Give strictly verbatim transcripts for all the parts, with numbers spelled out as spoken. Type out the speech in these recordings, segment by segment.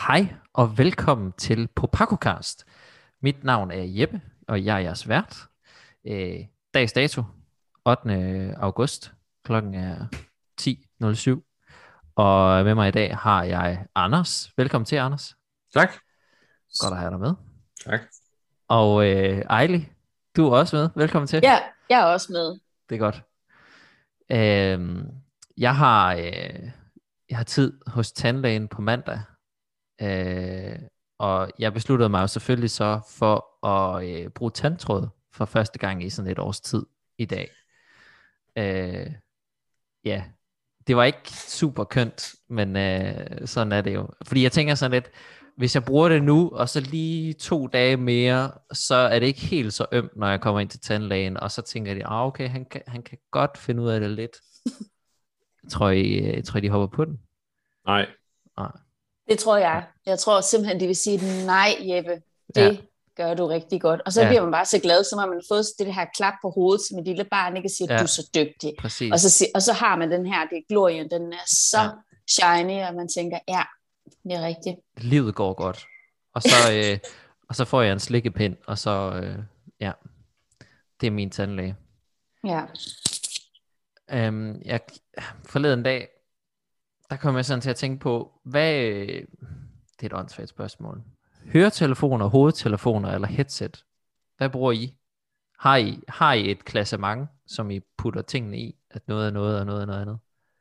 Hej og velkommen til ProPacoCast. Mit navn er Jeppe, og jeg er jeres vært. Øh, dags dato, ottende august, klokken er ti nul syv. Og med mig i dag har jeg Anders. Velkommen til, Anders. Tak. Godt at have dig med. Tak. Og øh, Ejli, du er også med. Velkommen til. Ja, jeg er også med. Det er godt. Øh, jeg, har, øh, jeg har tid hos tandlægen på mandag. Øh, og jeg besluttede mig jo selvfølgelig så for at øh, bruge tandtråd for første gang i sådan et års tid i dag. Øh, ja, det var ikke super kønt, men øh, sådan er det jo. Fordi jeg tænker sådan lidt, hvis jeg bruger det nu, og så lige to dage mere, så er det ikke helt så ømt, når jeg kommer ind til tandlægen, og så tænker de, ah, okay, han kan, han kan godt finde ud af det lidt. Tror I, tror I de hopper på den? Nej. Nej. Det tror jeg. Jeg tror simpelthen, de vil sige, nej Jeppe, det ja. gør du rigtig godt. Og så ja. bliver man bare så glad, som har man fået det her klap på hovedet, som et lille barn ikke siger, ja. du er så dygtig. Og så, og så har man den her, det er glorien, den er så ja. shiny, og man tænker, ja, det er rigtigt. Livet går godt. Og så, øh, og så får jeg en slikkepind, og så, øh, ja, det er min tandlæge. Ja. Øhm, jeg, forleden dag, der kom jeg sådan til at tænke på, hvad, det er et åndssvagt spørgsmål. Høretelefoner, hovedtelefoner eller headset? Hvad bruger I? Har I, har I et klassement, som I putter tingene i? At noget er noget, og noget er noget andet?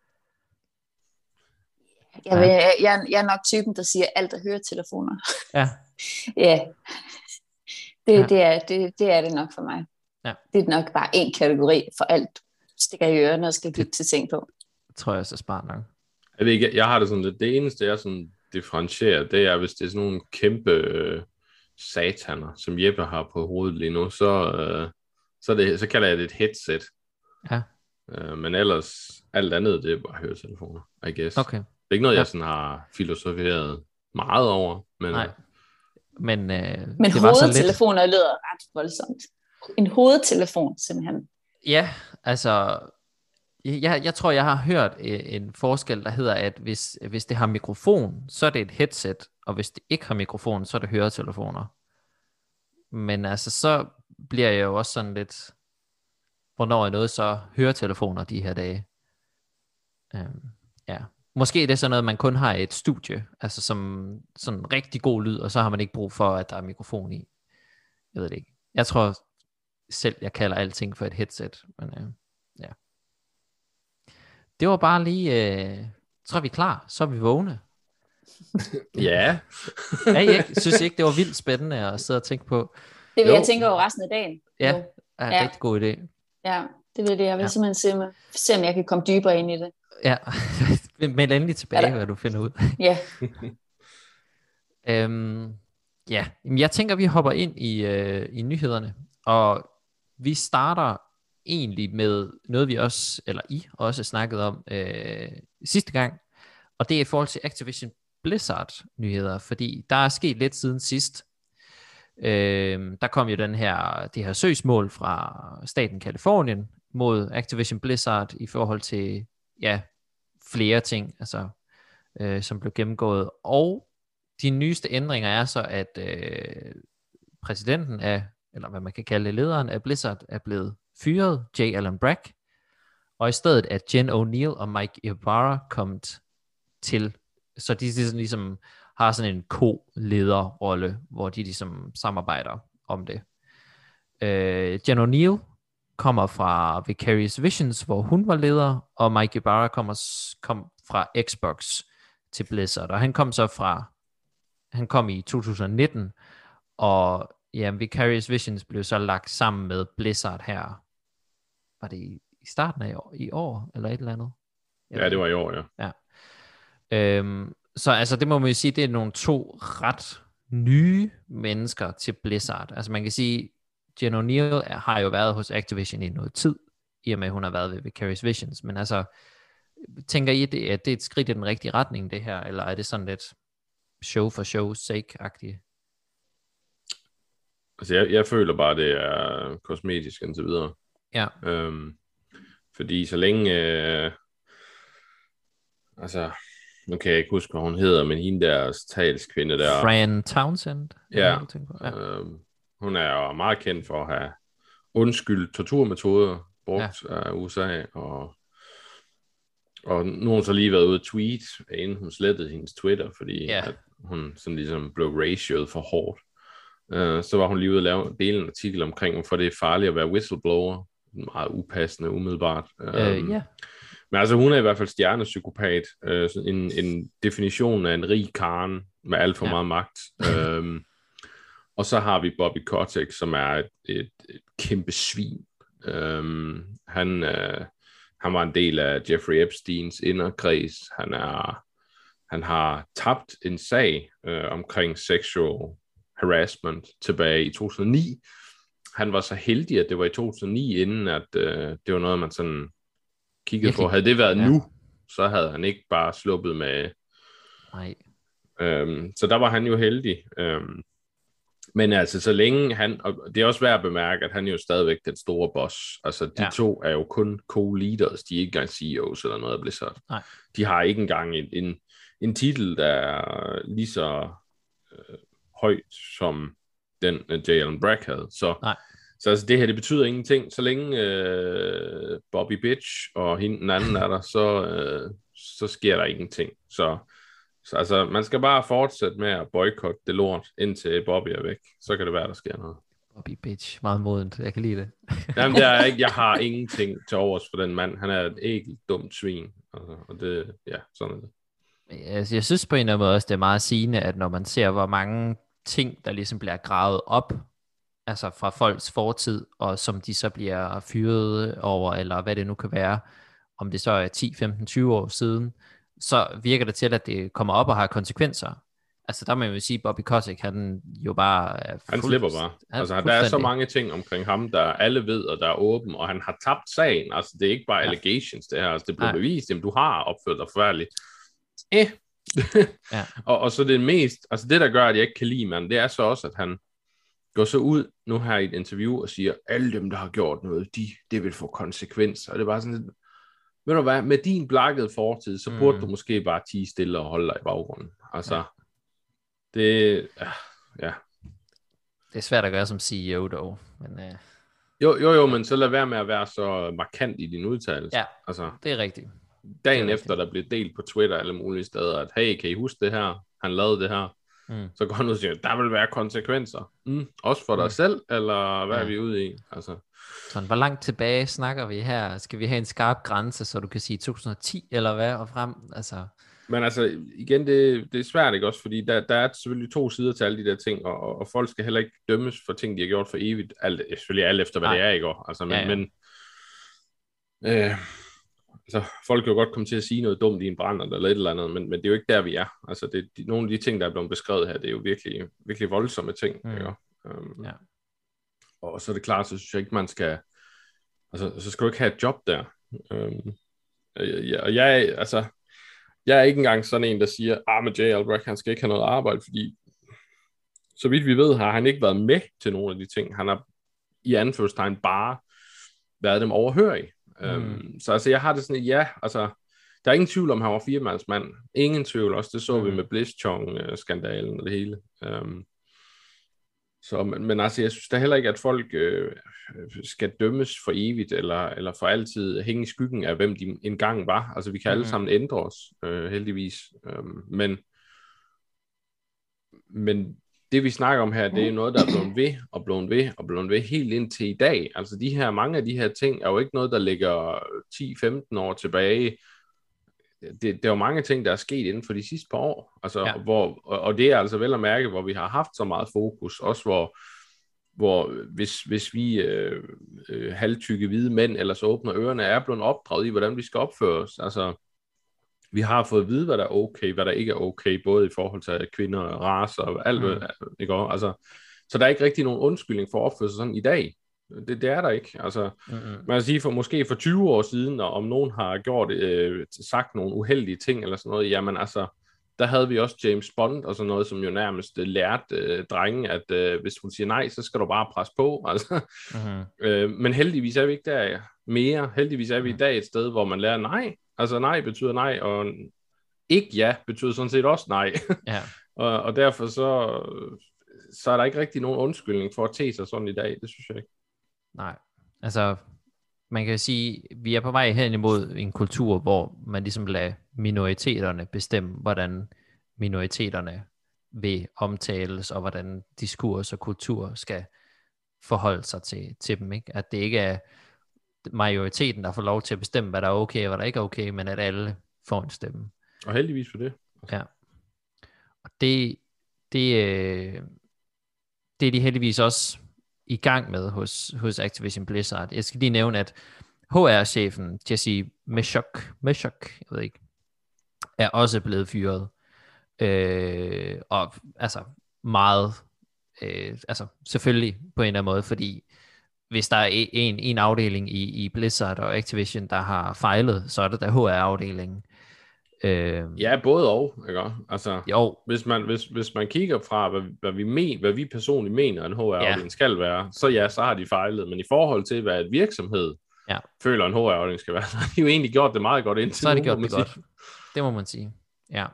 Jeg, vil, jeg, jeg er nok typen, der siger, alt er høretelefoner. Ja. ja. Det, ja. Det, er, det, det er det nok for mig. Ja. Det er nok bare en kategori for alt. Stikker i ørerne og skal lytte til ting på. Det tror jeg også er smart nok. Jeg, ved ikke, jeg har det sådan lidt, det eneste jeg sådan differentierer, det er, hvis det er sådan nogle kæmpe øh, sataner, som Jeppe har på hovedet lige nu, så, øh, så, det, så kalder jeg det et headset. Ja. Øh, men ellers, alt andet, det er bare høretelefoner, I guess. Okay. Det er ikke noget, ja. jeg sådan har filosoferet meget over. Men, Nej. Men, øh, men det hovedtelefoner lidt... lyder ret voldsomt. En hovedtelefon, simpelthen. Ja, altså... Jeg, jeg tror, jeg har hørt en forskel, der hedder, at hvis, hvis det har mikrofon, så er det et headset, og hvis det ikke har mikrofon, så er det høretelefoner. Men altså, så bliver jeg jo også sådan lidt, hvornår er noget så høretelefoner de her dage? Øhm, ja. Måske er det sådan noget, man kun har i et studie, altså som sådan rigtig god lyd, og så har man ikke brug for, at der er mikrofon i. Jeg ved det ikke. Jeg tror selv, jeg kalder alting for et headset, men øh, ja. Det var bare lige, øh, tror vi er klar, så er vi vågne. ja. ja, jeg synes ikke, det var vildt spændende at sidde og tænke på. Det vil jo. jeg tænke over resten af dagen. Ja, det er en ja. rigtig god idé. Ja, det vil det. Jeg vil ja. simpelthen se, se, om jeg kan komme dybere ind i det. Ja, meld endelig tilbage, hvad du finder ud. Ja. øhm, ja, jeg tænker, vi hopper ind i, øh, i nyhederne, og vi starter egentlig med noget vi også, eller I også snakkede om øh, sidste gang, og det er i forhold til Activision Blizzard nyheder, fordi der er sket lidt siden sidst. Øh, der kom jo den her, det her søgsmål fra staten Kalifornien mod Activision Blizzard i forhold til ja, flere ting, altså, øh, som blev gennemgået, og de nyeste ændringer er så, at øh, præsidenten af, eller hvad man kan kalde det, lederen af Blizzard, er blevet fyret, J. Allen Brack, og i stedet er Jen O'Neill og Mike Ibarra kommet til, så de ligesom, ligesom har sådan en co-lederrolle, hvor de ligesom samarbejder om det. Øh, Jen O'Neill kommer fra Vicarious Visions, hvor hun var leder, og Mike Ibarra kommer, kom fra Xbox til Blizzard, og han kom så fra, han kom i to tusind nitten, og ja, Vicarious Visions blev så lagt sammen med Blizzard her. Var det i, i starten af i år, i år, eller et eller andet? Jeg ja, det var i år, ja. ja. Øhm, så altså, det må man jo sige, det er nogle to ret nye mennesker til Blizzard. Altså man kan sige, Jen O'Neill har jo været hos Activision i noget tid, i og med, at hun har været ved Vicarious Visions. Men altså, tænker I, det, at det er et skridt i den rigtige retning, det her? Eller er det sådan lidt show for show sake-agtigt? Altså, jeg, jeg føler bare, det er kosmetisk indtil videre. Ja. Øhm, fordi så længe... Øh, altså, nu kan jeg ikke huske, hvad hun hedder, men hende deres talskvinde der. Fran Townsend? Ja, ja. Øh, hun er jo meget kendt for at have undskyldt torturmetoder brugt ja. af U S A, og, og nu har hun så lige været ude at tweet, inden hun slettede hendes Twitter, fordi ja. at hun sådan ligesom blev ratioet for hårdt. Uh, så var hun lige ude at lave, dele en artikel omkring, hvorfor det er farligt at være whistleblower. Meget upassende, umiddelbart. Uh, uh, yeah. Men altså, hun er i hvert fald stjernepsykopat. Uh, en, en definition af en rig karen med alt for ja. meget magt. uh, og så har vi Bobby Kotick, som er et, et, et kæmpe svin. Uh, han, uh, han var en del af Jeffrey Epsteins inderkreds. Han, er, han har tabt en sag uh, omkring sexual harassment tilbage i to tusind og ni. Han var så heldig, at det var i to tusind og ni, inden at øh, det var noget, man sådan kiggede Virkelig? på. Havde det været ja. nu, så havde han ikke bare sluppet med. Nej. Øhm, så der var han jo heldig. Øhm, men altså, så længe han, og det er også værd at bemærke, at han er jo stadigvæk den store boss. Altså, de ja. to er jo kun co-leaders, de er ikke engang C E Os eller noget af Blizzard. Nej. De har ikke engang en, en, en titel, der er lige så øh, højt, som den uh, J. Allen Brack havde. Så, så altså, det her, det betyder ingenting. Så længe øh, Bobby Bitch og hende den anden er der, så, øh, så sker der ingenting. Så, så altså, man skal bare fortsætte med at boykotte det lort, indtil Bobby er væk. Så kan det være, der sker noget. Bobby Bitch, meget modent. Jeg kan lide det. Jamen, det er ikke, jeg har ingenting til overs for den mand. Han er et ægelt dumt svin. Altså, og det, ja, sådan er det. Altså, jeg synes på en eller anden måde også, det er meget sigende, at når man ser, hvor mange ting, der ligesom bliver gravet op, altså fra folks fortid, og som de så bliver fyret over, eller hvad det nu kan være, om det så er ti, femten, tyve år siden, så virker det til, at det kommer op og har konsekvenser. Altså der må man jo sige, Bobby Kotick, han jo bare er Han slipper bare. Han altså der er så mange ting omkring ham, der alle ved, og der er åben, og han har tabt sagen. Altså det er ikke bare ja. allegations, det her. Altså det blev ja. bevist, at du har opført dig forfærdeligt. Eh. ja. og, og så det mest, altså det der gør, at jeg ikke kan lide mand, det er så også, at han går så ud nu her i et interview og siger, alle dem, der har gjort noget, de, det vil få konsekvenser. Og det er bare sådan lidt, ved du hvad, med din blakkede fortid, så burde mm. du måske bare tie stille og holde dig i baggrunden. Altså, ja. det, ja. Det er svært at gøre som C E O dog, men... Uh... Jo, jo, jo, men så lad være med at være så markant i din udtalelse. Ja, altså, det er rigtigt. Dagen efter, rigtigt. Der blev delt på Twitter alle mulige steder, at hey, kan I huske det her? Han lavede det her. Mm. Så går han ud og siger, der vil være konsekvenser. Mm, også for dig mm. selv, eller hvad ja. er vi ude i? Altså. Sådan, hvor langt tilbage snakker vi her? Skal vi have en skarp grænse, så du kan sige to tusind og ti, eller hvad, og frem? Altså... Men altså, igen, det, det er svært, ikke også? Fordi der, der er selvfølgelig to sider til alle de der ting, og, og folk skal heller ikke dømmes for ting, de har gjort for evigt. Alt, selvfølgelig alt efter, hvad Nej. det er, ikke også? Altså, men... Ja, ja. men øh, altså, folk kan jo godt komme til at sige noget dumt i en brand eller et eller andet, men, men det er jo ikke der, vi er. Altså, det, de, nogle af de ting, der er blevet beskrevet her, det er jo virkelig, virkelig voldsomme ting. Mm. Ikke? Um, ja. Og så er det klart, så synes jeg ikke, man skal... Altså, så skal du ikke have et job der. Um, ja, og jeg, altså, jeg er ikke engang sådan en, der siger, ah, men J. Albrecht, han skal ikke have noget arbejde, fordi så vidt vi ved, har han ikke været med til nogle af de ting. Han har i anførselstegn bare været dem overhørig. Mm. Um, så altså, jeg har det sådan, ja, altså, der er ingen tvivl om, han var firemandsmand. Ingen tvivl også, det så mm. vi med Blitzchung-skandalen og det hele. Um, så, men, men altså, jeg synes da heller ikke, at folk øh, skal dømmes for evigt, eller, eller for altid hænge i skyggen af, hvem de engang var. Altså, vi kan mm. alle sammen ændre os, øh, heldigvis. Um, men, men det, vi snakker om her, det er noget, der er blevet ved, og blevet ved, og blevet ved helt indtil i dag. Altså, de her, mange af de her ting er jo ikke noget, der ligger ti femten år tilbage. Det, det er jo mange ting, der er sket inden for de sidste par år. Altså, ja. hvor, og det er altså vel at mærke, hvor vi har haft så meget fokus, også hvor, hvor hvis, hvis vi øh, øh, halvtykke hvide mænd, ellers åbner ørerne, er blevet opdraget i, hvordan vi skal opføre os. Altså, vi har fået at vide, hvad der er okay, hvad der ikke er okay, både i forhold til kvinder og racer og alt, mm. ikke? Altså, så der er ikke rigtig nogen undskyldning for at opføre sig sådan i dag. Det, det er der ikke. Altså, mm-hmm. Man kan sige, for måske for tyve år siden, og om nogen har gjort, øh, sagt nogle uheldige ting eller sådan noget, jamen altså, der havde vi også James Bond og sådan noget, som jo nærmest øh, lærte øh, drengen, at øh, hvis hun siger nej, så skal du bare presse på. Altså. Mm-hmm. øh, men heldigvis er vi ikke der mere. Heldigvis er vi mm-hmm. i dag et sted, hvor man lærer nej. Altså nej betyder nej, og ikke ja betyder sådan set også nej. Ja. og, og derfor så, så er der ikke rigtig nogen undskyldning for at tage sig sådan i dag, det synes jeg ikke. Nej, altså man kan sige, vi er på vej hen imod en kultur, hvor man ligesom lader minoriteterne bestemme, hvordan minoriteterne vil omtales, og hvordan diskurs og kultur skal forholde sig til, til dem, ikke? At det ikke er majoriteten, der får lov til at bestemme, hvad der er okay, og hvad der ikke er okay, men at alle får en stemme. Og heldigvis for det. Ja. Og det, det, øh, det er de heldigvis også i gang med hos, hos Activision Blizzard. Jeg skal lige nævne, at H R-chefen, Jesse Meshok, Meshok, jeg ved ikke, er også blevet fyret. Øh, og altså meget, øh, altså selvfølgelig på en eller anden måde, fordi hvis der er en, en afdeling i, i Blizzard og Activision, der har fejlet, så er det der H R-afdelingen. Øh, ja, både og, ikke? Altså, jo. Hvis man, hvis, hvis man kigger fra, hvad, hvad, vi men, hvad vi personligt mener, en H R-afdeling ja. skal være, så ja, så har de fejlet. Men i forhold til, hvad et virksomhed ja. føler, en H R-afdeling skal være, så har de jo egentlig gjort det meget godt indtil så har de gjort nu, det godt. Det må man sige. Ja.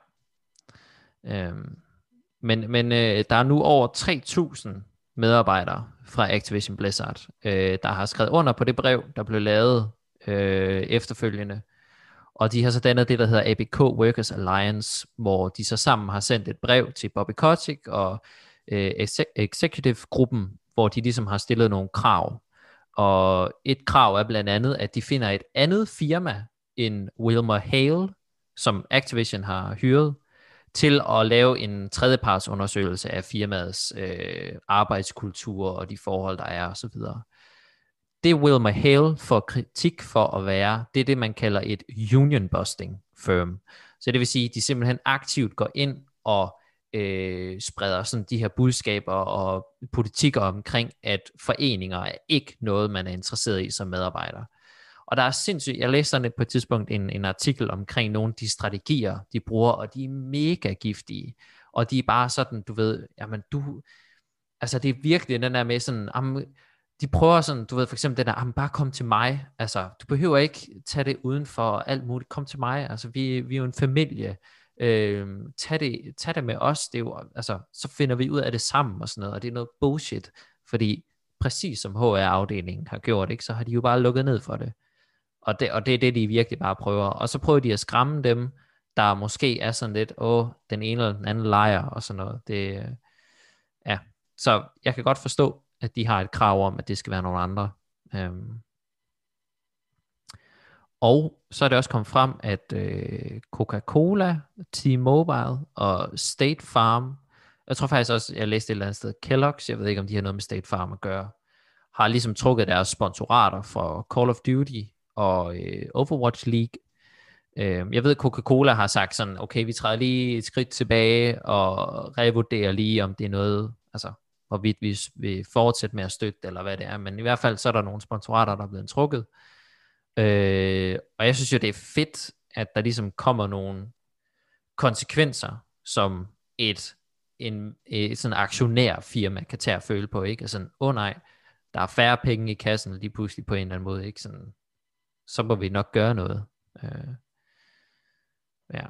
Øhm, men men øh, der er nu over tre tusind medarbejdere fra Activision Blizzard, øh, der har skrevet under på det brev, der blev lavet øh, efterfølgende. Og de har så dannet det, der hedder A B K Workers Alliance, hvor de så sammen har sendt et brev til Bobby Kotick og øh, Executive-gruppen, hvor de ligesom har stillet nogle krav. Og et krav er blandt andet, at de finder et andet firma end Wilmer Hale, som Activision har hyret, til at lave en tredjepartsundersøgelse af firmaets øh, arbejdskultur og de forhold, der er osv. Det Wilmer Hale får kritik for at være, det er det, man kalder et union busting firm. Så det vil sige, at de simpelthen aktivt går ind og øh, spreder sådan de her budskaber og politikker omkring, at foreninger er ikke noget, man er interesseret i som medarbejder. Og der er sindssygt, jeg læste sådan på et tidspunkt en, en artikel omkring nogle af de strategier, de bruger, og de er mega giftige. Og de er bare sådan, du ved, jamen du, altså det er virkelig den der med sådan, jamen, de prøver sådan, du ved for eksempel det der, jamen bare kom til mig, altså du behøver ikke tage det uden for alt muligt, kom til mig, altså vi, vi er jo en familie, øh, tag, det, tag det med os, det er jo, altså så finder vi ud af det sammen og sådan noget, og det er noget bullshit, fordi præcis som H R-afdelingen har gjort, ikke, så har de jo bare lukket ned for det. Og det, og det er det, de virkelig bare prøver. Og så prøver de at skræmme dem, der måske er sådan lidt, åh, den ene eller den anden lejer og sådan noget. Det, ja. Så jeg kan godt forstå, at de har et krav om, at det skal være nogle andre. Øhm. Og så er det også kommet frem, at øh, Coca-Cola, T-Mobile og State Farm, jeg tror faktisk også, jeg læste et eller andet sted, Kellogg's, jeg ved ikke, om de har noget med State Farm at gøre, har ligesom trukket deres sponsorater fra Call of Duty og øh, Overwatch League. Øh, jeg ved, Coca-Cola har sagt sådan, okay, vi træder lige et skridt tilbage og revurderer lige, om det er noget, altså hvorvidt vi vil fortsætte med at støtte, eller hvad det er. Men i hvert fald, så er der nogle sponsorater, der er blevet trukket. Øh, og jeg synes jo, det er fedt, at der ligesom kommer nogle konsekvenser, som et, en, et sådan aktionær firma kan tage at føle på, ikke? Altså, åh oh, nej, der er færre penge i kassen lige pludselig på en eller anden måde, ikke? Sådan, så må vi nok gøre noget. Øh, ja.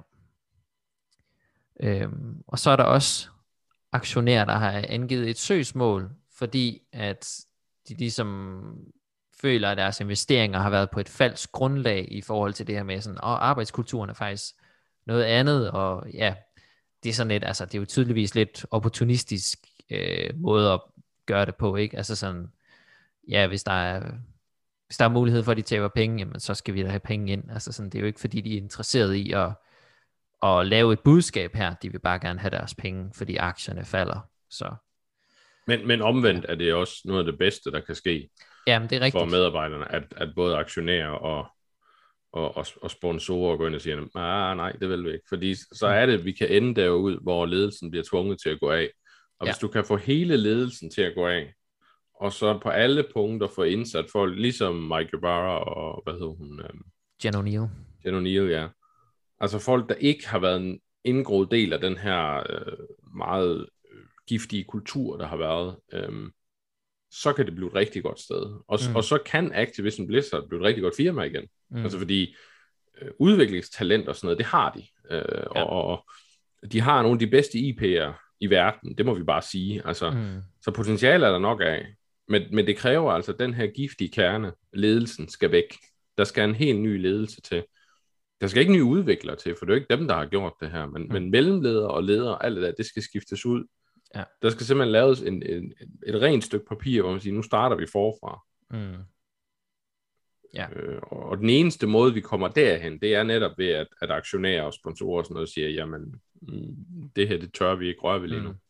Øh, og så er der også aktionærer, der har angivet et søgsmål, fordi at de ligesom føler, at deres investeringer har været på et falsk grundlag i forhold til det her med sådan, og arbejdskulturen er faktisk noget andet, og ja, det er sådan lidt, altså det er jo tydeligvis lidt opportunistisk øh, måde at gøre det på, ikke? Altså sådan, ja, hvis der er hvis der er mulighed for, at de taber penge, jamen, så skal vi da have penge ind. Altså sådan, det er jo ikke, fordi de er interesseret i at, at lave et budskab her. De vil bare gerne have deres penge, fordi aktierne falder. Så. Men, men omvendt er det også noget af det bedste, der kan ske jamen, det er rigtigt. For medarbejderne, at, at både aktionærer og, og, og, og sponsorer går ind og siger, ah, nej, det vil vi ikke. Fordi så er det, at vi kan ende derud, hvor ledelsen bliver tvunget til at gå af. Og ja. Hvis du kan få hele ledelsen til at gå af, og så på alle punkter få indsat folk, ligesom Mike Ybarra og, hvad hedder hun? Um, Jen O'Neill. Jen O'Neill, ja. Altså folk, der ikke har været en indgroet del af den her øh, meget øh, giftige kultur, der har været, øh, så kan det blive et rigtig godt sted. Og, mm. og så kan Activision Blizzard blive et rigtig godt firma igen. Mm. Altså fordi øh, udviklingstalent og sådan noget, det har de. øh, ja. og, og de har nogle af de bedste I P'er i verden, det må vi bare sige. Altså, mm. Så potentiale er der nok af, men, men det kræver altså, at den her giftige kerne, ledelsen, skal væk. Der skal en helt ny ledelse til. Der skal ikke nye udviklere til, for det er jo ikke dem, der har gjort det her, men, mm. men mellemledere og ledere, alt det der, det skal skiftes ud. Ja. Der skal simpelthen laves en, en, et rent stykke papir, hvor man siger, nu starter vi forfra. Mm. Ja. Øh, og den eneste måde, vi kommer derhen, det er netop ved, at, at aktionærer og sponsorer og sådan noget siger, jamen, det her, det tør vi ikke røre ved lige nu. Mm.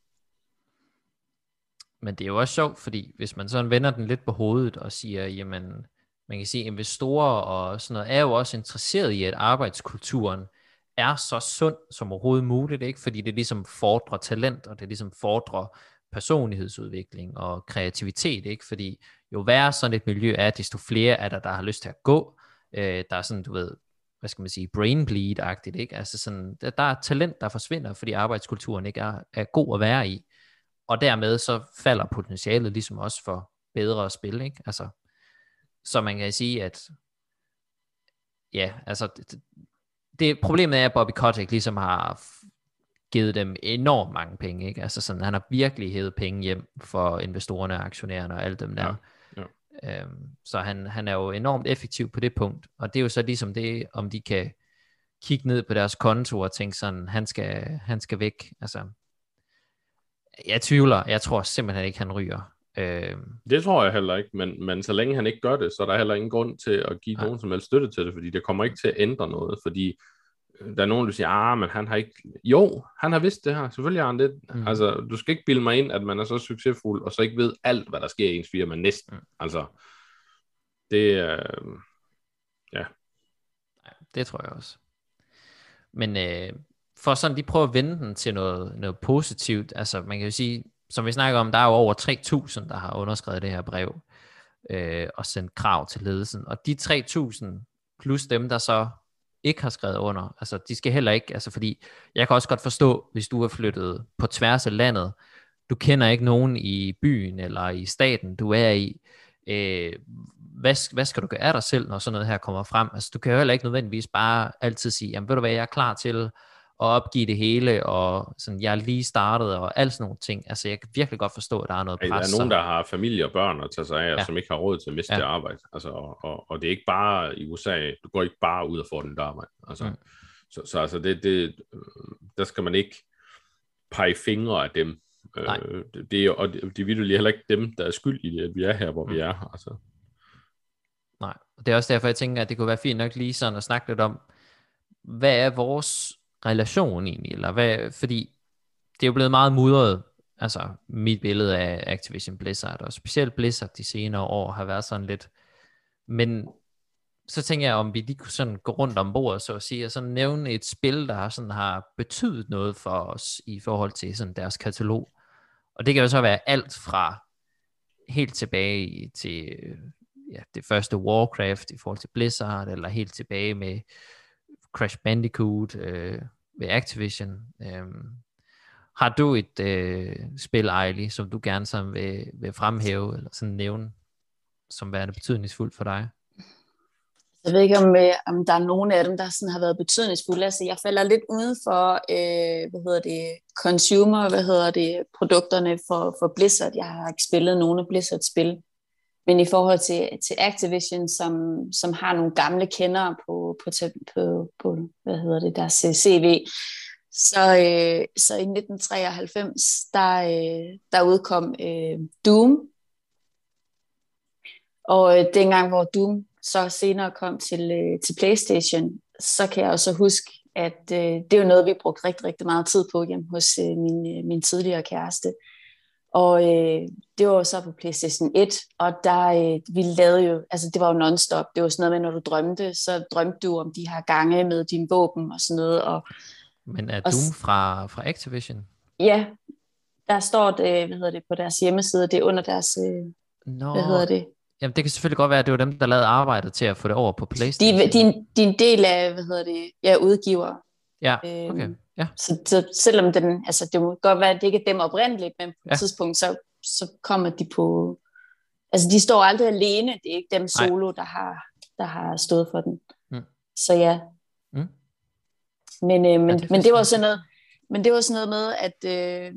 Men det er jo også sjovt, fordi hvis man sådan vender den lidt på hovedet og siger, jamen, man kan sige, investorer og sådan noget, er jo også interesseret i, at arbejdskulturen er så sund som overhovedet muligt, ikke? Fordi det ligesom fordrer talent, og det ligesom fordrer personlighedsudvikling og kreativitet, ikke? Fordi jo værre sådan et miljø er, desto flere er der, der har lyst til at gå. Øh, der er sådan, du ved, hvad skal man sige, brain bleed-agtigt, ikke? Altså sådan, der, der er talent, der forsvinder, fordi arbejdskulturen ikke er, er god at være i. Og dermed så falder potentialet ligesom også for bedre at spille, ikke? Altså, så man kan sige, at ja, altså det, det problemet er, at Bobby Kotick ligesom har givet dem enormt mange penge, ikke? Altså sådan, han har virkelig hævet penge hjem for investorerne og aktionærerne og alt dem der. Ja, ja. Øhm, så han, han er jo enormt effektiv på det punkt, og det er jo så ligesom det, om de kan kigge ned på deres konto og tænke sådan, han skal, han skal væk. Altså, jeg tvivler, jeg tror simpelthen ikke, han ryger. Øhm. Det tror jeg heller ikke, men, men så længe han ikke gør det, så er der heller ingen grund til at give Nej. nogen som helst støtte til det, fordi det kommer ikke til at ændre noget, fordi der er nogen, der siger, ah, men han har ikke... Jo, han har vidst det her. Selvfølgelig har han det. Mm. Altså, du skal ikke bilde mig ind, at man er så succesfuld, og så ikke ved alt, hvad der sker i ens firma næsten. Mm. Altså, det er... Øh, ja. Det tror jeg også. Men øh, for sådan lige prøve at vende den til noget, noget positivt, altså man kan jo sige, som vi snakker om, der er jo over tre tusind, der har underskrevet det her brev, øh, og sendt krav til ledelsen, og de tre tusind plus dem, der så ikke har skrevet under, altså de skal heller ikke, altså fordi, jeg kan også godt forstå, hvis du er flyttet på tværs af landet, du kender ikke nogen i byen, eller i staten, du er i, øh, hvad, hvad skal du gøre af dig selv, når sådan noget her kommer frem, altså du kan jo heller ikke nødvendigvis bare altid sige, jamen ved du hvad, jeg er klar til at opgive det hele, og sådan, jeg er lige startet, og alt sådan nogle ting, altså jeg kan virkelig godt forstå, at der er noget pres. Der er nogen, der har familie og børn at tage sig af, ja. som ikke har råd til at miste ja. det arbejde, altså, og, og, og det er ikke bare i U S A, du går ikke bare ud og får den der arbejde, altså, mm. så, så altså det, det, der skal man ikke pege fingre af dem, øh, det, det, og det, det er virkelig heller ikke dem, der er skyld i det, at vi er her, hvor mm. vi er, altså. Nej, og det er også derfor, jeg tænker, at det kunne være fint nok lige sådan at snakke lidt om, hvad er vores relation egentlig, eller hvad, fordi det er jo blevet meget mudret, altså mit billede af Activision Blizzard, og specielt Blizzard de senere år har været sådan lidt, men så tænker jeg, om vi lige kunne sådan gå rundt om bordet, så at sige, og sådan nævne et spil, der sådan har betydet noget for os, i forhold til sådan deres katalog, og det kan jo så være alt fra helt tilbage til ja, det første Warcraft i forhold til Blizzard, eller helt tilbage med Crash Bandicoot øh, ved Activision. Øhm, har du et øh, spil, Ejli, som du gerne sådan vil, vil fremhæve, eller sådan nævne, som værende betydningsfuldt for dig? Jeg ved ikke, om, øh, om der er nogen af dem, der sådan har været betydningsfulde. Altså, jeg falder lidt uden for, øh, hvad hedder det, consumer, hvad hedder det, produkterne for, for Blizzard. Jeg har ikke spillet nogen af Blizzard-spil. Men i forhold til, til Activision, som, som har nogle gamle kendere på, på, på, på hvad hedder det, deres C V, så, øh, så i nitten treoghalvfems, der, øh, der udkom øh, Doom. Og øh, dengang, hvor Doom så senere kom til, øh, til PlayStation, så kan jeg også huske, at øh, det er jo noget, vi brugte rigtig, rigtig meget tid på hjemme hos øh, min, øh, min tidligere kæreste. Og øh, det var så på PlayStation et, og der øh, vi lavede jo, altså det var jo non-stop, det var sådan noget med, når du drømte, så drømte du om de her gange med dine våben og sådan noget. Og, Men er Doom fra, fra Activision? Ja, der står det, hvad hedder det, på deres hjemmeside, det er under deres, øh, Nå, hvad hedder det? Jamen det kan selvfølgelig godt være, at det var dem, der lavede arbejdet til at få det over på PlayStation. De, de, de er en del af, hvad hedder det, ja, udgiver. Ja, okay. Øhm, ja. Så, så selvom den, altså det må godt være, at det ikke er dem oprindeligt, men på ja. et tidspunkt, så, så kommer de på, altså de står aldrig alene, det er ikke dem solo, der har, der har stået for den. Mm. Så ja. Mm. Men, øh, men, ja, det men det var sådan noget, men det var sådan noget med, at, øh,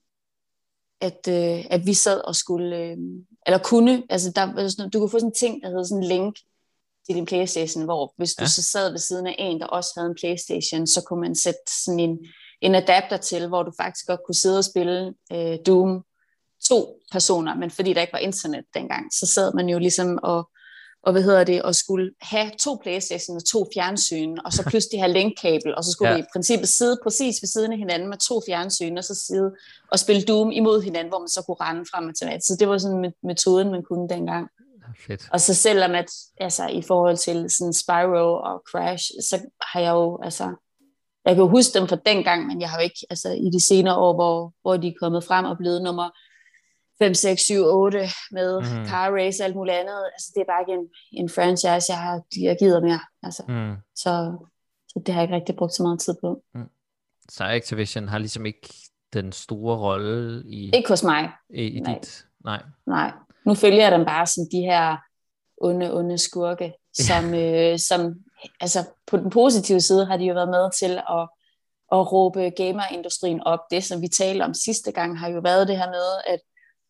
at, øh, at vi sad og skulle, øh, eller kunne, altså der var sådan, du kunne få sådan en ting, der hedder sådan en link til din PlayStation, hvor hvis du ja. så sad ved siden af en, der også havde en PlayStation, så kunne man sætte sådan en, en adapter til, hvor du faktisk godt kunne sidde og spille øh, Doom to personer, men fordi der ikke var internet dengang, så sad man jo ligesom og, og hvad hedder det, og skulle have to PlayStation og to fjernsyn, og så pludselig have linkkabel, og så skulle ja. vi i princippet sidde præcis ved siden af hinanden med to fjernsyn, og så sidde og spille Doom imod hinanden, hvor man så kunne rende frem og tilbage. Så det var sådan metoden, man kunne dengang. Fedt. Og så selvom at, altså i forhold til sådan Spyro og Crash, så har jeg jo, altså, jeg kan jo huske dem fra dengang, men jeg har jo ikke, altså i de senere år, hvor, hvor de er kommet frem og blevet nummer fem, seks, syv, otte med mm. car race og alt muligt andet. Altså, det er bare ikke en, en franchise, jeg har jeg givet mere. Altså, mm. så, så det har jeg ikke rigtig brugt så meget tid på. Mm. Så Activision har ligesom ikke den store rolle i... Ikke hos mig. I, i nej. dit... Nej. Nej. Nu følger jeg dem bare som de her onde, onde skurke, som, øh, som altså på den positive side har de jo været med til at, at råbe gamerindustrien op. Det, som vi talte om sidste gang, har jo været det her med, at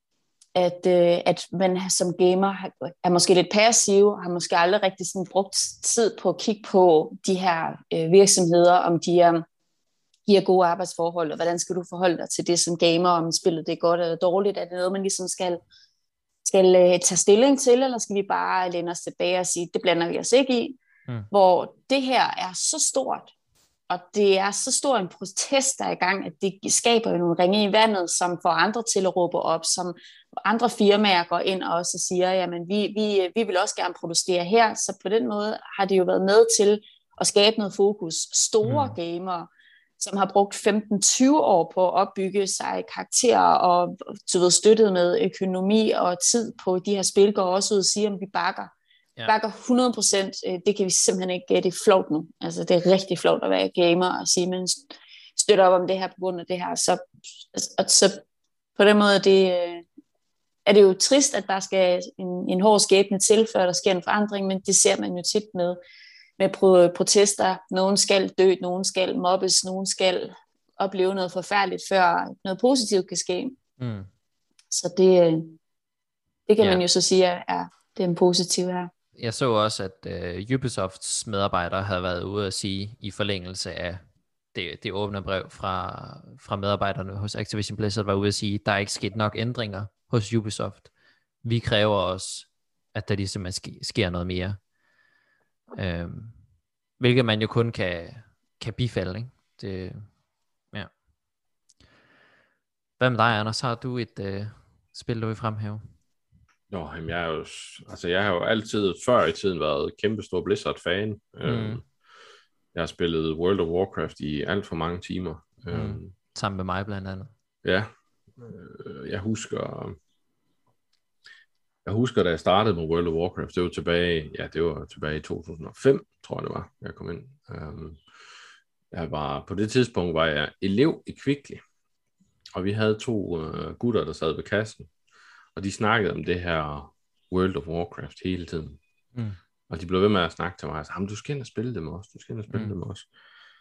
At, øh, at man som gamer er måske lidt passiv, har måske aldrig rigtig sådan brugt tid på at kigge på de her øh, virksomheder, om de er, giver gode arbejdsforhold, og hvordan skal du forholde dig til det som gamer, om spillet det er godt eller dårligt, er det noget, man ligesom skal, skal øh, tage stilling til, eller skal vi bare læne os tilbage og sige, det blander vi os ikke i, mm. hvor det her er så stort, og det er så stor en protest, der er i gang, at det skaber jo nogle ringe i vandet, som får andre til at råbe op, som andre firmaer går ind og også siger, jamen vi, vi, vi vil også gerne producere her, så på den måde har det jo været med til at skabe noget fokus. Store mm. gamere, som har brugt femten til tyve år på at opbygge sig karakterer og du ved, støttet med økonomi og tid på de her spil, går også ud og siger, om vi bakker. Ja. Bakker hundrede procent, det kan vi simpelthen ikke, det er flot nu. Altså det er rigtig flot at være gamer og sige, man støtter op om det her på grund af det her. Så, og, så på den måde det, er det jo trist, at der skal en, en hård skæbne til, før der sker en forandring, men det ser man jo tit med, med protester. Nogen skal dø, nogen skal mobbes, nogen skal opleve noget forfærdeligt, før noget positivt kan ske. Mm. Så det, det kan ja. man jo så sige er det en positiv her. Jeg så også, at uh, Ubisofts medarbejdere havde været ude at sige i forlængelse af det, det åbne brev fra, fra medarbejderne hos Activision Blizzard, var ude at sige, at der er ikke sket nok ændringer hos Ubisoft. Vi kræver også, at der ligesom sker noget mere. Øhm, hvilket man jo kun kan, kan bifalde. Ikke? Det, ja. Hvad med dig, Anders? Har du et uh, spil, du vil fremhæve? Nå, jamen jeg, er jo, altså jeg har jo altid før i tiden været kæmpe stor Blizzard-fan. Mm. Øhm, jeg har spillet World of Warcraft i alt for mange timer. Mm. Øhm, Sammen med mig blandt andet. Ja, øh, jeg husker... Jeg husker, da jeg startede med World of Warcraft, det var tilbage, ja, det var tilbage i to tusind og fem, tror jeg det var, jeg kom ind. Um, jeg var, på det tidspunkt var jeg elev i Kvickly, og vi havde to uh, gutter, der sad ved kassen, og de snakkede om det her World of Warcraft hele tiden. Mm. Og de blev ved med at snakke til mig, og sagde, du skal ind og spille det med os, du skal ind og spille mm. det med os.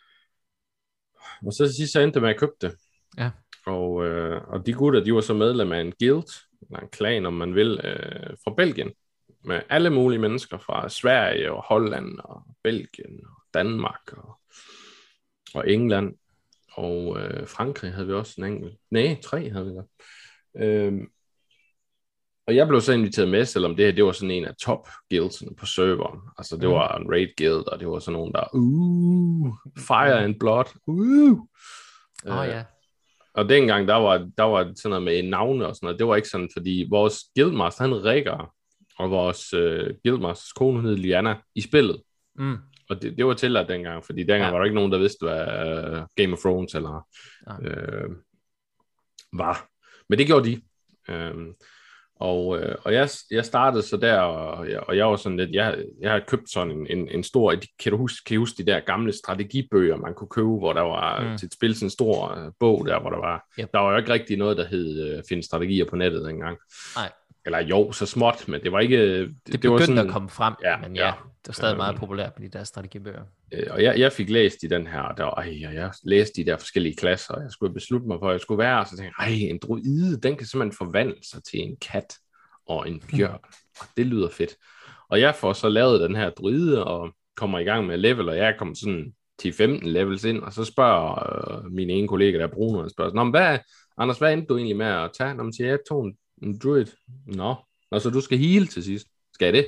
Og så til sidst så endte jeg med at købe det. Ja. Og, øh, og de gutter, de var så medlem af en guild, eller en klan, om man vil, øh, fra Belgien, med alle mulige mennesker fra Sverige og Holland og Belgien og Danmark og, og England og øh, Frankrig havde vi også en enkelt. Nej, tre havde vi der. Øhm, og jeg blev så inviteret med, selvom det her, det var sådan en af top guildsene på serveren. Altså det mm. var en raid guild, og det var sådan nogen der, uh, fire and blood, uh. Åh oh, ja. Yeah. Og dengang, der var, der var sådan noget med navne og sådan noget. Det var ikke sådan, fordi vores guildmaster, han Rikker, og vores øh, guildmasters kone hed Liana i spillet. Mm. Og det, det var tilladt dengang, fordi dengang ja. var der ikke nogen, der vidste, hvad uh, Game of Thrones eller øh, var. Men det gjorde de. Um, og øh, og jeg, jeg startede så der, og jeg, og jeg var sådan lidt, jeg, jeg havde købt sådan en, en, en stor, kan du huske, kan I huske de der gamle strategibøger, man kunne købe, hvor der var mm. til et spil sådan en stor uh, bog der, hvor der var, yep. der var jo ikke rigtig noget, der hed uh, finde strategier på nettet dengang. Nej. Eller jo, så småt, men det var ikke... Det, det begyndte var sådan, at komme frem, ja, men ja. ja. Det er stadig meget populært med de der strategibøger. Øh, og jeg, jeg fik læst i den her, der, ej, jeg læste de der forskellige klasser, og jeg skulle beslutte mig for, at jeg skulle være, og så tænkte jeg, ej, en druide, den kan simpelthen forvandle sig til en kat og en bjørn. Og det lyder fedt. Og jeg får så lavet den her druide, og kommer i gang med level, og jeg kommer sådan ti femten levels ind, og så spørger øh, min ene kollega, der er Bruno, og spørger, Nå, hvad, Anders, hvad endte du egentlig med at tage? Når man siger, jeg tog en, en druid. Nå, Nå, så du skal heal til sidst. Skal jeg det?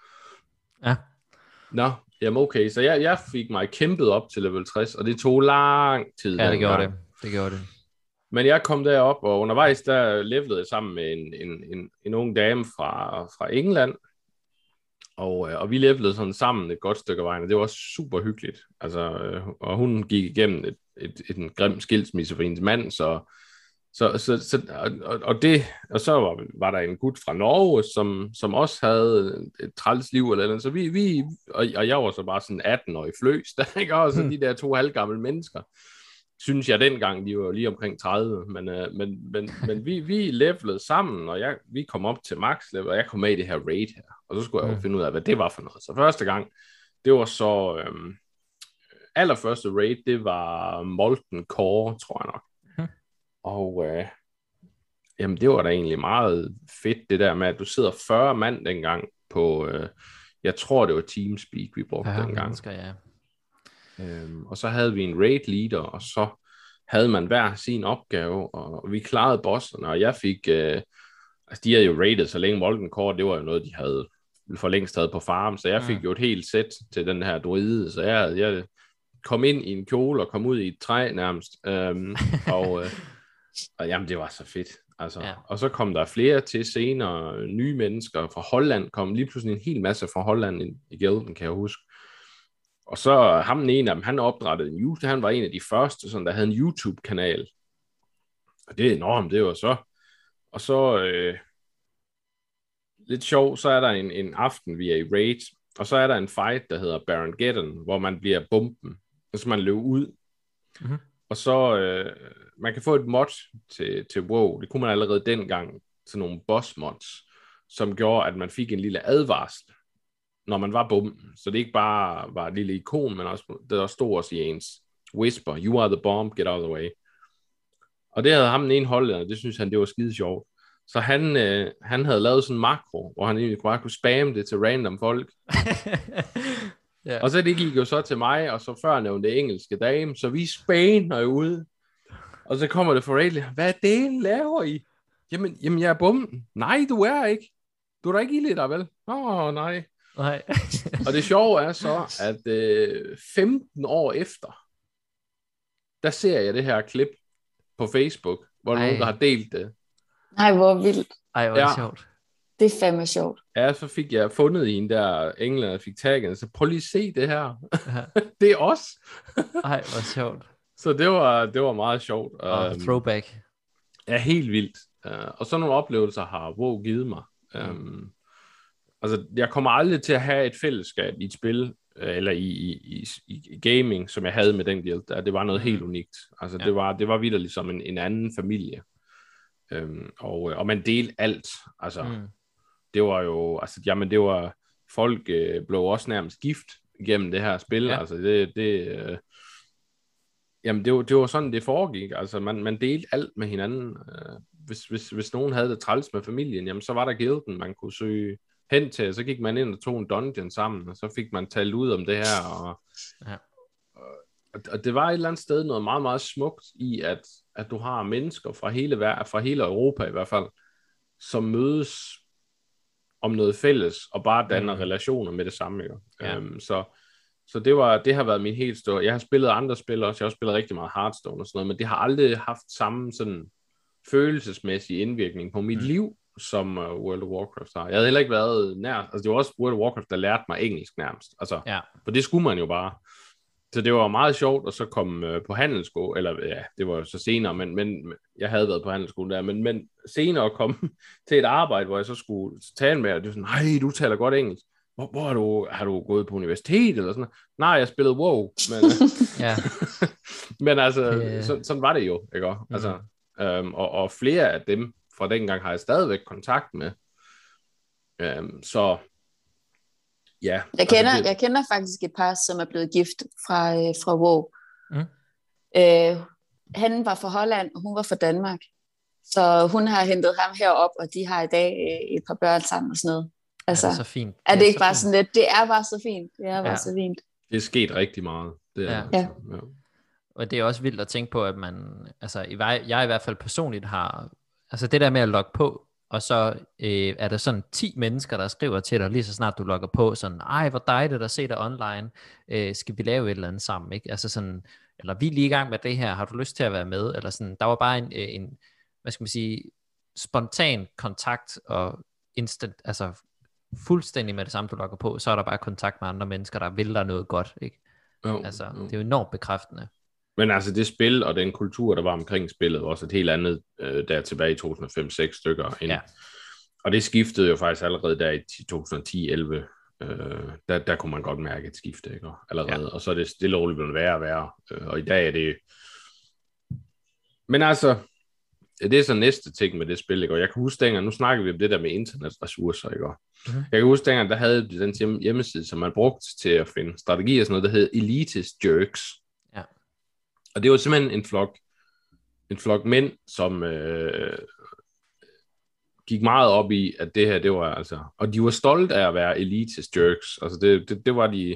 Ja. Nå, jamen okay, så jeg, jeg fik mig kæmpet op til level tres, og det tog lang tid. Ja, det gjorde det. Det gjorde det. Men jeg kom derop, og undervejs der levelede jeg sammen med en, en, en, en ung dame fra, fra England, og, og vi levelede sådan sammen et godt stykke af vejen, og det var super hyggeligt. Altså, og hun gik igennem et, et, et, en grim skilsmisse for hendes mand, så Så, så, så, og, og, det, og så var, var der en gut fra Norge, som, som også havde et træls liv, eller andet. Så vi, vi og, og jeg var så bare sådan atten-årig fløs, der, ikke? Og så de der to halvgamle mennesker, synes jeg dengang, de var lige omkring tredive, men, øh, men, men, men vi, vi levelede sammen, og jeg, vi kom op til max level, og jeg kom med i det her raid her, og så skulle jeg jo finde ud af, hvad det var for noget. Så første gang, det var så, øhm, allerførste raid, det var Molten Core, tror jeg nok. Og øh, jamen det var da egentlig meget fedt, det der med, at du sidder fyrre mand dengang på, øh, jeg tror det var Teamspeak, vi brugte ja, dengang. Mennesker, ja. Øhm, og så havde vi en raid leader, og så havde man hver sin opgave, og vi klarede bosserne, og jeg fik, øh, altså de havde jo raided så længe Molten Core, det var jo noget, de havde for længst taget på farm, så jeg fik mm. jo et helt sæt til den her druide, så jeg, jeg kom ind i en kjole og kom ud i et træ nærmest, øhm, og... Øh, Og jamen, det var så fedt. Altså. Ja. Og så kom der flere til senere, nye mennesker fra Holland, kom lige pludselig en hel masse fra Holland i, i Gilden, kan jeg huske. Og så ham den ene af dem, han opdrettede en YouTube, han var en af de første, sådan, der havde en YouTube-kanal. Og det er enormt, det var så. Og så, øh, lidt sjov, så er der en, en aften, vi er i raid, og så er der en fight, der hedder Barongeddon, hvor man bliver bomben, og så man løber ud. Mm-hmm. Og så, øh, man kan få et mod til, til WoW, det kunne man allerede dengang, til nogle boss mods, som gjorde, at man fik en lille advarsel, når man var bomben. Så det ikke bare var et lille ikon, men også, der stod også i ens whisper, you are the bomb, get out of the way. Og det havde ham den ene holdet, og det synes han, det var skide sjovt. Så han, øh, han havde lavet sådan en makro, hvor han egentlig bare kunne spamme det til random folk. Yeah. Og så det gik jo så til mig, og så før nævnte engelske dame, så vi spæner jo ude. Og så kommer det for Rayleigh, hvad er det, laver I? Jamen, jamen, jeg er bomben. Nej, du er ikke. Du er da ikke i lidt, vel? Åh, oh, nej. Nej. Og det sjove er så, at øh, femten år efter, der ser jeg det her klip på Facebook, hvor nogen, der har delt det. Nej, hvor vildt. Ej, hvor er det ja. sjovt. Det er fandme sjovt. Ja, så fik jeg fundet en der englænder, fik tagget, så prøv lige at se det her. Det er os. Ej, hvor sjovt. Så det var, det var meget sjovt. Og um, throwback. Ja, helt vildt. Uh, og sådan nogle oplevelser har WoW givet mig. Um, mm. Altså, jeg kommer aldrig til at have et fællesskab i et spil, eller i, i, i, i gaming, som jeg havde med den guild. Der. Det var noget mm. helt unikt. Altså, ja. det var, det var vitterligt som en, en anden familie. Um, og, og man delte alt. Altså, mm. det var jo, altså, jamen, det var, folk øh, blev også nærmest gift gennem det her spil. Ja. Altså, det, det øh, jamen, det var, det var sådan, det foregik. Altså, man, man delte alt med hinanden. Øh, hvis, hvis, hvis nogen havde det træls med familien, jamen, så var der guilden, man kunne søge hen til. Så gik man ind og tog en dungeon sammen, og så fik man talt ud om det her. Og, ja. og, og det var et eller andet sted noget meget, meget smukt i, at, at du har mennesker fra hele, fra hele Europa i hvert fald, som mødes om noget fælles, og bare danner mm. relationer med det samme. Ja. Um, så så det, var, det har været min helt store. Jeg har spillet andre spil også, jeg har spillet rigtig meget Hearthstone og sådan noget, men det har aldrig haft samme sådan følelsesmæssig indvirkning på mit mm. liv, som uh, World of Warcraft har. Jeg havde heller ikke været nær, altså det var også World of Warcraft, der lærte mig engelsk nærmest, altså, ja. For det skulle man jo bare. Så det var meget sjovt at så komme uh, på handelsskole, eller ja, det var jo så senere, men, men jeg havde været på handelsskole der, men, men senere at komme til et arbejde, hvor jeg så skulle tale med, og det var sådan, nej, du taler godt engelsk. Hvor, hvor har, du, har du gået på universitet, eller sådan? Nej, jeg spillede WoW, men, ja. men altså, yeah. så, sådan var det jo, ikke? Mm. Altså, øhm, og, og flere af dem fra dengang har jeg stadigvæk kontakt med. Øhm, så ja. Jeg kender, altså det... jeg kender faktisk et par, som er blevet gift fra, øh, fra WoW. Mm. Øh, han var fra Holland, og hun var fra Danmark. Så hun har hentet ham herop, og de har i dag øh, et par børn sammen og sådan noget. Altså, ja, det er så fint. Er det, det er ikke bare fint. Sådan lidt? Det er bare så fint. Det er bare ja. så fint. Det er sket rigtig meget. Det er, ja. Altså, ja. Og det er også vildt at tænke på, at man, altså jeg i hvert fald personligt har, altså det der med at logge på, og så øh, er der sådan ti mennesker, der skriver til dig, lige så snart du logger på, sådan, ej, hvor dejligt at se dig online, øh, skal vi lave et eller andet sammen, ikke? Altså sådan, eller vi er lige i gang med det her, har du lyst til at være med? Eller sådan, der var bare en, en hvad skal man sige, spontan kontakt, og instant, altså fuldstændig med det samme, du logger på, så er der bare kontakt med andre mennesker, der vil dig noget godt, ikke? Jo, altså, jo. Det er jo enormt bekræftende. Men altså det spil og den kultur, der var omkring spillet, var også et helt andet, øh, der tilbage i to tusind og fem seks stykker. End, ja. Og det skiftede jo faktisk allerede der i to tusind og ti elleve. Øh, der, der kunne man godt mærke et skifte, ikke? Allerede. Ja. Og så er det stille og roligt blevet værre og værre. Øh, og i dag er det... Men altså, det er så næste ting med det spil, ikke? Og jeg kan huske dengang, nu snakker vi om det der med internetressourcer, ikke? Mm-hmm. Jeg kan huske dengang, der havde de den hjemmeside, som man brugte til at finde strategier og sådan noget, der hed Elitist Jerks. Ja. Og det var simpelthen en flok, en flok mænd, som øh, gik meget op i, at det her, det var altså, og de var stolte af at være Elitist Jerks. Altså det, det, det var de,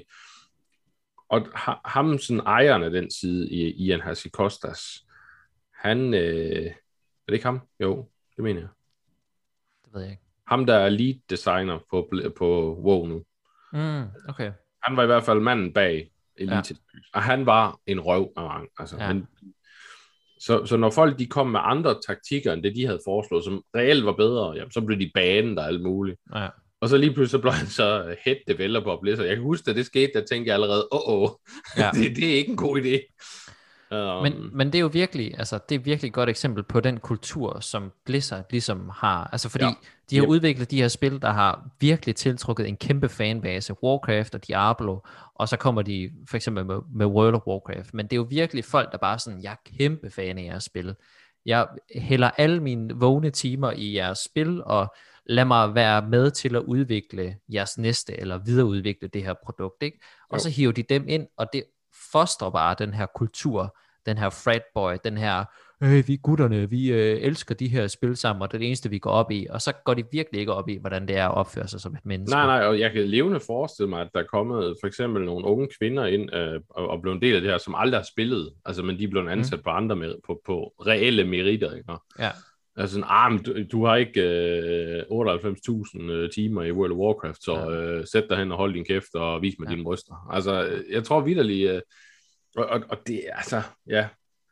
og ham, sådan ejeren af den side, Ian Hazzikostas, han, øh, er det ikke ham? Jo, det mener jeg. Det ved jeg ikke. Ham, der er lead designer på, på WoW nu. Mm, okay. Han var i hvert fald manden bag Elite. Ja. Og han var en røv af rang. Altså, ja. men, så, så når folk de kom med andre taktikker, end det de havde foreslået, som reelt var bedre, jamen, så blev de banet og alt muligt. Ja. Og så lige pludselig så blev han så head developer på Blizzard. Jeg kan huske, at det skete, der tænkte jeg allerede, åh, oh, oh. ja. det, det er ikke en god idé. Um, men, men det er jo virkelig, altså det er virkelig et godt eksempel på den kultur, som Blizzard ligesom har, altså fordi ja. de har yep. udviklet de her spil, der har virkelig tiltrukket en kæmpe fanbase, Warcraft og Diablo, og så kommer de for eksempel med, med World of Warcraft, men det er jo virkelig folk, der bare sådan, jeg er kæmpe fan af jeres spil, jeg hælder alle mine vågne timer i jeres spil, og lad mig være med til at udvikle jeres næste, eller videreudvikle det her produkt, ikke? Og jo. Så hiver de dem ind, og det foster bare den her kultur, den her fratboy, den her, øh, vi gutterne, vi øh, elsker de her spil sammen, og det er det eneste, vi går op i, og så går de virkelig ikke op i, hvordan det er at opføre sig som et menneske. Nej, nej, og jeg kan levende forestille mig, at der er kommet for eksempel nogle unge kvinder ind, øh, og, og blevet en del af det her, som aldrig har spillet, altså, men de er blevet ansat mm. på andre, med, på, på reelle meritter, ikke? Ja. Altså sådan, ah, men du, du har ikke øh, otteoghalvfems tusind øh, timer i World of Warcraft, så ja. øh, sæt dig hen og hold din kæft og vis mig ja. dine bryster. Altså, jeg tror vitterligt, øh, og, og, og det er altså, ja.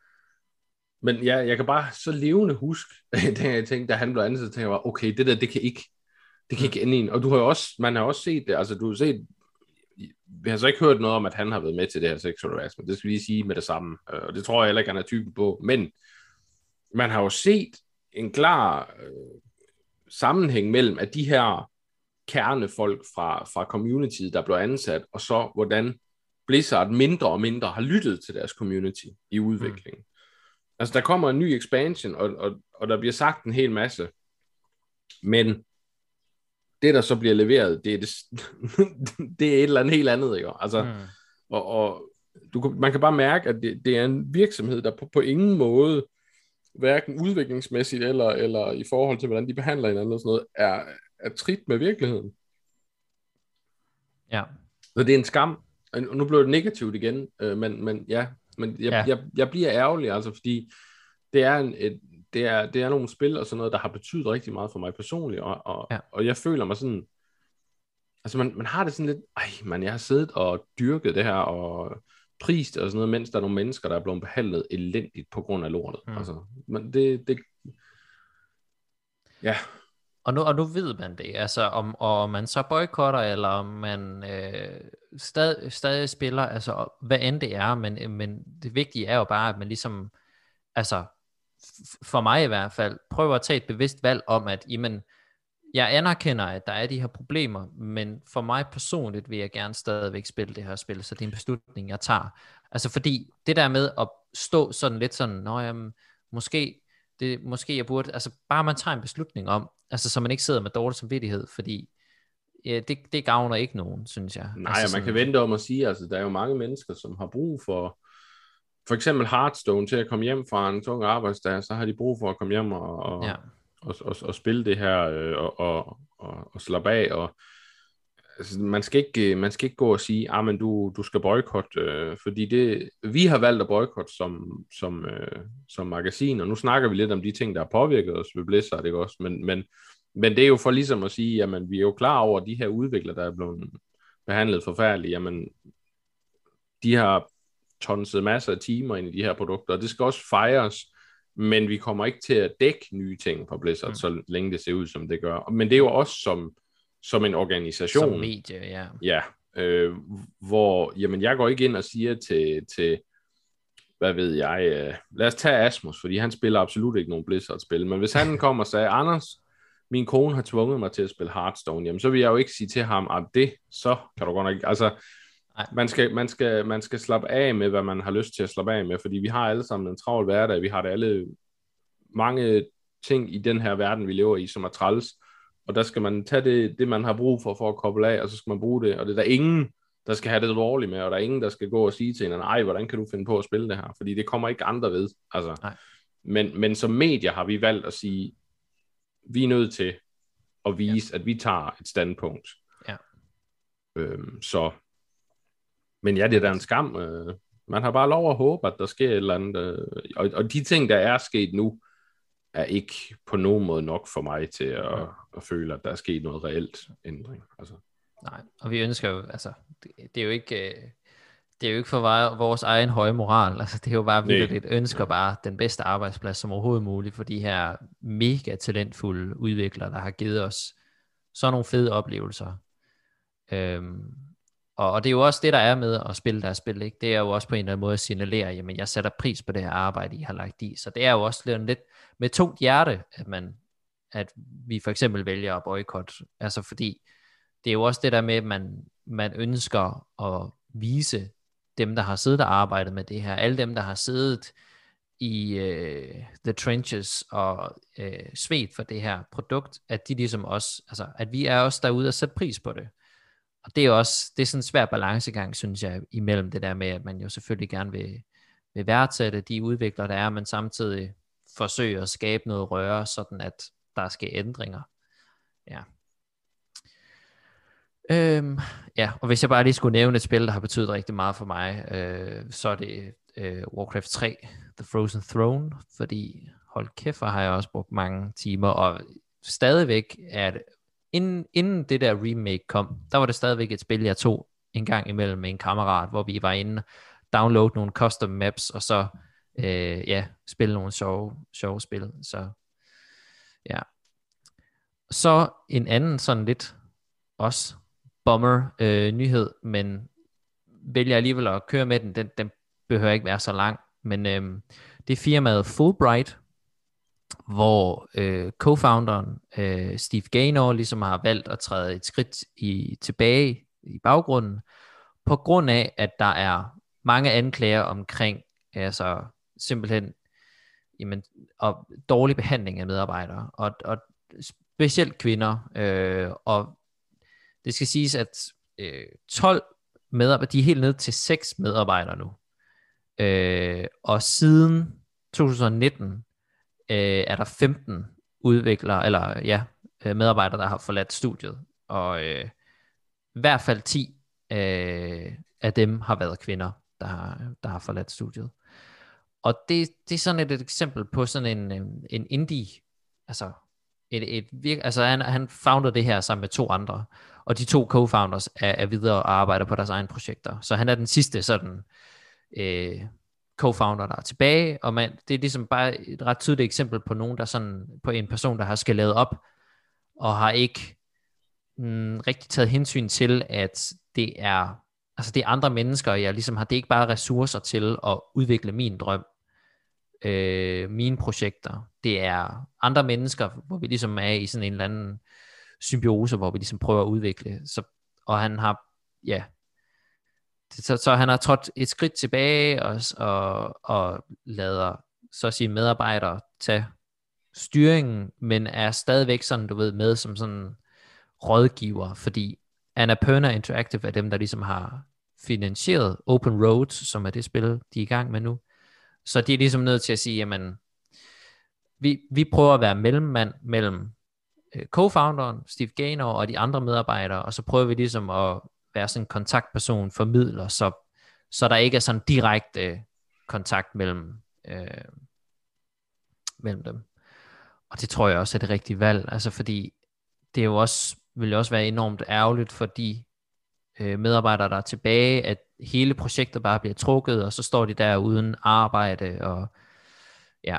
Men ja, jeg kan bare så levende huske, da jeg tænkte, da han blev ansat, tænkte jeg bare, okay, det der, det kan ikke, det kan ikke ende en. Og du har jo også, man har også set det, altså du har set, vi har så ikke hørt noget om, at han har været med til det her sexual harassment, det skal vi lige sige med det samme, og det tror jeg heller ikke, han er typen på, men man har jo set en klar øh, sammenhæng mellem, at de her kernefolk fra, fra communityet, der blev ansat, og så hvordan Blizzard mindre og mindre har lyttet til deres community i udviklingen. Mm. Altså, der kommer en ny expansion, og, og, og der bliver sagt en hel masse, men det, der så bliver leveret, det er, det, det er et eller andet helt andet, ikke? Altså, mm. og, og du, man kan bare mærke, at det, det er en virksomhed, der på, på ingen måde, hverken udviklingsmæssigt eller, eller i forhold til, hvordan de behandler hinanden og sådan noget, er, er trit med virkeligheden. Ja. Så det er en skam. Og nu blev det negativt igen, øh, men, men ja, men jeg, ja. Jeg, jeg bliver ærgerlig, altså, fordi det er, en, et, det, er, det er nogle spil og sådan noget, der har betydet rigtig meget for mig personligt, og, og, ja. og jeg føler mig sådan, altså man, man har det sådan lidt, ej man, jeg har siddet og dyrket det her, og prist og sådan noget, mens der er nogle mennesker, der er blevet behandlet elendigt på grund af lortet. Mm. Altså, men det, det, ja. Og nu, og nu ved man det, altså om, om man så boykotter, eller om man øh, stadig, stadig spiller, altså hvad end det er, men, men det vigtige er jo bare, at man ligesom, altså for mig i hvert fald, prøver at tage et bevidst valg om, at jamen, jeg anerkender, at der er de her problemer, men for mig personligt vil jeg gerne stadigvæk spille det her spil, så det er en beslutning, jeg tager. Altså fordi det der med at stå sådan lidt sådan, nå jamen, måske, det, måske jeg burde, altså bare man tager en beslutning om, altså så man ikke sidder med dårlig samvittighed, fordi ja, det, det gavner ikke nogen, synes jeg. Nej, altså man kan vente om at sige, altså der er jo mange mennesker, som har brug for, for eksempel Hearthstone, til at komme hjem fra en tung arbejdsdag, så har de brug for at komme hjem og, og, ja. og, og, og spille det her, øh, og, og, og, og slappe af, og altså, man, skal ikke, man skal ikke gå og sige, ah, men du, du skal boykotte, øh, fordi det, vi har valgt at boykotte som, som, øh, som magasin, og nu snakker vi lidt om de ting, der har påvirket os ved Blizzard, ikke også, men, men, men det er jo for ligesom at sige, jamen vi er jo klar over, at de her udviklere, der er blevet behandlet forfærdeligt, jamen de har tonset masser af timer ind i de her produkter, og det skal også fejres, men vi kommer ikke til at dække nye ting fra Blizzard, mm. så længe det ser ud, som det gør. Men det er jo også som, som en organisation. Som medie, ja. Ja, øh, hvor, jamen jeg går ikke ind og siger til, til hvad ved jeg, øh, lad os tage Asmus, fordi han spiller absolut ikke nogen Blizzard-spil, men hvis han kommer og sagde, Anders, min kone har tvunget mig til at spille Hearthstone, jamen så vil jeg jo ikke sige til ham, at det, så kan du godt nok, altså, Man skal, man, skal, man skal slappe af med, hvad man har lyst til at slappe af med, fordi vi har alle sammen en travl hverdag, vi har det alle mange ting i den her verden, vi lever i, som er træls, og der skal man tage det, det man har brug for, for at koble af, og så skal man bruge det, og det er der ingen, der skal have det dårligt med, og der er ingen, der skal gå og sige til en, nej, hvordan kan du finde på at spille det her, fordi det kommer ikke andre ved, altså. Men, men som medier har vi valgt at sige, vi er nødt til at vise, ja. at vi tager et standpunkt. Ja. Øhm, så Men ja, det er da en skam. Man har bare lov at håbe, at der sker et eller andet. Og, og de ting, der er sket nu, er ikke på nogen måde nok for mig til at, ja. at føle, at der er sket noget reelt ændring. Altså. Nej, og vi ønsker jo, altså, det, det er jo ikke, det er jo ikke for vores egen høje moral. Altså, det er jo bare virkelig et ønsker bare den bedste arbejdsplads som overhovedet muligt for de her mega talentfulde udviklere, der har givet os sådan nogle fede oplevelser. Øhm, Og, og det er jo også det, der er med at spille deres spil, ikke? Det er jo også på en eller anden måde at signalere, jamen jeg sætter pris på det her arbejde, I har lagt i. Så det er jo også lidt med tungt hjerte, at, man, at vi for eksempel vælger at boykotte. Altså fordi, det er jo også det der med, at man, man ønsker at vise dem, der har siddet og arbejdet med det her, alle dem, der har siddet i uh, the trenches og uh, svedt for det her produkt, at de ligesom også, altså at vi er også derude og sætter pris på det. Og det er også, det er sådan en svær balancegang, synes jeg, imellem det der med, at man jo selvfølgelig gerne vil, vil værdsætte de udviklere, der er, men samtidig forsøge at skabe noget røre, sådan at der sker ændringer. Ja. Øhm, ja, og hvis jeg bare lige skulle nævne et spil, der har betydet rigtig meget for mig, øh, så er det øh, Warcraft tre, The Frozen Throne, fordi hold kæft, har jeg også brugt mange timer, og stadigvæk er det, Inden, inden det der remake kom, der var det stadigvæk et spil, jeg tog en gang imellem med en kammerat, hvor vi var inde, download nogle custom maps, og så øh, ja, spille nogle sjove, sjove spil. Så ja. Så en anden sådan lidt også bummer øh, nyhed, men vælger alligevel at køre med den, den, den behøver ikke være så lang, men øh, det er firmaet Fullbright, hvor øh, co-founderen øh, Steve Gaynor ligesom har valgt at træde et skridt i, tilbage i baggrunden, på grund af, at der er mange anklager omkring, altså simpelthen jamen, og dårlig behandling af medarbejdere, og, og specielt kvinder, øh, og det skal siges, at øh, tolv medarbejdere, de er helt ned til seks medarbejdere nu, øh, og siden to tusind nitten Øh, er der femten udviklere, eller ja, medarbejdere, der har forladt studiet, og øh, i hvert fald ti øh, af dem har været kvinder, der har, der har forladt studiet. Og det, det er sådan et, et eksempel på sådan en, en indie, altså, et, et virke, altså han, han founder det her sammen med to andre, og de to co-founders er, er videre og arbejder på deres egne projekter, så han er den sidste sådan øh, co-founder, der er tilbage, og man, det er ligesom bare et ret tydeligt eksempel på nogen, der sådan, på en person, der har skaleret op, og har ikke mm, rigtig taget hensyn til, at det er, altså det er andre mennesker, jeg ligesom har, det er ikke bare ressourcer til at udvikle min drøm, øh, mine projekter, det er andre mennesker, hvor vi ligesom er i sådan en eller anden symbiose, hvor vi ligesom prøver at udvikle, så, og han har, ja, Så, så han har trådt et skridt tilbage og, og, og lader så sige medarbejdere tage styringen, men er stadigvæk sådan, du ved, med som sådan rådgiver, fordi Annapurna Interactive er dem, der ligesom har finansieret Open Road, som er det spil, de er i gang med nu. Så de er ligesom nødt til at sige, jamen, vi, vi prøver at være mellemmand mellem øh, co-founderen, Steve Gaynor, og de andre medarbejdere, og så prøver vi ligesom at være sådan en kontaktperson, formidler, så, så der ikke er sådan direkte øh, kontakt mellem, øh, mellem dem. Og det tror jeg også er det rigtige valg, altså fordi det er jo også, vil jo også være enormt ærgerligt for de øh, medarbejdere, der er tilbage, at hele projektet bare bliver trukket, og så står de der uden arbejde, og ja.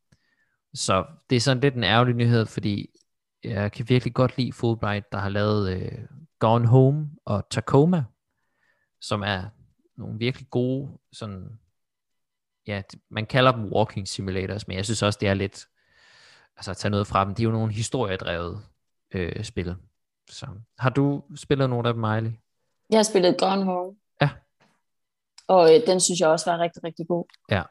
Så det er sådan lidt en ærgerlig nyhed, fordi jeg kan virkelig godt lide Fulbright, der har lavet øh, Gone Home og Tacoma, som er nogle virkelig gode, sådan, ja, man kalder dem walking simulators, men jeg synes også, det er lidt, altså at tage noget fra dem, de er jo nogle historiedrevet øh, spil. Så har du spillet nogle af dem, Miley? Jeg har spillet Gone Home. Ja. Og øh, den synes jeg også var rigtig, rigtig god. Ja.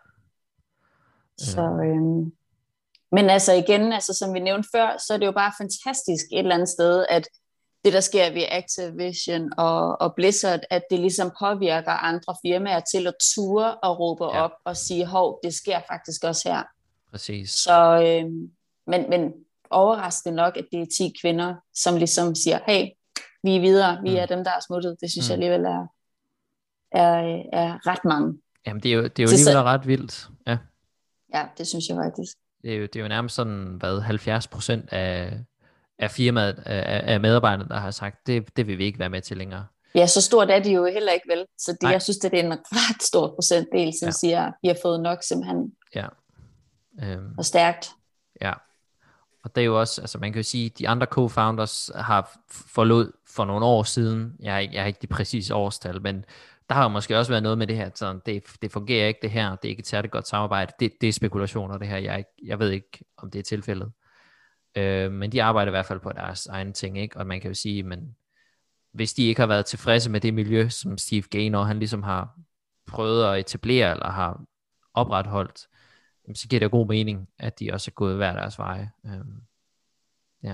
Så, øh, men altså igen, altså som vi nævnte før, så er det jo bare fantastisk et eller andet sted, at det der sker ved Activision og, og Blizzard, at det ligesom påvirker andre firmaer til at ture og råbe ja. op og sige, hov, det sker faktisk også her. Præcis. Så, øh, men, men overraskende nok, at det er ti kvinder, som ligesom siger, hey, vi er videre, vi mm. er dem, der er smuttet. Det synes mm. jeg alligevel er, er, er ret mange. Jamen det er jo, det er jo alligevel ret vildt. Ja. Ja, det synes jeg faktisk. Det er jo, det er jo nærmest sådan, hvad, halvfjerds procent af, af firmaet, af, af medarbejderne, der har sagt, det, det vil vi ikke være med til længere. Ja, så stort er det jo heller ikke vel. Så det, jeg synes, det er en ret stor procentdel, som ja. siger, vi har fået nok simpelthen. Ja. Øhm, og stærkt. Ja. Og det er jo også, altså man kan jo sige, de andre co-founders har forlod for nogle år siden, jeg har, jeg har ikke de præcise årstal, men der har jo måske også været noget med det her, sådan, det, det fungerer ikke det her, det er ikke et særligt godt samarbejde, det, det er spekulationer det her, jeg, ikke, jeg ved ikke, om det er tilfældet. Øh, men de arbejder i hvert fald på deres egne ting, ikke? Og man kan jo sige, men hvis de ikke har været tilfredse med det miljø, som Steve Gaynor, han ligesom har prøvet at etablere, eller har opretholdt, så giver det god mening, at de også er gået hver deres veje. Um, ja.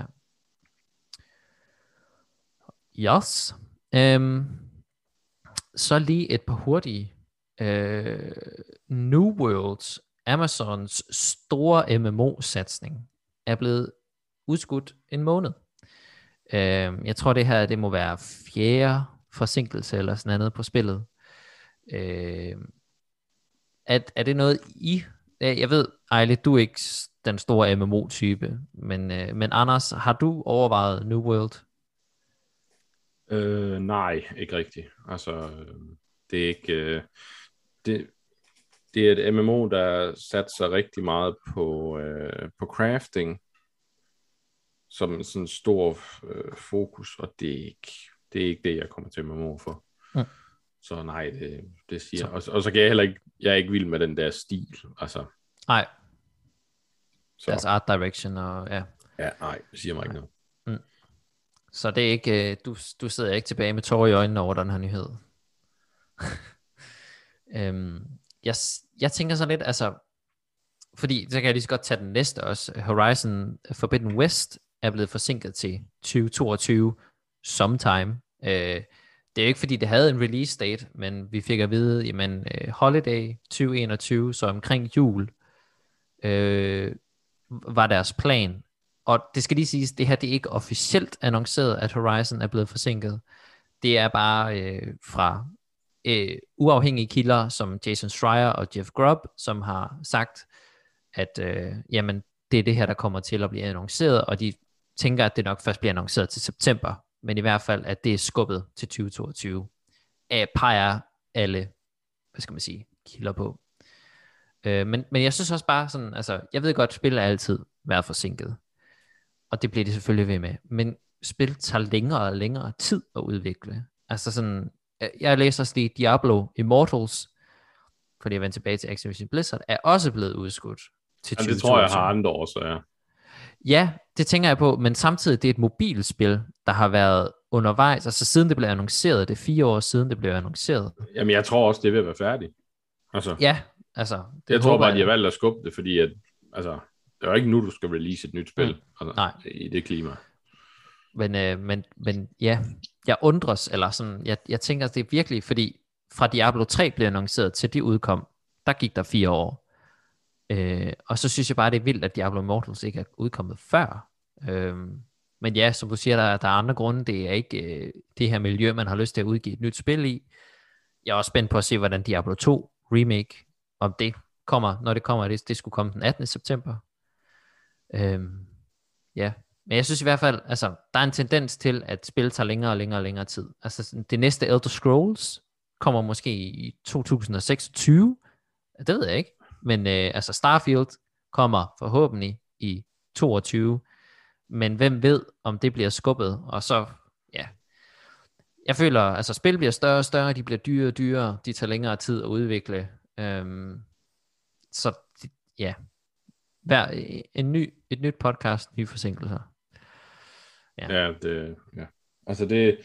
Yes. Um, så lige et par hurtige. Uh, New World, Amazons store M M O-satsning, er blevet udskudt en måned. Uh, jeg tror det her, det må være fjerde forsinkelse eller sådan noget på spillet. Uh, er, er det noget I... Jeg ved, Ejle, du er ikke den store M M O-type, men, øh, men Anders, har du overvejet New World? Øh, nej, ikke rigtigt. Altså, det er ikke... Øh, det, det er et M M O, der satser rigtig meget på, øh, på crafting, som sådan en stor øh, fokus, og det er, ikke, det er ikke det, jeg kommer til M M O for. Mm. Så nej, det, det siger... Og, og så kan jeg heller ikke... Jeg er ikke vild med den der stil, altså... Nej. Så. Deres art direction og ja. Ja, nej, det siger mig ikke noget. Mm. Så det er ikke, du, du sidder ikke tilbage med tårer i øjnene over den her nyhed. øhm, jeg, jeg tænker så lidt, altså, fordi så kan jeg lige så godt tage den næste også. Horizon Forbidden West er blevet forsinket til tyve toogtyve sometime. Øh, det er jo ikke fordi det havde en release date, men vi fik at vide, jamen uh, Holiday tyve enogtyve, så omkring jul, øh, var deres plan. Og det skal lige siges, det her det er ikke officielt annonceret, at Horizon er blevet forsinket. Det er bare øh, fra øh, uafhængige kilder, som Jason Schreier og Jeff Grubb, som har sagt, at øh, jamen, det er det her, der kommer til at blive annonceret, og de tænker, at det nok først bliver annonceret til september, men i hvert fald, at det er skubbet til tyve toogtyve. Æh, peger alle, hvad skal man sige, kilder på. Øh, men, men jeg synes også bare sådan, altså, jeg ved godt, spil er altid været forsinket, og det bliver de selvfølgelig ved med, men spil tager længere og længere tid at udvikle. Altså sådan, jeg læser også lige Diablo Immortals, fordi jeg vendte tilbage til Activision Blizzard, er også blevet udskudt til tyve toogtyve. Ja, det tror jeg har andre årsager. Ja, det tænker jeg på, men samtidig det er et mobilspil, der har været undervejs, altså siden det blev annonceret, det er fire år siden det blev annonceret. Jamen jeg tror også, det er ved at være færdigt. Altså, ja, altså. Det jeg tror bare, at de har valgt at skubbe det, fordi at, altså, det er jo ikke nu, du skal release et nyt spil mm. altså, Nej. i det klima. Men, øh, men, men ja, jeg undres, eller sådan, jeg, jeg tænker, det er virkelig, fordi fra Diablo tre blev annonceret til de udkom, der gik der fire år. Øh, og så synes jeg bare, det er vildt, at Diablo Immortals ikke er udkommet før. Øh, men ja, som du siger, der, der er andre grunde. Det er ikke øh, det her miljø, man har lyst til at udgive et nyt spil i. Jeg er også spændt på at se, hvordan Diablo to remake, om det kommer, når det kommer, det, det skulle komme den attende september. Øh, ja, men jeg synes i hvert fald, altså, der er en tendens til, at spil tager længere og længere og længere tid. Altså, det næste Elder Scrolls kommer måske i to tusind seksogtyve. Det ved jeg ikke. Men øh, altså Starfield kommer forhåbentlig i toogtyve. Men hvem ved, om det bliver skubbet. Og så, ja. Jeg føler, altså spil bliver større og større, de bliver dyrere og dyrere, de tager længere tid at udvikle. Øhm, så, ja. Hver, en ny, et nyt podcast, nye forsinkelser. Ja, ja, det, ja. Altså det,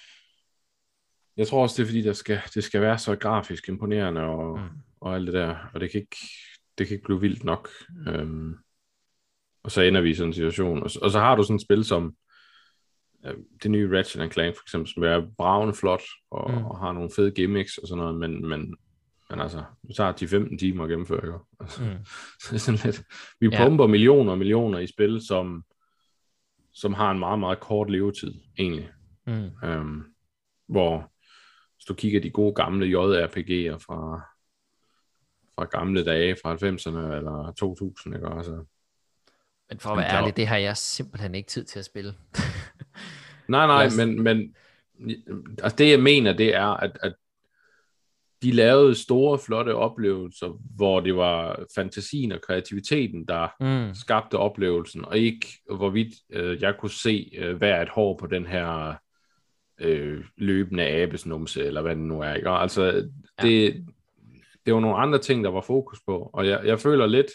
jeg tror også, det er fordi, der skal, det skal være så grafisk imponerende og, mm. og alt det der, og det kan ikke, det kan ikke blive vildt nok. Um, og så ender vi i sådan en situation. Og, og så har du sådan et spil som uh, det nye Ratchet and Clank for eksempel, som er bravende flot og, mm. og har nogle fede gimmicks og sådan noget, men, men, men altså, det tager ti til femten timer at gennemføre, ikke? Altså, mm. det er sådan lidt, vi pumper ja. millioner og millioner i spil, som som har en meget, meget kort levetid, egentlig. Mm. Um, hvor, hvis du kigger de gode gamle J R P G'er fra, fra gamle dage, fra halvfemserne eller to tusind, ikke? Altså, men for at være ærlig, det har jeg simpelthen ikke tid til at spille. nej, nej, men, men altså det jeg mener, det er, at, at de lavede store, flotte oplevelser, hvor det var fantasien og kreativiteten, der mm. skabte oplevelsen, og ikke hvorvidt øh, jeg kunne se øh, hver et hår på den her øh, løbende abesnumse, eller hvad det nu er. Ikke? Og altså, det, ja. det var nogle andre ting, der var fokus på, og jeg, jeg føler lidt,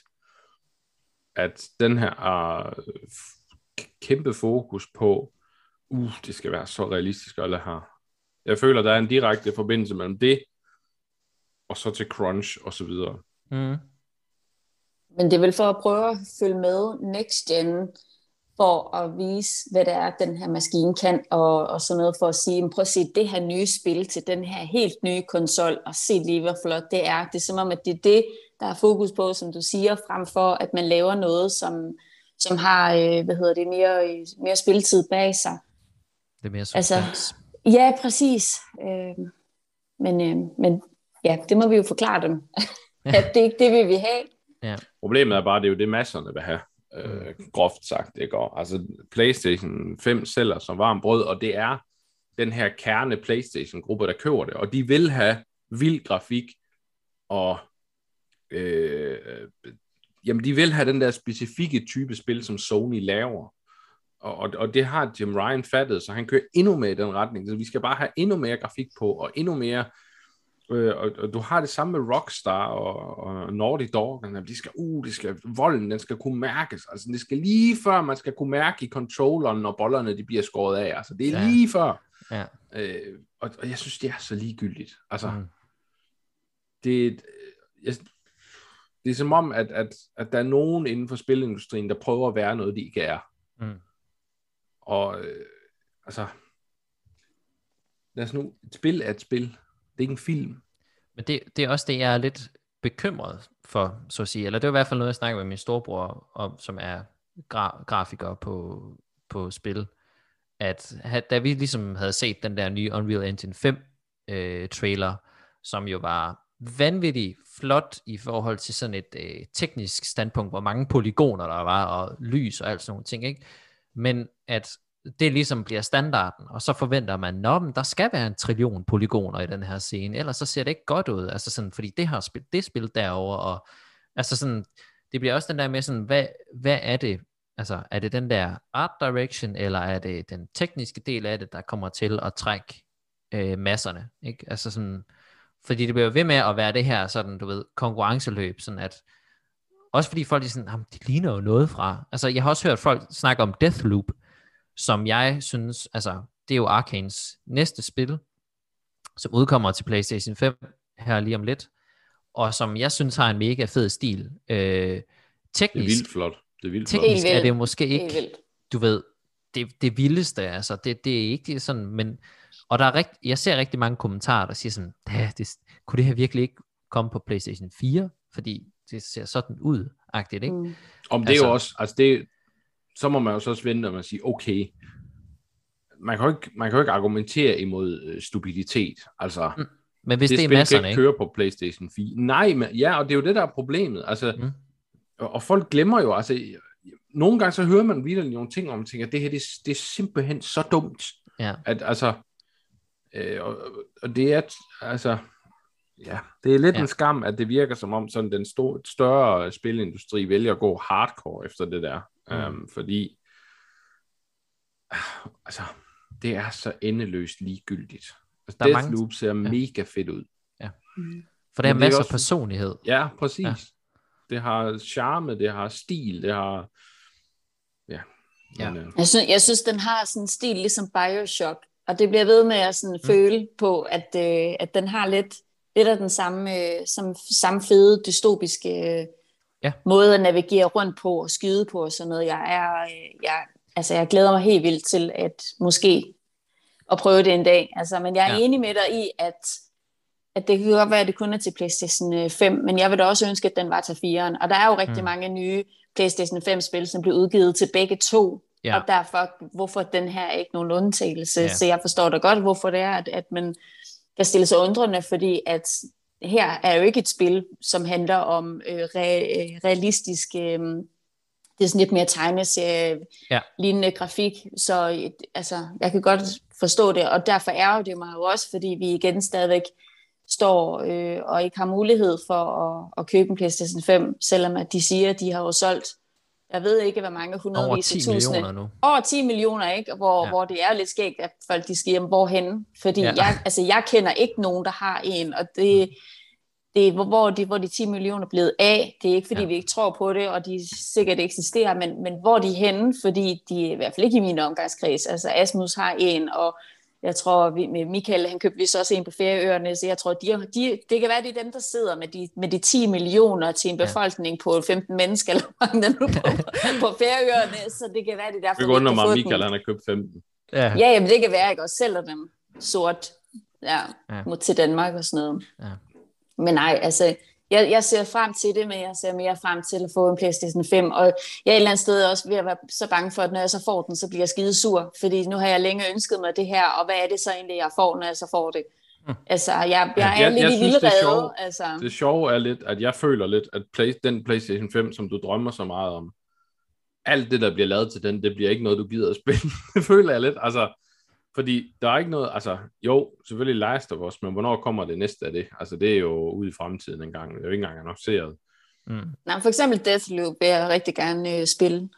at den her uh, kæmpe fokus på, uh, det skal være så realistisk, eller her. Jeg føler, der er en direkte forbindelse mellem det, og så til crunch, og så videre. Mm. Men det er vel for at prøve at følge med next gen, for at vise, hvad det er, den her maskine kan, og, og sådan noget for at sige, prøv at se det her nye spil til den her helt nye konsol, og se lige, hvor flot det er. Det er som om, at det er det, der er fokus på, som du siger, frem for, at man laver noget, som, som har, øh, hvad hedder det, mere, mere spilletid bag sig. Det er mere substans. Altså, ja, præcis. Øh, men, øh, men ja, det må vi jo forklare dem, at det ikke det, vil vi have. Ja. Problemet er bare, at det er jo det, masserne vil have, øh, groft sagt. Det går. Altså, PlayStation fem sælger som varmt brød, og det er den her kerne PlayStation-gruppe, der køber det, og de vil have vild grafik, og øh, jamen, de vil have den der specifikke type spil, som Sony laver. Og, og, og det har Jim Ryan fattet, så han kører endnu mere i den retning. Så vi skal bare have endnu mere grafik på, og endnu mere. Øh, og, og du har det samme med Rockstar og, og Naughty Dog. De skal, uh, de skal, volden, den skal kunne mærkes. Altså, det skal lige før, man skal kunne mærke i controlleren, når bollerne de bliver skåret af. Altså, det er ja. lige før. Ja. Øh, og, og jeg synes, det er så ligegyldigt. Altså, mm. det, jeg, det er som om, at, at, at der er nogen inden for spilindustrien, der prøver at være noget, de ikke er. Mm. Og øh, altså, lad os nu, et spil er et spil. Det er ikke en film. Men det, det er også det, jeg er lidt bekymret for, så at sige. Eller det er i hvert fald noget, jeg snakker med min storebror om, som er gra- grafiker på, på spil. At da vi ligesom havde set den der nye Unreal Engine fem øh, trailer, som jo var vanvittigt flot i forhold til sådan et øh, teknisk standpunkt, hvor mange polygoner der var, og lys og alt sådan nogle ting, ikke? Men at det ligesom bliver standarden, og så forventer man, nå, men der skal være en trillion polygoner i den her scene, ellers så ser det ikke godt ud, altså sådan, fordi det har spil, det spil derover, og altså sådan, det bliver også den der med sådan, hvad, hvad er det, altså er det den der art direction, eller er det den tekniske del af det, der kommer til at trække øh, masserne, ikke? Altså sådan, fordi det bliver ved med at være det her sådan, du ved, konkurrenceløb, sådan at, også fordi folk er sådan, jamen, det ligner jo noget fra, altså jeg har også hørt folk snakke om Deathloop, som jeg synes, altså det er jo Arkanes næste spil, som udkommer til PlayStation fem her lige om lidt, og som jeg synes har en mega fed stil. Øh, teknisk, det er vildt flot. Det er vildt teknisk flot. er det måske ikke, du ved, det, det vildeste, altså, det, det er ikke sådan, men, og der er rigt, jeg ser rigtig mange kommentarer, der siger sådan, det, det, kunne det her virkelig ikke komme på PlayStation fire, fordi det ser sådan ud, agtigt, ikke? Mm. Om det altså, er jo også, altså det, så må man jo så også vente, og man siger, okay, man kan jo ikke, man kan jo ikke argumentere imod øh, stabilitet, altså, mm. men hvis det, det er masserne, kan ikke køre på PlayStation fire. Nej, men, ja, og det er jo det, der er problemet, altså, mm. og, og folk glemmer jo, altså, nogle gange så hører man virkelig nogle ting, og man tænker, det her, det, det er simpelthen så dumt, ja. at altså, øh, og, og det er, altså, ja, det er lidt ja. en skam, at det virker som om sådan den store, større spilindustri vælger at gå hardcore efter det der, mm. øhm, fordi altså, det er så endeløst ligegyldigt. Altså, Deathloop mange... ser ja. mega fedt ud. Ja. Mm. For det har masser af også... personlighed. Ja, præcis. Ja. Det har charme, det har stil, det har... Ja. ja. Men, øh... jeg, synes, jeg synes, den har sådan en stil ligesom BioShock, og det bliver ved med at sådan mm. føle på, at, øh, at den har lidt, lidt af den samme, øh, som, samme fede, dystopiske øh, ja. måde at navigere rundt på og skyde på og sådan noget. Jeg er... Øh, jeg, altså, jeg glæder mig helt vildt til at måske at prøve det en dag. Altså, men jeg er ja. enig med dig i, at at det kan godt være, at det kun er til PlayStation fem, men jeg vil da også ønske, at den var til fireren. Og der er jo rigtig mm. mange nye PlayStation fem-spil, som blev udgivet til begge to, ja. og derfor, hvorfor den her er ikke nogen undtagelse. Ja. Så jeg forstår da godt, hvorfor det er, at, at man kan stille sig undrende, fordi at her er jo ikke et spil, som handler om øh, re- realistisk, øh, det er sådan lidt mere tegneserie, ja. lignende grafik, så altså, jeg kan godt forstå det, og derfor ærger det mig jo også, fordi vi igen stadigvæk står øh, og ikke har mulighed for at, at købe en PlayStation fem, selvom at de siger, at de har jo solgt, jeg ved ikke, hvor mange hundredvis af tusinde. Over ti millioner, ikke? Hvor, ja. hvor det er lidt skægt, at folk de siger, hvorhenne? Fordi ja. jeg, altså, jeg kender ikke nogen, der har en, og det, det hvor, hvor, de, hvor de ti millioner er blevet af, det er ikke, fordi ja. vi ikke tror på det, og de sikkert eksisterer, men, men hvor de er henne, fordi de er i hvert fald ikke i min omgangskreds. Altså Asmus har en, og jeg tror, vi, med Michael, han købte vist også en på Færøerne, så jeg tror, de, de, det kan være, det er dem, der sidder med de, med de ti millioner til en befolkning ja. på femten mennesker, eller mange der nu på, på Færøerne, så det kan være, det er derfor, det undrer mig, Michael, han har købt femten. Ja, ja jamen, det kan være, ikke også sælger dem sort ja, ja. mod til Danmark og sådan noget. Ja. Men nej, altså, jeg, jeg ser frem til det, men jeg ser mere frem til at få en PlayStation fem, og jeg er et eller andet sted også ved at være så bange for, at når jeg så får den, så bliver jeg skide sur, fordi nu har jeg længe ønsket mig det her, og hvad er det så egentlig, jeg får, når jeg så får det? Mm. Altså, jeg, jeg ja, er jeg, lidt jeg i vildrede. Altså. Det sjove er lidt, at jeg føler lidt, at play, den PlayStation fem, som du drømmer så meget om, alt det, der bliver lavet til den, det bliver ikke noget, du gider at spille. Det føler jeg lidt, altså... Fordi der er ikke noget, altså jo, selvfølgelig Last of Us, men hvornår kommer det næste af det? Altså det er jo ude i fremtiden engang, det er jo ikke engang annonceret. Mm. Nej, for eksempel Deathloop vil jeg rigtig gerne øh, spille.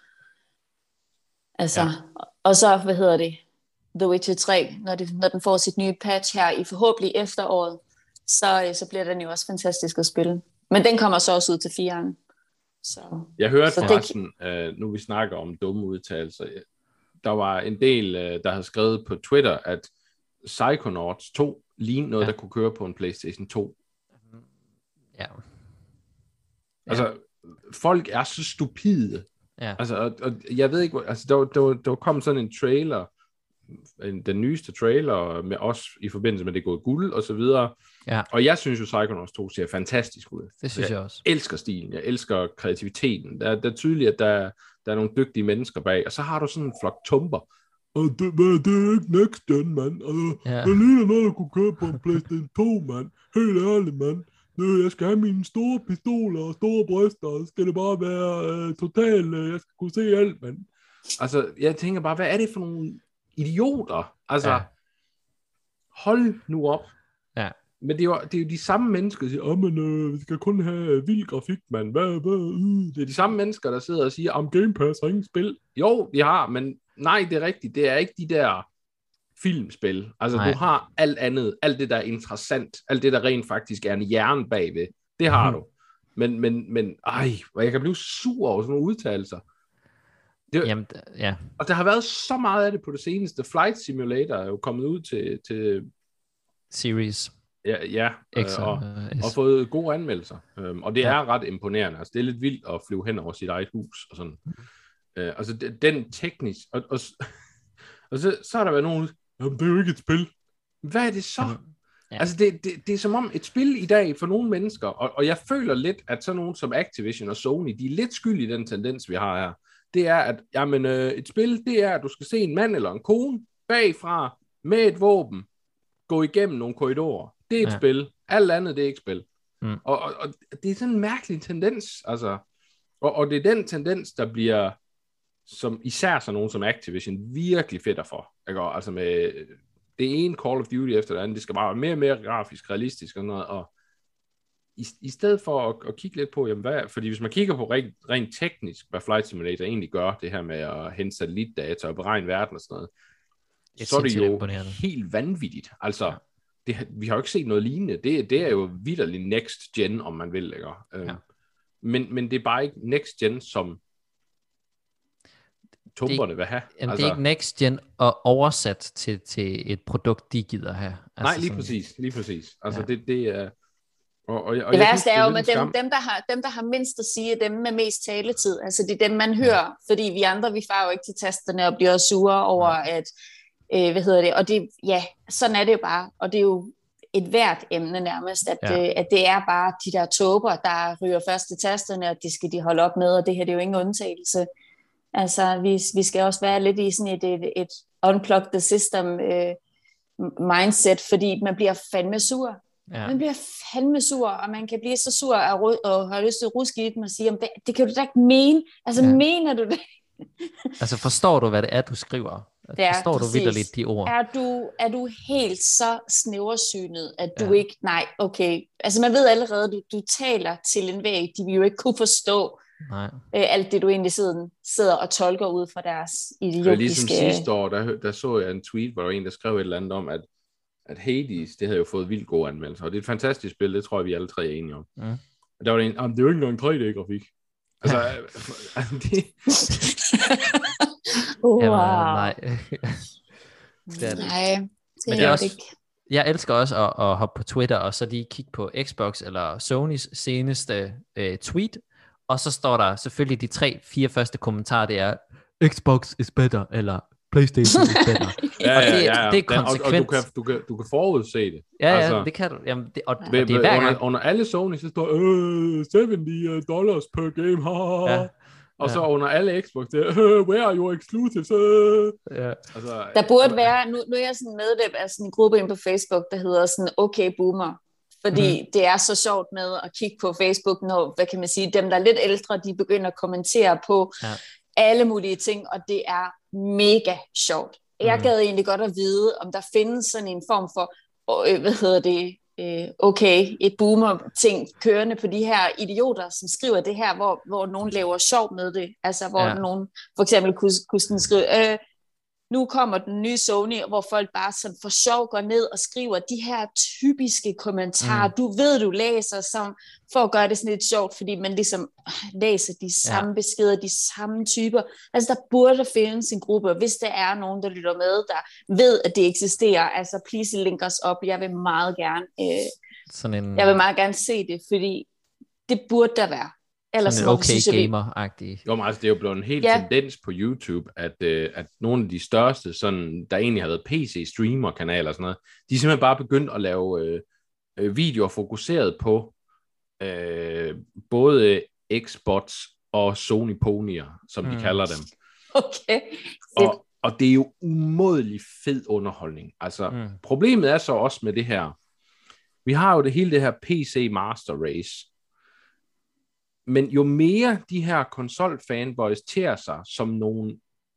Altså, ja. Og så, hvad hedder det, The Witcher tre, når, det, når den får sit nye patch her i forhåbentlig efteråret, så, øh, så bliver den jo også fantastisk at spille. Men den kommer så også ud til fireren. Så, jeg hørte så forresten, det... øh, nu vi snakker om dumme udtalelser, der var en del, der havde skrevet på Twitter, at Psychonauts to lignede noget, ja. der kunne køre på en PlayStation to. Ja. Altså, folk er så stupide. Ja. Altså, og, og jeg ved ikke, altså, der, der, der kom sådan en trailer, en, den nyeste trailer, med os i forbindelse med det gode guld, og så videre. Ja. Og jeg synes jo, Psychonauts to ser fantastisk ud. Det synes jeg, jeg også. Jeg elsker stilen, jeg elsker kreativiteten. Der, der er tydeligt, at der, der er nogle dygtige mennesker bag, og så har du sådan en flok tumper. Og det, det er ikke next gen, mand. Altså, ja. Det ligner noget, der kunne køre på en PlayStation to, mand. Helt ærligt, mand. Nø, jeg skal have mine store pistoler og store bryster, og så skal det bare være uh, totalt, uh, jeg skal kunne se alt, mand. Altså, jeg tænker bare, hvad er det for nogle idioter? Altså, ja. Hold nu op. Ja. Men det er, jo, det er jo de samme mennesker, der siger, åh, men øh, vi skal kun have vild grafik, mand. Hvad, hvad, øh. Det er de samme mennesker, der sidder og siger, om Game Pass har ingen spil. Jo, de har, men nej, det er rigtigt. Det er ikke de der filmspil. Altså, nej. Du har alt andet, alt det, der er interessant, alt det, der rent faktisk er en hjerne bagved. Det har mm. du. Men, men, men, ej, jeg kan blive sur over sådan nogle udtalelser. Det, Jamen, ja. Og der har været så meget af det på det seneste. Flight Simulator er jo kommet ud til... til Series. Ja, ja øh, og, og fået gode anmeldelser. Um, og det ja. er ret imponerende. Altså, det er lidt vildt at flyve hen over sit eget hus og sådan. Øh, altså den, den teknisk, og, og, og så, så har der været nogen, jamen det er jo ikke et spil. Hvad er det så? Mm. Ja. Altså det, det, det er som om et spil i dag for nogle mennesker, og, og jeg føler lidt, at sådan nogen som Activision og Sony, de er lidt skyld i den tendens, vi har her. Det er, at jamen, øh, et spil, det er, at du skal se en mand eller en kone bagfra med et våben gå igennem nogle korridorer. Det er et ja. spil. Alt andet, det er ikke spil. Mm. Og, og, og det er sådan en mærkelig tendens, altså. Og, og det er den tendens, der bliver, som især sådan nogen som Activision, virkelig fedter for. Ikke? Altså med det ene Call of Duty efter det andet, det skal bare være mere og mere grafisk, realistisk og noget, og i, i stedet for at, at kigge lidt på, jamen hvad, fordi hvis man kigger på rent, rent teknisk, hvad Flight Simulator egentlig gør, det her med at hente satellitdata og beregne verden og sådan noget, det så er det jo helt vanvittigt. Altså, ja. det, vi har jo ikke set noget lignende. Det, det er jo vitterligt next gen, om man vil, ikke? Ja. Men, men det er bare ikke next gen, som tumperne vil have. Jamen, altså, det er ikke next gen og oversat til, til et produkt, de gider have. Altså, nej, lige sådan, præcis. Lige præcis. Altså, ja. det, det er... Og, og, og det værste er jo med dem, dem, der har, dem, der har mindst at sige, dem med mest taletid. Altså, det er dem, man hører. Ja. Fordi vi andre, vi farer jo ikke til tasterne og bliver sure over, ja. at... Øh, hvad hedder det? Og det, ja, sådan er det jo bare. Og det er jo et hvert emne nærmest, at, ja. øh, at det er bare de der tåber, der ryger først til tasterne, og det skal de holde op med, og det her det er jo ingen undtagelse. Altså, vi, vi skal også være lidt i sådan et, et, et unplug the system øh, mindset, fordi man bliver fandme sur. Ja. Man bliver fandme sur, og man kan blive så sur og, og har lyst til at ruske i den og sige, det, det kan du da ikke mene. Altså, ja. mener du det? Altså, forstår du, hvad det er, du skriver? Er, forstår du vitterligt de ord? Er du, er du helt så snæversynet, at du ja. ikke... Nej, okay. Altså, man ved allerede, du, du taler til en væg, de vil jo ikke kunne forstå Nej. Øh, alt det, du egentlig sidder, sidder og tolker ud fra deres idiotiske... Ligesom sidste år, der, der så jeg en tweet, hvor der var en, der skrev et eller andet om, at, at Hades, det havde jo fået vildt gode anmeldelser, og det er et fantastisk spil, det tror jeg, vi alle tre er enige om. Mm. Og der var en, det er jo ikke engang tre D-grafik. Altså, altså det... wow. Jamen, nej. det er det. Nej, det Men det er også, ikke. Jeg elsker også at, at hoppe på Twitter, og så lige kigge på Xbox eller Sonys seneste øh, tweet, og så står der selvfølgelig de tre, fire første kommentarer, det er, Xbox is better, eller PlayStation is better. ja, og det, ja, ja. det er konsekvent. Og, og du, kan, du, kan, du kan forudse det. Ja, ja, altså, det kan du. Jamen, det, og, ved, og det er hver under, gang. under alle Sony, så står øh, halvfems dollars per game, ha, ja. Og ja. så under alle Xbox, det er, øh, where are your exclusives? Øh. Ja. Altså, der burde være, nu, nu er jeg sådan medlem af sådan en gruppe inde på Facebook, der hedder sådan Okay Boomer. Fordi mm. det er så sjovt med at kigge på Facebook, når, hvad kan man sige, dem der er lidt ældre, de begynder at kommentere på ja. alle mulige ting, og det er mega sjovt. Jeg mm. gad egentlig godt at vide, om der findes sådan en form for, øh, hvad hedder det, øh, okay, et boomer-ting kørende på de her idioter, som skriver det her, hvor, hvor nogen laver sjov med det. Altså, hvor ja. nogen for eksempel kunne, kunne sådan skrive, øh, nu kommer den nye Sony, hvor folk bare sådan for sjov går ned og skriver de her typiske kommentarer, mm. du ved, du læser, som, for at gøre det sådan lidt sjovt, fordi man ligesom læser de samme ja. beskeder, de samme typer. Altså, der burde findes en gruppe, hvis der er nogen, der lytter med, der ved, at det eksisterer. Altså, please link os op. Jeg vil meget gerne, øh, sådan en... jeg vil meget gerne se det, fordi det burde der være. Eller sådan en okay gamer-agtig. Jo, men altså, det er jo blevet en helt ja. tendens på YouTube, at, øh, at nogle af de største, sådan, der egentlig har været P C-streamer-kanaler og sådan noget, de er simpelthen bare begyndt at lave øh, videoer fokuseret på øh, både Xbox og Sony Ponyer, som mm. de kalder dem. Okay. Og, og det er jo umådelig fed underholdning. Altså, mm. problemet er så også med det her. Vi har jo det hele det her P C Master Race. Men jo mere de her konsol-fanboys ter sig som nogle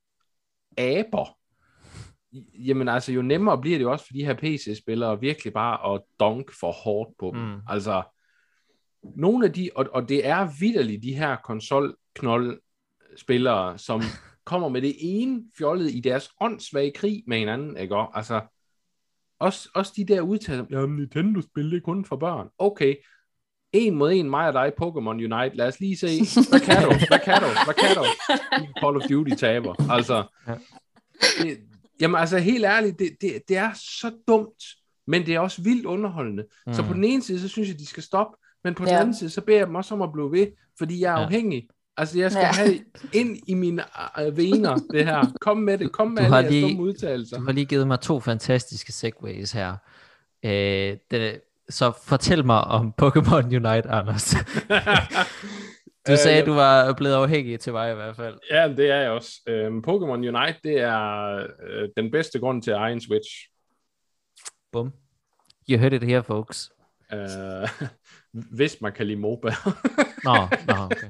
aber, jamen altså jo nemmere bliver det jo også for de her P C-spillere virkelig bare at donk for hårdt på dem. Mm. Altså, nogle af de, og, og det er vitterligt de her konsol-knold-spillere, som kommer med det ene fjollet i deres åndssvage krig med hinanden, ikke? Altså, også, også de der udtalelser, jamen Nintendo-spil, det er kun for børn. Okay, en mod en, mig og dig, Pokémon Unite. Lad os lige se, hvad kan du? Hvad kan du? Hvad kan du? Call of Duty taber. Altså, det, jamen altså helt ærligt, det, det, det er så dumt, men det er også vildt underholdende. Mm. Så på den ene side, så synes jeg, de skal stoppe, men på den ja. anden side, så beder jeg dem også om at blive ved, fordi jeg er ja. afhængig Altså, jeg skal ja. have ind i mine vener, det her. Kom med det, kom med du alle lige, jeres dumme udtalelser. Du har lige givet mig to fantastiske segways her. Øh, det, så fortæl mig om Pokémon Unite, Anders. Du sagde, at du var blevet afhængig til mig i hvert fald. Ja, det er jeg også. Øhm, Pokémon Unite, det er øh, den bedste grund til at eje en Switch. Bum. You heard it here, folks. Øh, hvis man kan lide MOBA. Nå, nå, okay.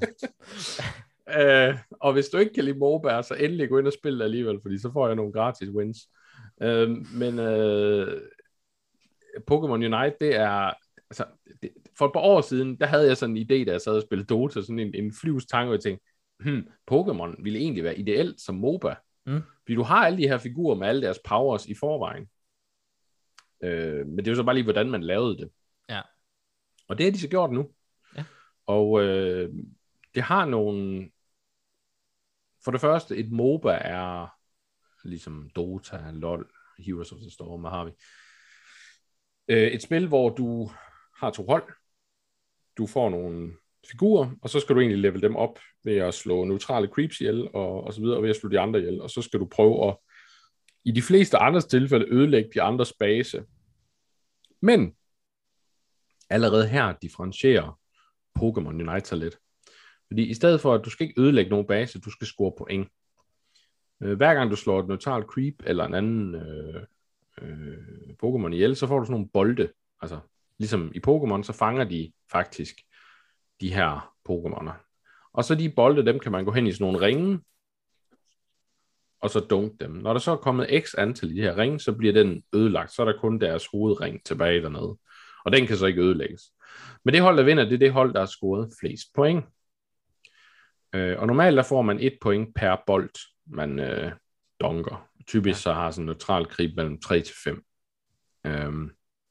øh, og hvis du ikke kan lide MOBA, så endelig gå ind og spille det alligevel, fordi så får jeg nogle gratis wins. Øh, men øh, Pokémon Unite, det er... Altså, det, for et par år siden, der havde jeg sådan en idé, da jeg sad og spillede Dota, sådan en, en flyvs tanke, og jeg tænkte, hmm, Pokémon ville egentlig være ideelt som MOBA. Mm. Fordi du har alle de her figurer med alle deres powers i forvejen. Øh, men det er jo så bare lige, hvordan man lavede det. Ja. Og det har de så gjort nu. Ja. Og øh, det har nogle... For det første, et MOBA er ligesom Dota, LoL, Heroes of the Storm, hvad har vi? Øh, et spil, hvor du har to hold. Du får nogle figurer, og så skal du egentlig level dem op ved at slå neutrale creeps ihjel, og, og så videre, og ved at slå de andre ihjel. Og så skal du prøve at, i de fleste andres tilfælde, ødelægge de andres base. Men allerede her differentierer Pokémon Unite sig lidt. Fordi i stedet for, at du skal ikke ødelægge nogen base, du skal score point. Hver gang du slår et neutralt creep eller en anden øh, øh, Pokémon ihjel, så får du sådan nogle bolde. Altså, ligesom i Pokémon, så fanger de faktisk de her Pokémoner. Og så de bolde, dem kan man gå hen i sådan nogle ringe, og så dunk dem. Når der så er kommet x antal i de her ringe, så bliver den ødelagt. Så er der kun deres hovedring tilbage dernede. Og den kan så ikke ødelægges. Men det hold, der vinder, det er det hold, der har scoret flest point. Øh, og normalt der får man et point per bold, man øh, dunker. Typisk så har sådan en neutral grib mellem tre til fem. Øhm.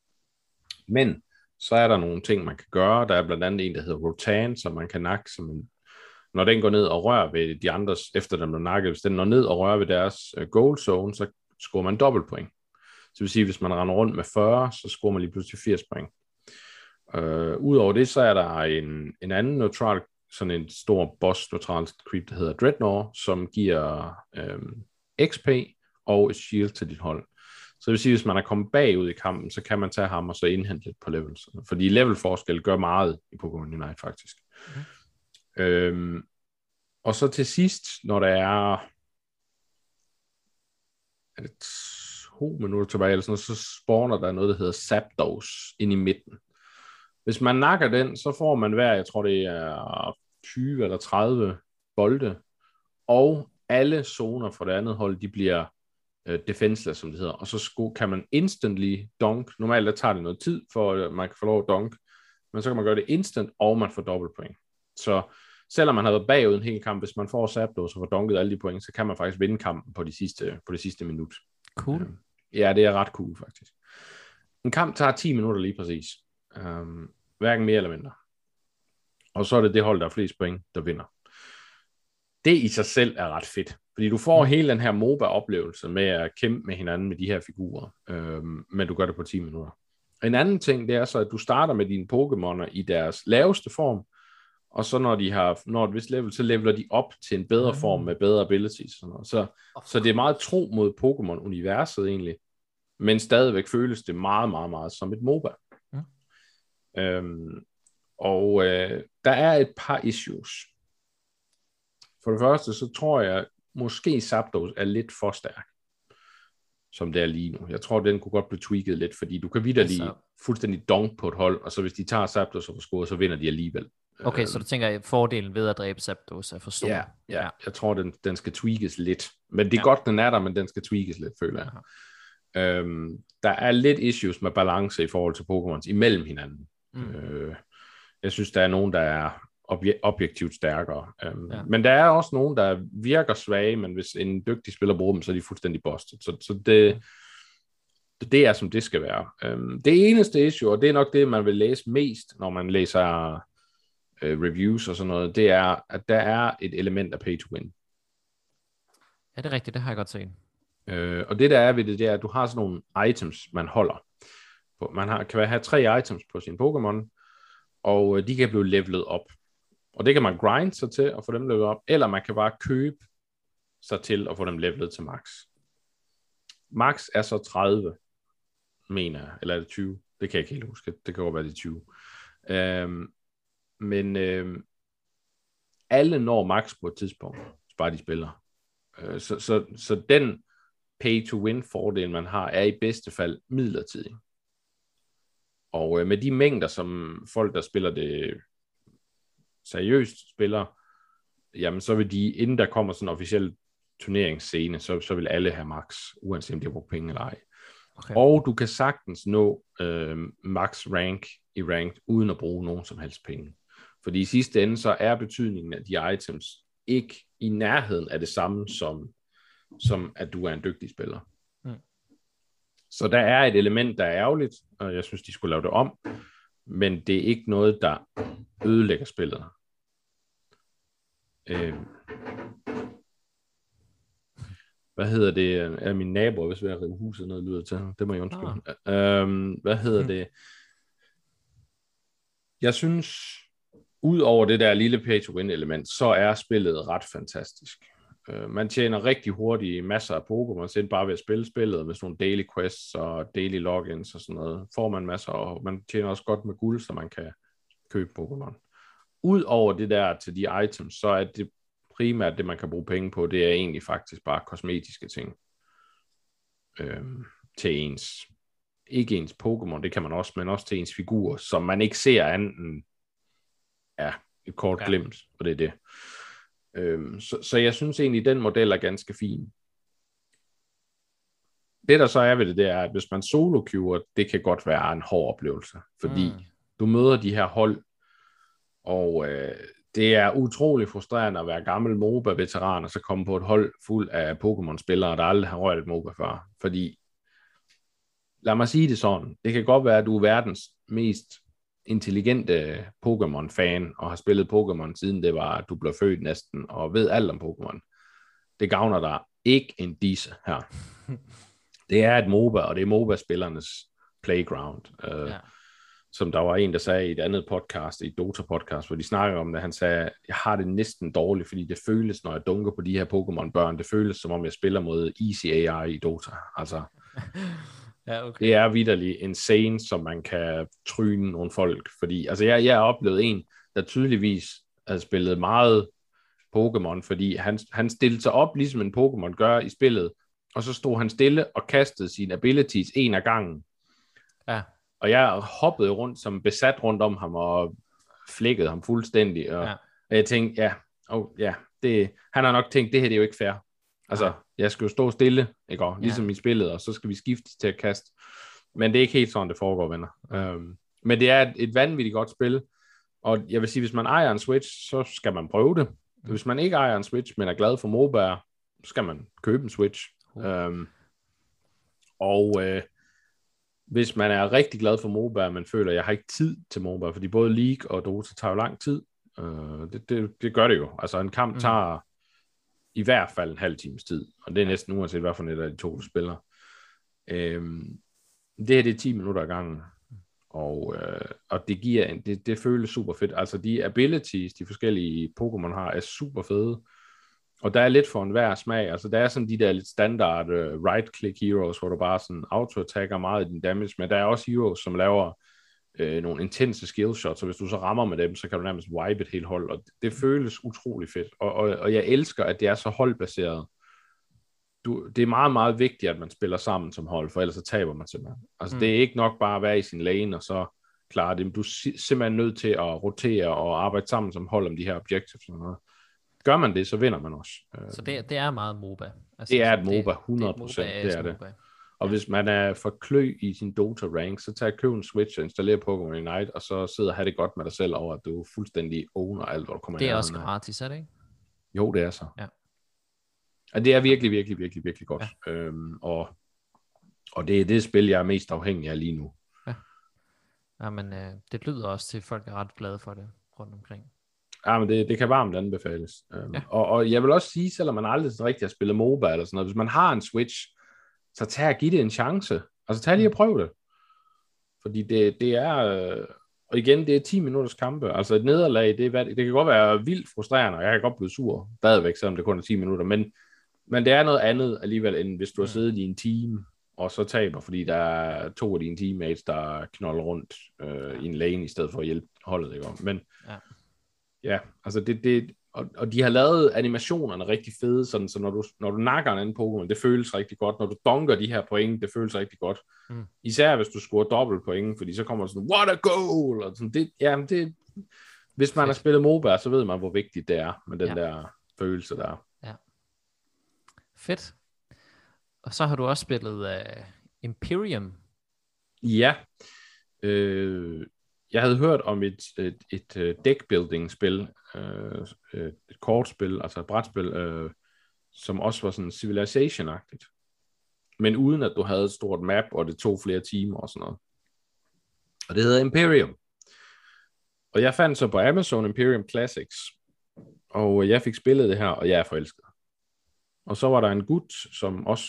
Men så er der nogle ting, man kan gøre. Der er blandt andet en, der hedder Rotan, som man kan nakke. Som en, når den går ned og rører ved de andres, efter den er nakket, hvis den når ned og rører ved deres uh, goal zone, så scorer man dobbeltpoint. Så det vil sige, hvis man render rundt med fyrre, så scorer man lige pludselig firs point. Uh, Udover det, så er der en, en anden neutral, sådan en stor boss neutral creep, der hedder Dreadnought, som giver um, X P og et shield til dit hold. Så det vil sige, hvis man er kommet bagud i kampen, så kan man tage ham og så indhente lidt på levels. Fordi levelforskel gør meget i Pokémon Unite faktisk. Mm. Øhm, og så til sidst, når der er, er det to minutter tilbage, eller sådan noget, så spawner der noget, der hedder Zapdos ind i midten. Hvis man nakker den, så får man hver, jeg tror det er tyve eller tredive bolde, og alle zoner for det andet hold, de bliver uh, defenseless, som det hedder, og så sko- kan man instantly dunk. Normalt der tager det noget tid, for at man kan få lov at dunk, men så kan man gøre det instant, og man får dobbeltpoint. Så selvom man har været bagud en hel kamp, hvis man får Zapdos og får dunket alle de point, så kan man faktisk vinde kampen på, de sidste, på det sidste minut. Cool. Um, ja, det er ret cool faktisk. En kamp tager ti minutter lige præcis. Um, hverken mere eller mindre. Og så er det det hold, der er flest point, der vinder. Det i sig selv er ret fedt, fordi du får hele den her MOBA-oplevelse med at kæmpe med hinanden med de her figurer, øhm, men du gør det på ti minutter. En anden ting, det er så, at du starter med dine Pokémoner i deres laveste form, og så når de har når et vist level, så leveler de op til en bedre form med bedre abilities. Sådan noget. Så, så det er meget tro mod Pokémon-universet egentlig, men stadigvæk føles det meget, meget, meget som et MOBA. Mm. Øhm, og øh, der er et par issues. For det første, så tror jeg, måske Zapdos er lidt for stærk, som det er lige nu. Jeg tror, den kunne godt blive tweaked lidt, fordi du kan vitterligt altså fuldstændig dunk på et hold, og så hvis de tager Zapdos og får scoret, så vinder de alligevel. Okay, så du tænker, at fordelen ved at dræbe Zapdos er for stor? Ja, ja, jeg tror, den, den skal tweakes lidt. Men det er ja. godt, den er der, men den skal tweakes lidt, føler jeg. Øhm, der er lidt issues med balance i forhold til Pokémons imellem hinanden. Mm. Øh, jeg synes, der er nogen, der er obje- objektivt stærkere. Um, ja. Men der er også nogen, der virker svage, men hvis en dygtig spiller bruger dem, så er de fuldstændig busted. Så, så det, det, det er, som det skal være. Um, det eneste issue, og det er nok det, man vil læse mest, når man læser uh, reviews og sådan noget, det er, at der er et element af pay to win. Ja, det er rigtigt, det har jeg godt set. Uh, og det der er ved det, det er, at du har sådan nogle items, man holder. Man har, kan have tre items på sin Pokémon, og de kan blive levelet op. Og det kan man grind sig til at få dem levelet op, eller man kan bare købe sig til at få dem levelet til max. Max er så tredive, mener jeg, eller er det tyve? Det kan jeg ikke helt huske. Det kan godt være det tyve. Øhm, men øhm, alle når max på et tidspunkt, bare de spiller. Øh, så, så, så den pay-to-win-fordel, man har, er i bedste fald midlertidig. Og øh, med de mængder, som folk, der spiller det seriøst spiller, jamen så vil de, inden der kommer sådan en officiel turneringsscene, så, så vil alle have max, uanset om de har brugt penge eller ej. Okay. Og du kan sagtens nå øh, max rank i ranked, uden at bruge nogen som helst penge. Fordi i sidste ende, så er betydningen af de items ikke i nærheden af det samme, som, som at du er en dygtig spiller. Mm. Så der er et element, der er ærgerligt, og jeg synes, de skulle lave det om, men det er ikke noget, der ødelægger spillet. Øh, hvad hedder det? Er min nabo, hvis vi har rive huset noget lyder til? Det må jeg undskylde. Ah. Øh, hvad hedder det? Jeg synes, ud over det der lille pay-to-win element, så er spillet ret fantastisk. Øh, man tjener rigtig hurtigt masser af Pokémon, så bare ved at spille spillet med sådan nogle daily quests og daily logins og sådan noget. Får man masser, og man tjener også godt med guld, så man kan købe Pokémon. Ud over det der til de items, så er det primært det, man kan bruge penge på, det er egentlig faktisk bare kosmetiske ting. Øhm, til ens, ikke ens Pokémon, det kan man også, men også til ens figurer, som man ikke ser anden, ja, et kort ja. glimt, og det er det. Øhm, så, så jeg synes egentlig, den model er ganske fin. Det der så er ved det, det er, at hvis man solo-queuer, det kan godt være en hård oplevelse, fordi mm. du møder de her hold, og øh, det er utrolig frustrerende at være gammel MOBA-veteran, og så komme på et hold fuld af Pokémon-spillere, der aldrig har rørt et MOBA før. Fordi, lad mig sige det sådan, det kan godt være, at du er verdens mest intelligente Pokémon-fan, og har spillet Pokémon siden det var, at du blev født næsten, og ved alt om Pokémon. Det gavner dig ikke en disse her. Det er et MOBA, og det er MOBA-spillernes playground. Uh, ja. Som der var en, der sagde i et andet podcast, i et Dota-podcast, hvor de snakker om det, han sagde, jeg har det næsten dårligt, fordi det føles, når jeg dunker på de her Pokémon-børn, det føles, som om jeg spiller mod Easy A I i Dota. Altså, ja, okay. Det er vitterligt insane, som man kan tryne nogle folk, fordi, altså jeg, jeg har oplevet en, der tydeligvis havde spillet meget Pokémon, fordi han, han stillede sig op, ligesom en Pokémon gør i spillet, og så stod han stille og kastede sine abilities en af gangen. Ja. Og jeg hoppede rundt som besat rundt om ham og flækkede ham fuldstændig. Og, ja. og jeg tænkte, ja, oh, ja det, han har nok tænkt, det her det er jo ikke fair. Altså, ja. jeg skal jo stå stille, ikke? Og, ligesom ja. i spillet, og så skal vi skifte til at kaste. Men det er ikke helt sådan, det foregår, venner. Ja. Um, men det er et, et vanvittigt godt spil. Og jeg vil sige, hvis man ejer en Switch, så skal man prøve det. Mm. Hvis man ikke ejer en Switch, men er glad for MOBA, så skal man købe en Switch. Uh. Um, og... Uh, Hvis man er rigtig glad for MOBA, man føler, at jeg har ikke tid til MOBA, fordi både League og Dota tager jo lang tid. Uh, det, det, det gør det jo. Altså en kamp tager mm. i hvert fald en halv times tid, og det er næsten uanset, hvad for net af de to, du spiller. Uh, det her det er ti minutter ad gangen, og, uh, og det giver en, det, det føles super fedt. Altså de abilities, de forskellige Pokémon har, er super fede. Og der er lidt for enhver smag, altså der er sådan de der lidt standard uh, right-click heroes, hvor du bare sådan auto-attacker meget i din damage, men der er også heroes, som laver øh, nogle intense skill shots, så hvis du så rammer med dem, så kan du nærmest wipe et helt hold, og det, det føles utrolig fedt, og, og, og jeg elsker, at det er så holdbaseret. Du, det er meget, meget vigtigt, at man spiller sammen som hold, for ellers så taber man simpelthen. Altså mm. det er ikke nok bare at være i sin lane, og så klare det, du er simpelthen nødt til at rotere og arbejde sammen som hold om de her objectives og noget. Gør man det, så vinder man også. Så det, det er meget MOBA? Altså, det er et MOBA, hundrede procent, det, det er det. MOBA. Og ja. Hvis man er for klø i sin Dota-rank, så tag køb en Switch og installer Pokémon Unite, og så sidder og have det godt med dig selv over, at du fuldstændig owner alt, hvad du kommer ind. Det er også gratis, er det ikke? Jo, det er så. Ja. Og det er virkelig, virkelig, virkelig, virkelig godt. Ja. Øhm, og, og det er det spil, jeg er mest afhængig af lige nu. Ja, ja men øh, det lyder også til, at folk er ret glade for det rundt omkring. Ja, men det, det kan varmt anbefales. Um, ja. og, og jeg vil også sige, selvom man aldrig så rigtig har spillet MOBA eller sådan noget, hvis man har en Switch, så tag og give det en chance. Altså tag lige og prøv det. Fordi det, det er... Øh, og igen, det er ti minutters kampe. Altså et nederlag, det, er, det kan godt være vildt frustrerende, og jeg kan godt blive sur stadigvæk, selvom det kun er ti minutter, men, men det er noget andet alligevel, end hvis du har siddet i en time, og så taber, fordi der er to af dine teammates, der knolder rundt øh, i en lane, i stedet for at hjælpe holdet, ikke? Men ja, ja altså det, det og, og de har lavet animationerne rigtig fede, sådan, så når du, når du nakker en anden Pokémon, det føles rigtig godt. Når du dunker de her point, det føles rigtig godt. Mm. Især hvis du scorer dobbelt point, fordi så kommer sådan, what a goal! Og sådan, det, jamen det, hvis man Fedt. har spillet MOBA, så ved man, hvor vigtigt det er med den ja. der følelse der. Ja. Fedt. Og så har du også spillet uh, Imperium. Ja. Øh, jeg havde hørt om et, et, et, et deckbuilding-spil, øh, et kortspil, altså et brætspil, øh, som også var sådan Civilization-agtigt. Men uden at du havde et stort map, og det tog flere timer og sådan noget. Og det hedder Imperium. Og jeg fandt så på Amazon Imperium Classics, og jeg fik spillet det her, og jeg er forelsket. Og så var der en gut, som også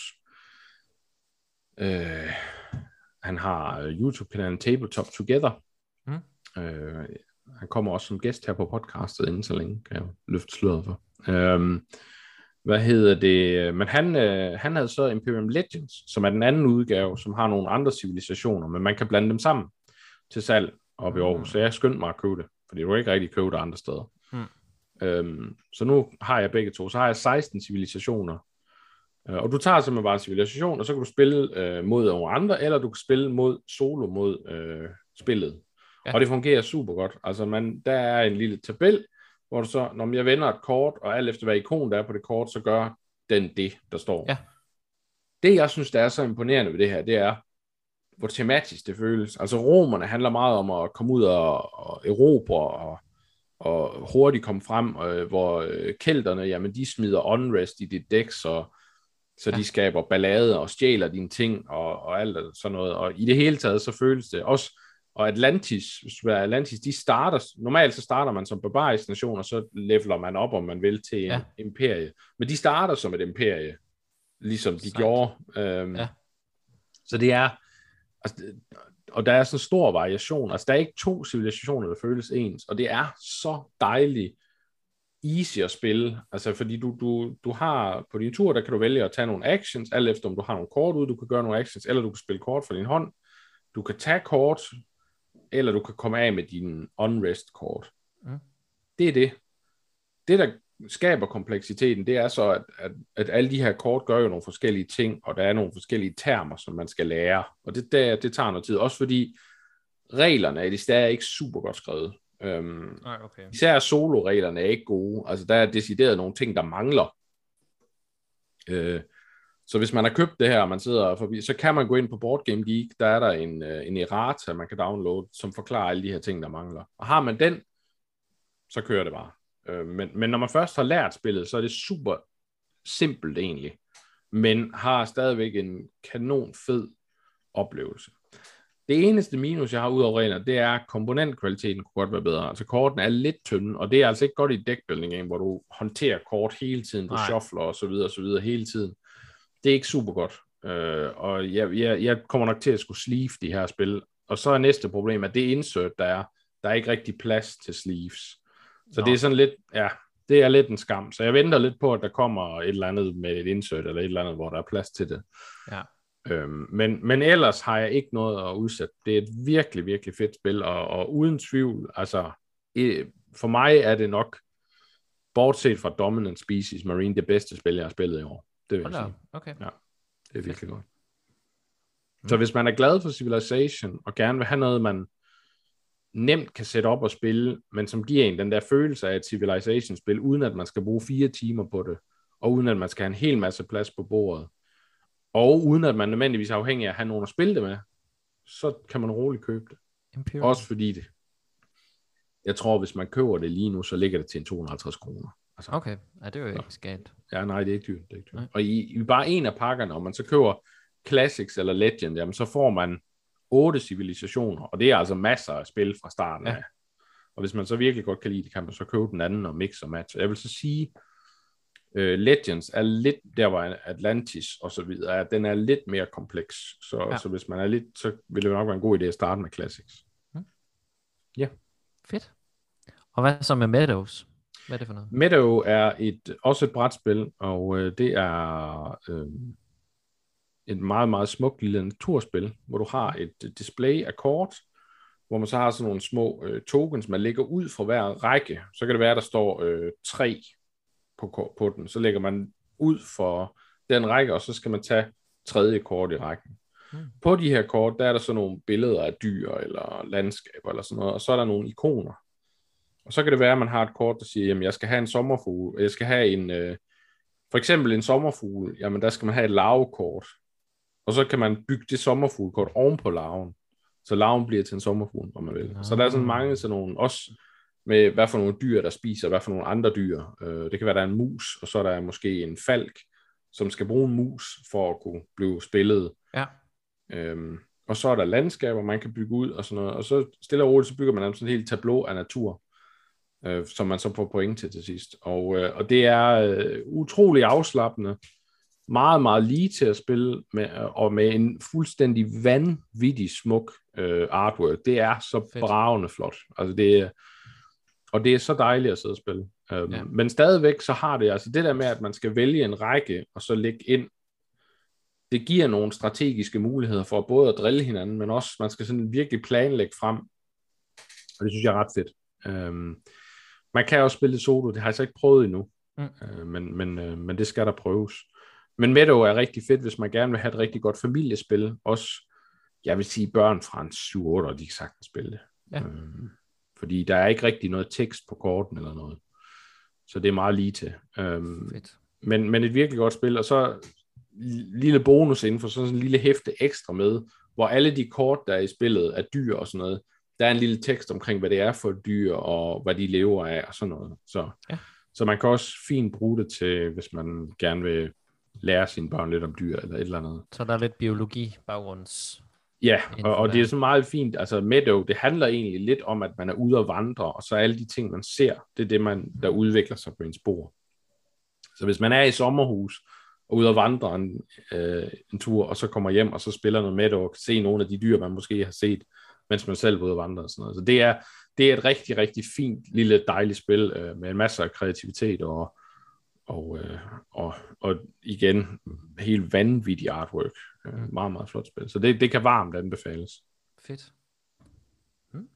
øh, han har YouTube-kanalen Tabletop Together. Mm. Øh, han kommer også som gæst her på podcastet inden så længe, kan jeg løfte sløret for. Øh, hvad hedder det? Men han, øh, han havde så Imperium Legends, som er den anden udgave, som har nogle andre civilisationer, men man kan blande dem sammen til salg oppe i Aarhus. Så jeg skyndte mig at købe det, fordi du kan ikke rigtig købe det andre steder. Mm. Øhm, så nu har jeg begge to. Så har jeg seksten civilisationer. Øh, og du tager simpelthen bare en civilisation, og så kan du spille øh, mod nogle andre, eller du kan spille mod solo mod øh, spillet. Ja. Og det fungerer super godt. Altså man, der er en lille tabel, hvor du så, når jeg vender et kort, og alt efter hvad ikon der er på det kort, så gør den det, der står. Ja. Det jeg synes, der er så imponerende ved det her, det er, hvor tematisk det føles. Altså romerne handler meget om at komme ud og, og erobre og, og hurtigt komme frem, og, hvor øh, kelterne, jamen de smider unrest i dit dæk, så, så ja. de skaber ballade og stjæler dine ting og, og alt sådan noget. Og i det hele taget, så føles det også, og Atlantis, hvis du er Atlantis, de starter, normalt så starter man som barbarisk nation, og så leveler man op, om man vil, til en ja. imperie. Men de starter som et imperie, ligesom de Sejt. gjorde. Øhm, ja. Så det er, altså, og der er sådan en stor variation. Altså, der er ikke to civilisationer, der føles ens, og det er så dejligt easy at spille. Altså, fordi du, du, du har, på din tur, der kan du vælge at tage nogle actions, alt efter om du har nogle kort ud, du kan gøre nogle actions, eller du kan spille kort for din hånd. Du kan tage kort, eller du kan komme af med din unrest-kort. Mm. Det er det. Det, der skaber kompleksiteten, det er så, at, at, at alle de her kort gør jo nogle forskellige ting, og der er nogle forskellige termer, som man skal lære. Og det, der, det tager noget tid. Også fordi reglerne er de stadig ikke super godt skrevet. Øhm, Ej, okay. Især solo-reglerne er ikke gode. Altså, der er decideret nogle ting, der mangler. Øh, Så hvis man har købt det her, og man sidder forbi, så kan man gå ind på Board Game Geek, der er der en, en errata, man kan downloade, som forklarer alle de her ting, der mangler. Og har man den, så kører det bare. Men, men når man først har lært spillet, så er det super simpelt egentlig, men har stadigvæk en kanon fed oplevelse. Det eneste minus, jeg har ud over reglerne, det er, at komponentkvaliteten kunne godt være bedre. Altså kortene er lidt tynde, og det er altså ikke godt i deckbuilding, hvor du håndterer kort hele tiden, du shuffler og så videre og så videre hele tiden. Det er ikke super godt, øh, og jeg, jeg, jeg kommer nok til at skulle sleeve de her spil. Og så er næste problem, at det insert, der er, der er ikke rigtig plads til sleeves. Så Nå. det er sådan lidt, ja, det er lidt en skam. Så jeg venter lidt på, at der kommer et eller andet med et insert, eller et eller andet, hvor der er plads til det. Ja. Øhm, men, men ellers har jeg ikke noget at udsætte. Det er et virkelig, virkelig fedt spil, og, og uden tvivl, altså, for mig er det nok, bortset fra Dominant Species Marine, det bedste spil, jeg har spillet i år. Det vil jeg sige. Okay. Ja, det er virkelig godt. Mm. Så hvis man er glad for Civilization, og gerne vil have noget, man nemt kan sætte op og spille, men som giver en den der følelse af et Civilization-spil, uden at man skal bruge fire timer på det, og uden at man skal have en hel masse plads på bordet, og uden at man nødvendigvis er afhængig af at have nogen at spille det med, så kan man roligt købe det. Imperium. Også fordi det, jeg tror, hvis man køber det lige nu, så ligger det til en to hundrede og halvtreds kroner. Altså, okay, ja, det er jo ikke skalt. Ja, nej, det er ikke dyrt. Det er ikke dyrt. Og i, i bare en af pakkerne, om man så køber Classics eller Legend, jamen så får man otte civilisationer, og det er altså masser af spil fra starten af. Ja. Og hvis man så virkelig godt kan lide det, kan man så købe den anden og mix og match. Jeg vil så sige, uh, Legends er lidt, der var Atlantis og så videre, at den er lidt mere kompleks. Så, ja. så hvis man er lidt, så vil det nok være en god idé at starte med Classics. Ja. Fedt. Og hvad så med Meadows? Hvad er det for noget? Meadow er et, også et brætspil, og øh, det er øh, et meget, meget smukt lille naturspil, hvor du har et display af kort, hvor man så har sådan nogle små øh, tokens, man lægger ud fra hver række. Så kan det være, der står øh, tre på, på den. Så lægger man ud for den række, og så skal man tage tredje kort i rækken. Mm. På de her kort, der er der så nogle billeder af dyr, eller landskaber, eller sådan noget, og så er der nogle ikoner. Og så kan det være, at man har et kort, der siger, jamen jeg skal have en sommerfugl, jeg skal have en, øh, for eksempel en sommerfugl, jamen der skal man have et larvekort. Og så kan man bygge det sommerfuglekort oven på larven. Så larven bliver til en sommerfugl, om man vil. No. Så der er sådan mange sådan nogle, også med hvad for nogle dyr, der spiser, hvad for nogle andre dyr. Øh, det kan være, der er en mus, og så er der måske en falk, som skal bruge en mus for at kunne blive spillet. Ja. Øhm, og så er der landskaber, man kan bygge ud, og sådan noget. Og så stille og roligt, så bygger man sådan en helt tableau af natur, øh, som man så får point til til sidst. Og, øh, og det er øh, utrolig afslappende. Meget, meget lige til at spille, med, og med en fuldstændig vanvittig smuk øh, artwork. Det er så Fedt. Bravende flot. Altså det er, og det er så dejligt at sidde og spille. Um, ja. Men stadigvæk så har det, altså det der med, at man skal vælge en række, og så lægge ind, det giver nogle strategiske muligheder for både at drille hinanden, men også, man skal sådan virkelig planlægge frem. Og det synes jeg er ret fedt. Um, man kan også spille solo, det har jeg så ikke prøvet endnu. Mm. Uh, men, men, uh, men det skal der prøves. Men Meadow er rigtig fedt, hvis man gerne vil have et rigtig godt familiespil. Også, jeg vil sige, børn fra en syv otte år, de kan sagtens spille det. Ja. Øhm, fordi der er ikke rigtig noget tekst på korten eller noget. Så det er meget lige til. Øhm, fedt. Men, men et virkelig godt spil. Og så lille bonus inden for sådan en lille hæfte ekstra med, hvor alle de kort, der er i spillet, er dyr og sådan noget. Der er en lille tekst omkring, hvad det er for dyr, og hvad de lever af og sådan noget. Så, ja. Så man kan også fint bruge det til, hvis man gerne vil lære sine børn lidt om dyr eller et eller andet. Så der er lidt biologi baggrunds. Ja, og, og det er så meget fint. Altså Meadow, det handler egentlig lidt om, at man er ude og vandre, og så alle de ting, man ser, det er det, man, der udvikler sig på en spor. Så hvis man er i sommerhus, og ude og vandre en, øh, en tur, og så kommer hjem, og så spiller noget Meadow, og kan se nogle af de dyr, man måske har set, mens man selv er ude og vandre og sådan noget. Så det er, det er et rigtig, rigtig fint, lille dejligt spil, øh, med en masse af kreativitet og Og, øh, og, og igen, helt vanvittig artwork. Øh, meget, meget flot spil. Så det, det kan varmt anbefales. Fedt. Hmm.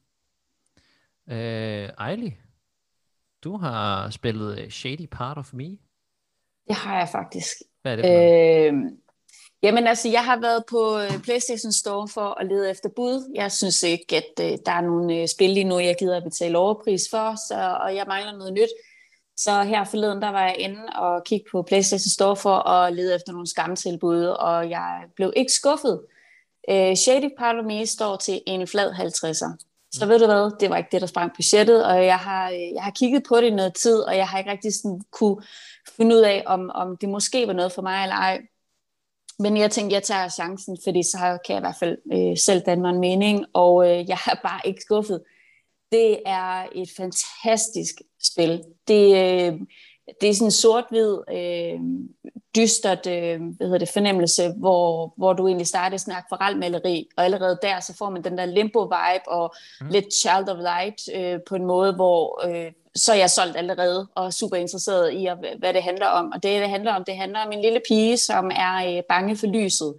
Øh, Ejli, du har spillet Shady Part of Me. Det har jeg faktisk. Hvad er det for øh, Jamen altså, jeg har været på PlayStation Store for at lede efter bud. Jeg synes ikke, at øh, der er nogle øh, spil lige nu, jeg gider at betale overpris for, så, og jeg mangler noget nyt. Så her forleden, der var jeg inde og kigge på PlayStation Store for at lede efter nogle skamtilbud, og jeg blev ikke skuffet. Uh, Shady Part of Me står til en flad halvtredser. Så ved du hvad, det var ikke det, der sprang budgettet, og jeg har, jeg har kigget på det i noget tid, og jeg har ikke rigtig sådan kunne finde ud af, om, om det måske var noget for mig eller ej. Men jeg tænkte, jeg tager chancen, fordi så kan jeg i hvert fald øh, selv danne mig en mening, og øh, jeg er bare ikke skuffet. Det er et fantastisk spil. Det, øh, det er sådan en sort-hvid, øh, dystert øh, hvad hedder det, fornemmelse, hvor, hvor du egentlig starter sådan en akvarelmaleri, og allerede der, så får man den der limbo-vibe, og mm. lidt Child of Light øh, på en måde, hvor øh, så er jeg solgt allerede, og super interesseret i, hvad det handler om. Og det, det handler om, det handler om en lille pige, som er øh, bange for lyset.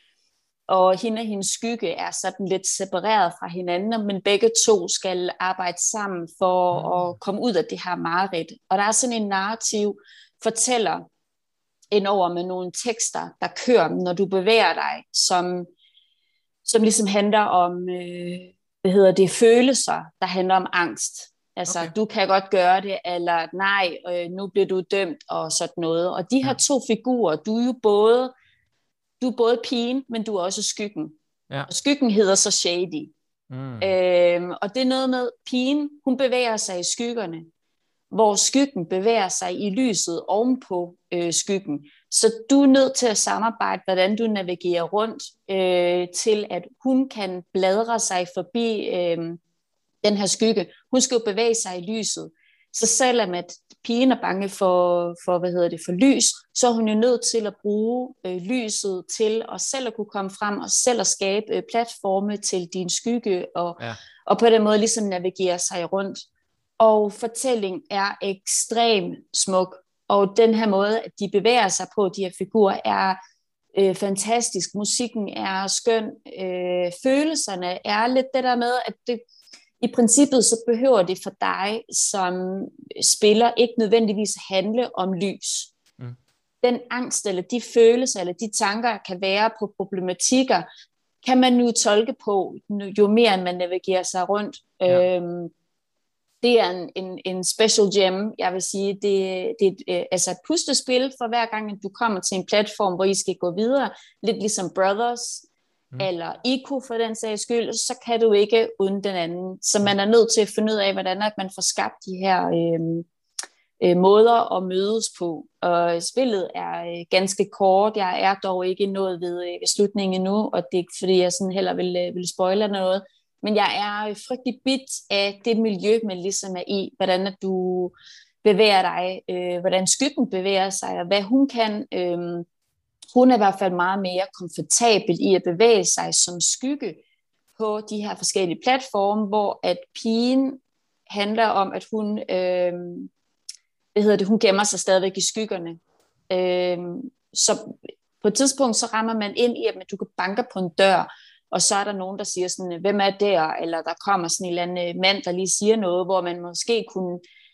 Og hende og hendes skygge er sådan lidt separeret fra hinanden, men begge to skal arbejde sammen for mm. at komme ud af det her mareridt. Og der er sådan en narrativ fortæller indover med nogle tekster, der kører, når du bevæger dig, som, som ligesom handler om, øh, hvad hedder det, følelser, der handler om angst. Altså, okay. Du kan godt gøre det, eller nej, øh, nu bliver du dømt, og sådan noget. Og de her to figurer, du er jo både Du er både pigen, men du er også skyggen. Ja. Og skyggen hedder så Shady. Mm. Øhm, og det er noget med, pigen, hun bevæger sig i skyggerne, hvor skyggen bevæger sig i lyset ovenpå øh, skyggen. Så du er nødt til at samarbejde, hvordan du navigerer rundt, øh, til at hun kan bladre sig forbi øh, den her skygge. Hun skal jo bevæge sig i lyset. Så selvom at pigen er bange for, for, hvad hedder det, for lys, så er hun jo nødt til at bruge øh, lyset til at selv at kunne komme frem og selv at skabe øh, platforme til din skygge og, ja. og på den måde ligesom navigere sig rundt. Og fortælling er ekstremt smuk, og den her måde, at de bevæger sig på, de her figurer, er øh, fantastisk. Musikken er skøn, øh, følelserne er lidt det der med, at det i princippet så behøver det for dig som spiller ikke nødvendigvis handle om lys. Mm. Den angst eller de følelser eller de tanker kan være på problematikker, kan man nu tolke på, jo mere man navigerer sig rundt. Ja. Øhm, det er en, en, en special gem, jeg vil sige. Det, det er et, altså et puslespil for hver gang, du kommer til en platform, hvor I skal gå videre. Lidt ligesom Brothers, mm. eller Ico for den sags skyld, så kan du ikke uden den anden. Så man er nødt til at finde ud af, hvordan at man får skabt de her øh, øh, måder at mødes på. Og spillet er øh, ganske kort. Jeg er dog ikke nået ved øh, slutningen endnu, og det er ikke fordi, jeg sådan heller vil, øh, vil spoile noget. Men jeg er frygtelig bit af det miljø, man ligesom er i. Hvordan at du bevæger dig, øh, hvordan skyggen bevæger sig, og hvad hun kan. Øh, hun er i hvert fald meget mere komfortabel i at bevæge sig som skygge på de her forskellige platforme, hvor at pigen handler om, at hun, øh, hvad hedder det, hun gemmer sig stadigvæk i skyggerne. Øh, så på et tidspunkt, så rammer man ind i, at du kan banke på en dør, og så er der nogen, der siger sådan, hvem er der? Eller der kommer sådan en eller anden mand, der lige siger noget, hvor man måske kunne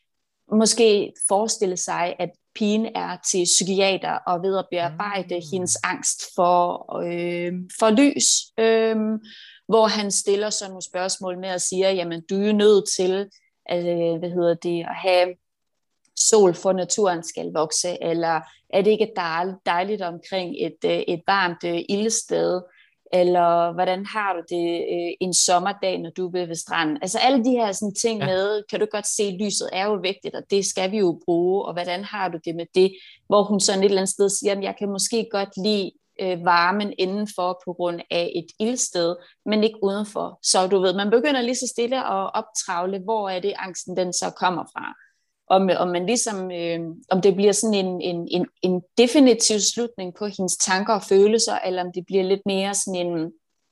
måske forestille sig, at pigen er til psykiater og ved at bearbejde mm. hendes angst for, øh, for lys. Øh, hvor han stiller sådan nogle spørgsmål med at sige, jamen du er jo nødt til at, øh, hvad hedder det, at have sol for naturen skal vokse, eller er det ikke dejligt, dejligt omkring et, øh, et varmt øh, ildested, eller hvordan har du det øh, en sommerdag, når du er ved stranden? Altså alle de her sådan, ting ja. med, kan du godt se, lyset er jo vigtigt, og det skal vi jo bruge, og hvordan har du det med det? Hvor hun sådan et eller andet sted siger, at jeg kan måske godt lide øh, varmen indenfor på grund af et ildsted, men ikke udenfor. Så du ved, man begynder lige så stille at optravle, hvor er det angsten den så kommer fra. Om, om, man ligesom, øh, om det bliver sådan en, en, en, en definitiv slutning på hendes tanker og følelser, eller om det bliver lidt mere sådan en,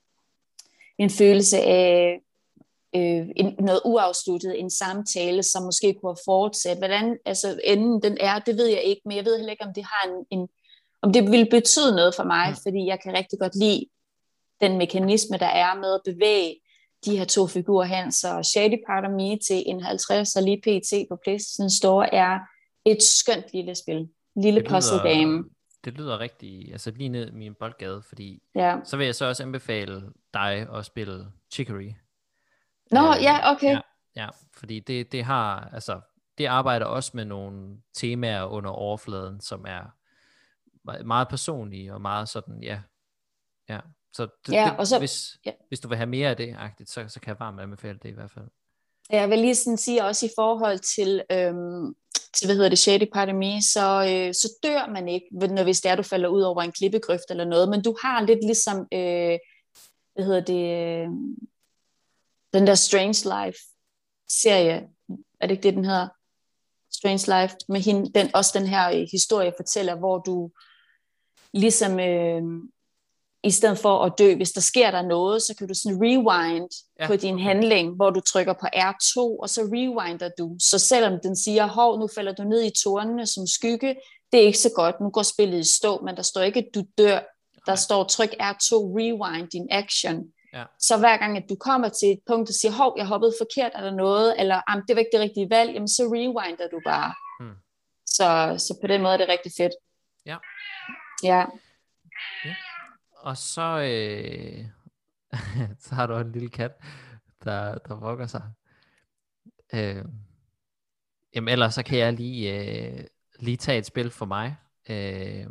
en følelse af øh, en, noget uafsluttet, en samtale, som måske kunne have fortsat. Hvordan altså, enden den er, det ved jeg ikke, men jeg ved heller ikke, om det har en, en om det vil betyde noget for mig, ja. fordi jeg kan rigtig godt lide den mekanisme, der er med at bevæge de her to figurer hen, så Shady Part of Me til en halvtreds og lige pt på PlayStation Store er et skønt lille spil. Lille det puzzle lyder, game. Det lyder rigtig, altså lige ned i min boldgade, fordi ja. så vil jeg så også anbefale dig at spille Chicory. Nå, øh, ja, okay. Ja, ja, fordi det, det har, altså, det arbejder også med nogle temaer under overfladen, som er meget personlige og meget sådan, ja, ja. Så, det, ja, det, og så hvis, ja. hvis du vil have mere af det, så, så kan jeg varmt anbefale det i hvert fald. Jeg vil lige sådan sige også i forhold til, øhm, til hvad hedder det, Shady Part of Me, så, øh, så dør man ikke, når hvis det er, du falder ud over en klippegrøft eller noget, men du har lidt ligesom, øh, hvad hedder det, øh, den der Strange Life-serie, er det ikke det, den hedder? Strange Life, med hende, den, også den her øh, historie fortæller, hvor du ligesom... Øh, i stedet for at dø, hvis der sker der noget, så kan du sådan rewind ja. på din handling, hvor du trykker på R to, og så rewinder du. Så selvom den siger, hov, nu falder du ned i tårnene som skygge, det er ikke så godt, nu går spillet i stå, men der står ikke, at du dør. Der Nej. står, tryk R to, rewind din action. Ja. Så hver gang, at du kommer til et punkt, og siger, hov, jeg hoppede forkert, er der noget, eller det var ikke det rigtige valg, jamen så rewinder du bare. Hmm. Så, så på den måde er det rigtig fedt. Ja. Ja. Ja. Og så, øh, så har du en lille kat, der, der vugger sig. Øh, jamen ellers så kan jeg lige, øh, lige tage et spil for mig. Øh,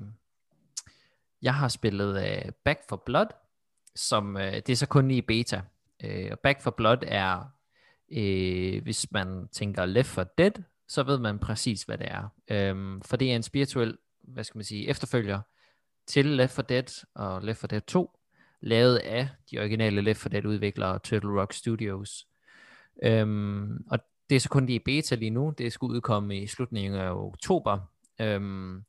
jeg har spillet øh, Back for Blood, som øh, det er så kun i beta. Øh, og Back for Blood er, øh, hvis man tænker Left four Dead, så ved man præcis, hvad det er. Øh, for det er en spirituel, hvad skal man sige, efterfølger til Left four Dead og Left four Dead to, lavet af de originale Left four Dead udviklere Turtle Rock Studios. Øhm, og det er så kun lige i beta lige nu. Det skal udkomme i slutningen af oktober. Øhm,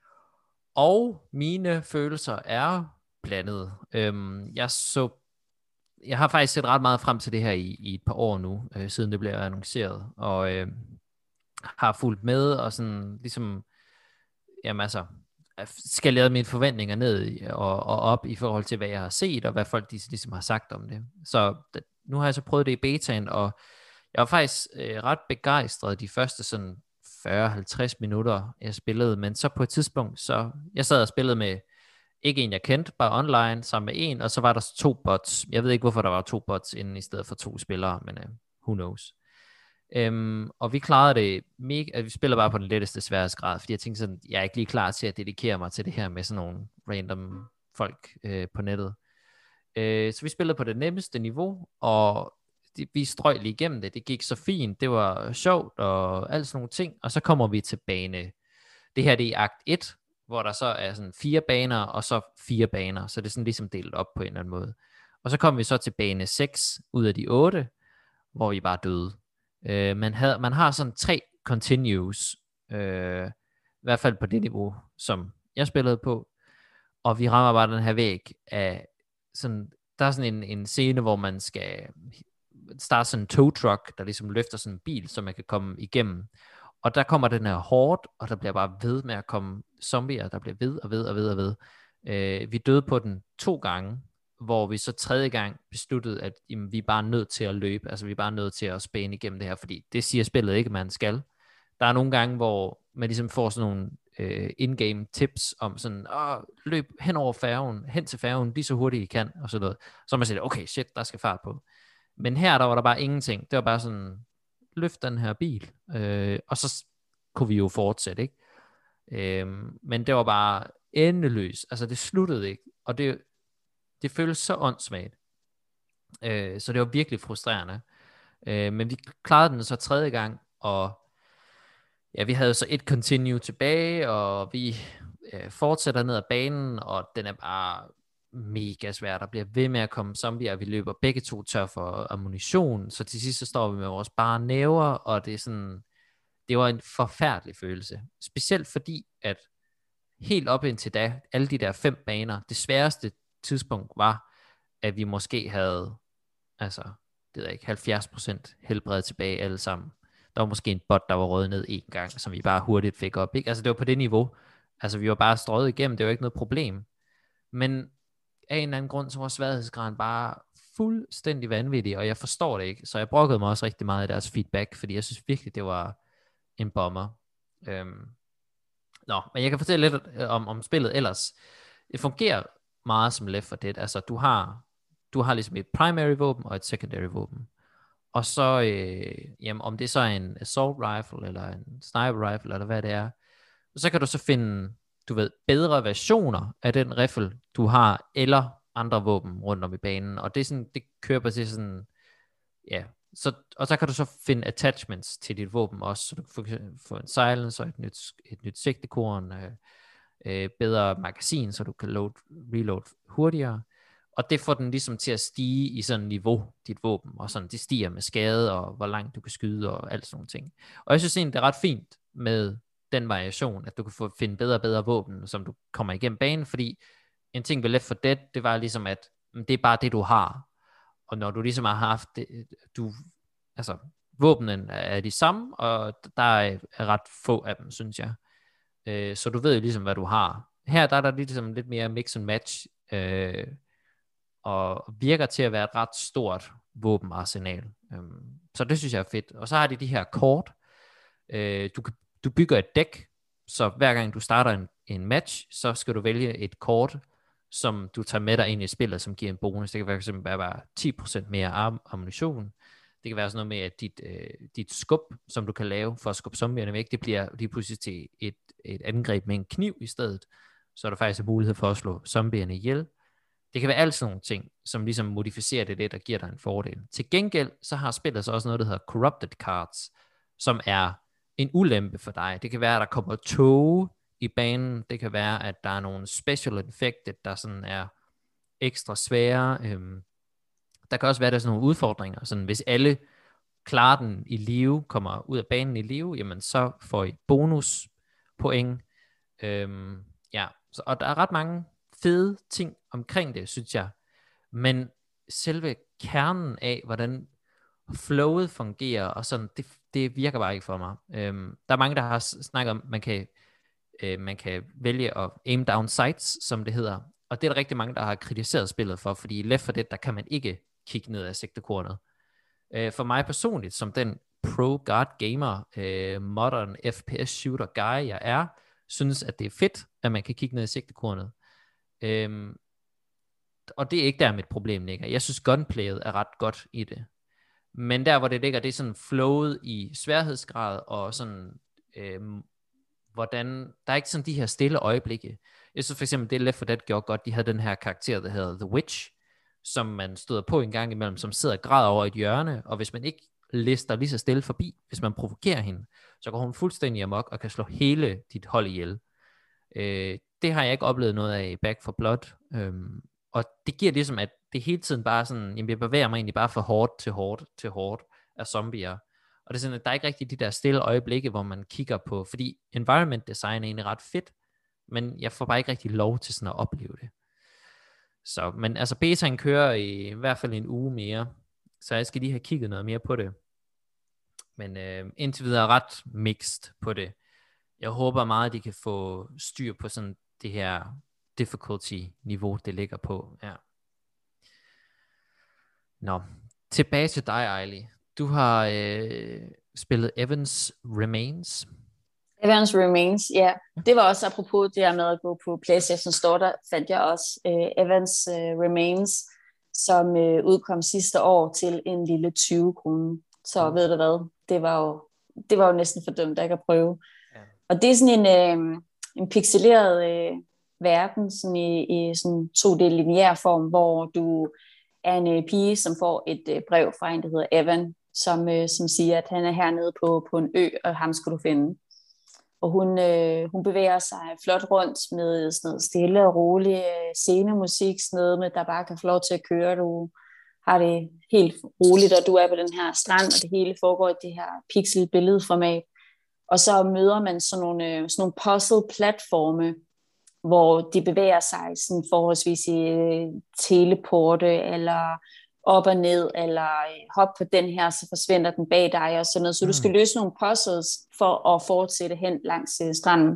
og mine følelser er blandet. Øhm, jeg så jeg har faktisk set ret meget frem til det her i, i et par år nu, øh, siden det blev annonceret, og øh, har fulgt med, og sådan ligesom, jamen altså, skaleret mine forventninger ned og, og op i forhold til, hvad jeg har set, og hvad folk de, ligesom har sagt om det. Så det, nu har jeg så prøvet det i betaen, og jeg var faktisk øh, ret begejstret de første sådan fyrre til halvtreds minutter, jeg spillede, men så på et tidspunkt, så jeg sad og spillede med ikke en, jeg kendte, bare online, sammen med en, og så var der to bots. Jeg ved ikke, hvorfor der var to bots inden i stedet for to spillere, men uh, who knows. Um, og vi klarede det mega, at vi spiller bare på den letteste sværhedsgrad, fordi jeg tænkte sådan, jeg er ikke lige klar til at dedikere mig til det her med sådan nogle random folk uh, på nettet. Uh, så vi spillede på det nemmeste niveau, og det, vi strøg lige igennem det. Det gik så fint, det var sjovt, og alt sådan nogle ting, og så kommer vi til bane. Det her det er i akt et, hvor der så er sådan fire baner, og så fire baner, så det er sådan ligesom delt op på en eller anden måde. Og så kom vi så til bane seks ud af de otte, hvor vi bare døde. Øh, man, havde, man har sådan tre continues, øh, i hvert fald på det niveau, som jeg spillede på, og vi rammer bare den her væg af sådan, der er sådan en, en scene, hvor man skal starte sådan en tow truck, der ligesom løfter sådan en bil, så man kan komme igennem. Og der kommer den her horde, og der bliver bare ved med at komme zombier, der bliver ved og ved og ved og ved. Øh, vi døde på den to gange, hvor vi så tredje gang besluttede, at jamen, vi er bare nødt til at løbe, altså vi er bare nødt til at spæne igennem det her, fordi det siger spillet ikke, man skal. Der er nogle gange, hvor man ligesom får sådan nogle øh, in-game tips om sådan, åh, løb hen over færgen, hen til færgen, lige så hurtigt I kan, og sådan noget. Så man siger, okay, shit, der skal fart på. Men her, der var der bare ingenting. Det var bare sådan, løft den her bil, øh, og så kunne vi jo fortsætte, ikke? Øh, men det var bare endeløst, altså det sluttede ikke, og det, det føltes så åndssvagt, øh, så det var virkelig frustrerende, øh, men vi klarede den så tredje gang, og ja, vi havde så et continue tilbage, og vi øh, fortsætter ned ad banen, og den er bare mega svær. Der bliver ved med at komme zombier, vi løber begge to tør for ammunition, så til sidst så står vi med vores bare næver, og det er sådan, det var en forfærdelig følelse. Specielt fordi, at helt op indtil da, alle de der fem baner, det sværeste tidspunkt var, at vi måske havde, altså, det ved jeg ikke, halvfjerds procent helbred tilbage alle sammen. Der var måske en bot, der var røget ned en gang, som vi bare hurtigt fik op, ikke? Altså det var på det niveau. Altså vi var bare strøget igennem, det var ikke noget problem. Men af en eller anden grund, så var sværhedsgraden bare fuldstændig vanvittig, og jeg forstår det ikke. Så jeg brokkede mig også rigtig meget i deres feedback, fordi jeg synes virkelig, det var en bomber. Øhm. Nå, men jeg kan fortælle lidt om, om spillet ellers. Det fungerer meget som Left four Dead. Altså du har, du har ligesom et primary våben og et secondary våben. Og så, øh, jamen, om det så er en assault rifle, eller en sniper rifle, eller hvad det er, så kan du så finde, du ved, bedre versioner af den riffel, du har, eller andre våben rundt om i banen. Og det er sådan, det kører på til sådan, ja, så, og så kan du så finde attachments til dit våben også, så du kan få, få en silence og et nyt, et nyt sigtekorn, øh, øh, bedre magasin, så du kan load, reload hurtigere. Og det får den ligesom til at stige i sådan et niveau, dit våben, og sådan, det stiger med skade, og hvor langt du kan skyde, og alt sådan nogle ting. Og jeg synes egentlig, det er ret fint med den variation, at du kan få, finde bedre og bedre våben, som du kommer igennem banen, fordi en ting ved Left four Dead, det var ligesom, at det er bare det, du har. Og når du ligesom har haft det, du, altså, våbnen er de samme, og der er ret få af dem, synes jeg. Øh, så du ved jo ligesom, hvad du har. Her der er der ligesom lidt mere mix and match, øh, og virker til at være et ret stort våbenarsenal. Øhm, så det synes jeg er fedt. Og så har de de her kort. Øh, du, du bygger et dæk, så hver gang du starter en, en match, så skal du vælge et kort, som du tager med dig ind i spillet, som giver en bonus. Det kan være simpelthen bare ti procent mere am- ammunition. Det kan være sådan noget med, at dit, øh, dit skub, som du kan lave for at skubbe zombierne væk, det bliver lige pludselig til et, et angreb med en kniv i stedet. Så er der faktisk en mulighed for at slå zombierne ihjel. Det kan være alt sådan nogle ting, som ligesom modificerer det lidt og giver dig en fordel. Til gengæld, så har spillet så også noget, der hedder Corrupted Cards, som er en ulempe for dig. Det kan være, at der kommer tog i banen. Det kan være, at der er nogle special infected, der sådan er ekstra svære. Øhm, der kan også være, der er sådan nogle udfordringer. Sådan, hvis alle klarer den i live, kommer ud af banen i live, jamen så får I bonus point. Øhm, ja, så, og der er ret mange fede ting omkring det, synes jeg. Men selve kernen af, hvordan flowet fungerer, og sådan, det, det virker bare ikke for mig. Øhm, der er mange, der har snakket om, man kan, øh, man kan vælge at aim down sights, som det hedder. Og det er der rigtig mange, der har kritiseret spillet for, fordi i Left four Dead, der kan man ikke kigge ned af sigtekornet. Øh, for mig personligt, som den pro-guard gamer, øh, modern F P S shooter guy, jeg er, synes, at det er fedt, at man kan kigge ned i sigtekornet. Øhm, og det er ikke der, mit problem ligger. Jeg synes, gunplayet er ret godt i det. Men der, hvor det ligger, det er sådan flowet i sværhedsgrad, og sådan, øhm, hvordan, der er ikke sådan de her stille øjeblikke. Jeg synes for eksempel, det Left four Dead gjorde godt, de havde den her karakter, der hedder The Witch, som man støder på en gang imellem, som sidder og græder over et hjørne, og hvis man ikke lister lige så stille forbi, hvis man provokerer hende, så går hun fuldstændig amok og kan slå hele dit hold ihjel. Øh, det har jeg ikke oplevet noget af i Back four Blood, øhm, og det giver ligesom, at det hele tiden bare sådan, jamen jeg bevæger mig egentlig bare fra hårdt til hårdt til hårdt af zombier, og det er sådan, at der er ikke rigtig de der stille øjeblikke, hvor man kigger på, fordi environment design er egentlig ret fedt, men jeg får bare ikke rigtig lov til sådan at opleve det. Så, men altså betaen kører i, i hvert fald en uge mere, så jeg skal lige have kigget noget mere på det. Men øh, indtil videre ret mixed på det. Jeg håber meget, at de kan få styr på sådan det her difficulty-niveau, det ligger på. Ja. Nå, tilbage til dig, Ejli. Du har øh, spillet Evans Remains. Evans Remains, ja. Det var også apropos det her med at gå på PlayStation Store, der fandt jeg også uh, Evans uh, Remains, som uh, udkom sidste år til en lille tyve kroner. Så mm. ved du hvad, det var jo, det var jo næsten for dumt, at ikke at prøve. Ja. Og det er sådan en, uh, en pixeleret uh, verden, sådan i, i sådan to D lineær form, hvor du er en uh, pige, som får et uh, brev fra en, der hedder Evan, som, uh, som siger, at han er hernede på, på en ø, og ham skal du finde. Og hun, øh, hun bevæger sig flot rundt med sådan noget stille og rolig øh, scenemusik, sådan noget med, der bare kan få lov til at køre. Du har det helt roligt, og du er på den her strand, og det hele foregår i det her pixel-billedformat. Og så møder man sådan nogle, øh, sådan nogle puzzle-platforme, hvor de bevæger sig sådan forholdsvis i øh, teleporte, eller op og ned, eller hop på den her, så forsvinder den bag dig, og sådan noget. Så mm. du skal løse nogle puzzles for at fortsætte hen langs uh, stranden.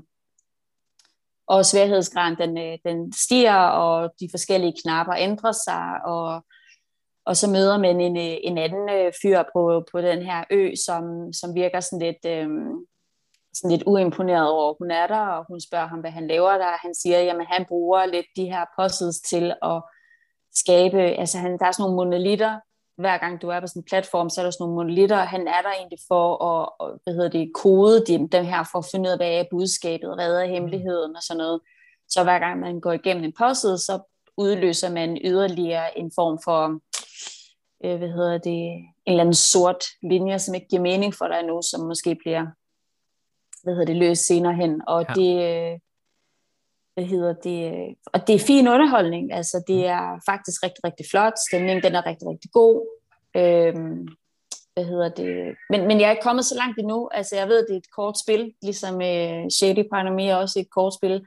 Og sværhedsgraden, den, den stiger, og de forskellige knapper ændrer sig, og, og så møder man en, en anden uh, fyr på, på den her ø, som, som virker sådan lidt, um, sådan lidt uimponeret over, hun er der, og hun spørger ham, hvad han laver der. Han siger, jamen han bruger lidt de her puzzles til at skabe, altså han, der er sådan nogle monolitter, hver gang du er på sådan en platform, så er der sådan nogle monolitter, han er der egentlig for at, hvad hedder det, kode dem, dem her, for at finde ud af, hvad er budskabet, hvad er hemmeligheden og sådan noget. Så hver gang man går igennem en puzzle, så udløser man yderligere en form for, øh, hvad hedder det, en eller anden sort linje, som ikke giver mening for dig nu, som måske bliver, hvad hedder det, løst senere hen, og ja. det hvad hedder det, og det er fin underholdning, altså det er faktisk rigtig, rigtig flot, stemningen den er rigtig, rigtig god, øhm, hvad hedder det, men, men jeg er ikke kommet så langt endnu, altså jeg ved, det er et kort spil, ligesom øh, Shady Pioneer er også et kort spil,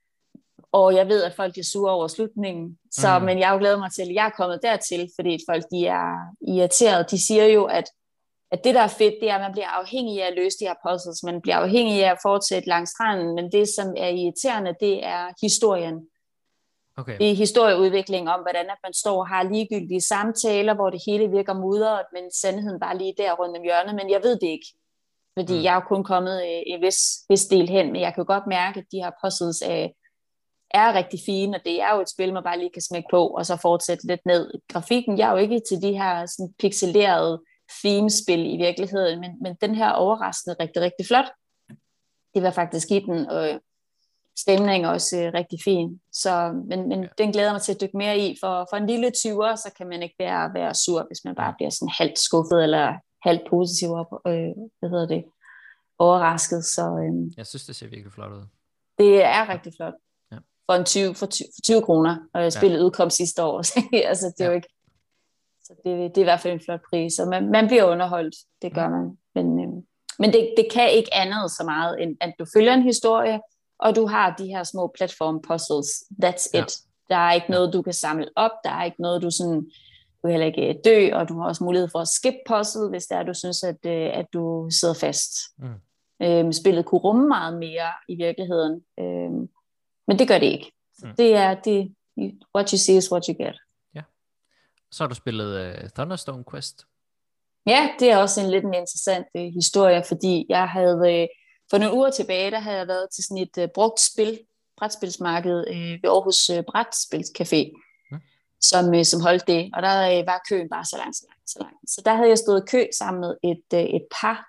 og jeg ved, at folk er sure over slutningen, så, mm. men jeg har jo glædet mig til, at jeg er kommet dertil, fordi folk de er irriteret, de siger jo, at at det, der er fedt, det er, at man bliver afhængig af at løse de her puzzles, man bliver afhængig af at fortsætte langs stranden, men det, som er irriterende, det er historien. Okay. Det er historieudvikling om, hvordan at man står og har ligegyldige samtaler, hvor det hele virker mudret, men sandheden bare lige der rundt om hjørnet, men jeg ved det ikke, fordi mm. jeg er kun kommet en vis, vis del hen, men jeg kan jo godt mærke, at de her puzzles er, er rigtig fine, og det er jo et spil, man bare lige kan smække på, og så fortsætte lidt ned. Grafikken, jeg er jo ikke til de her sådan pixelerede themespil i virkeligheden, men, men den her overraskende rigtig, rigtig flot. Det var faktisk i den, og stemningen også øh, rigtig fin. Så, men, men ja. Den glæder mig til at dykke mere i. For, for en lille tyver, så kan man ikke være, være sur, hvis man bare bliver sådan halvt skuffet, eller halvt positiv op, øh, hvad hedder det, overrasket. Så, øh, jeg synes, det ser virkelig flot ud. Det er rigtig flot. Ja. For, en tyve, for, tyve, for tyve kroner, og spillet ja. Udkom sidste år. Altså, det er ja. jo ikke Så det, det er i hvert fald en flot pris, og man, man bliver underholdt, det gør man. Men, øh, men det, det kan ikke andet så meget, end at du følger en historie, og du har de her små platform puzzles. That's ja. it. Der er ikke noget, du kan samle op, der er ikke noget, du sådan, du kan heller ikke dø, og du har også mulighed for at skip puzzle, hvis der du synes, at, at du sidder fast. Mm. Øhm, spillet kunne rumme meget mere i virkeligheden, øhm, men det gør det ikke. Mm. Det er det, what you see is what you get. Ja. Så har du spillet uh, Thunderstone Quest. Ja, det er også en lidt en interessant uh, historie, fordi jeg havde uh, for nogle uger tilbage, der havde jeg været til sådan et uh, brugt spil, brætspilsmarked uh, ved Aarhus uh, Brætspilscafé, mm. som, uh, som holdt det, og der uh, var køen bare så langt, så langt, så langt. Så der havde jeg stået i kø sammen med et, uh, et par,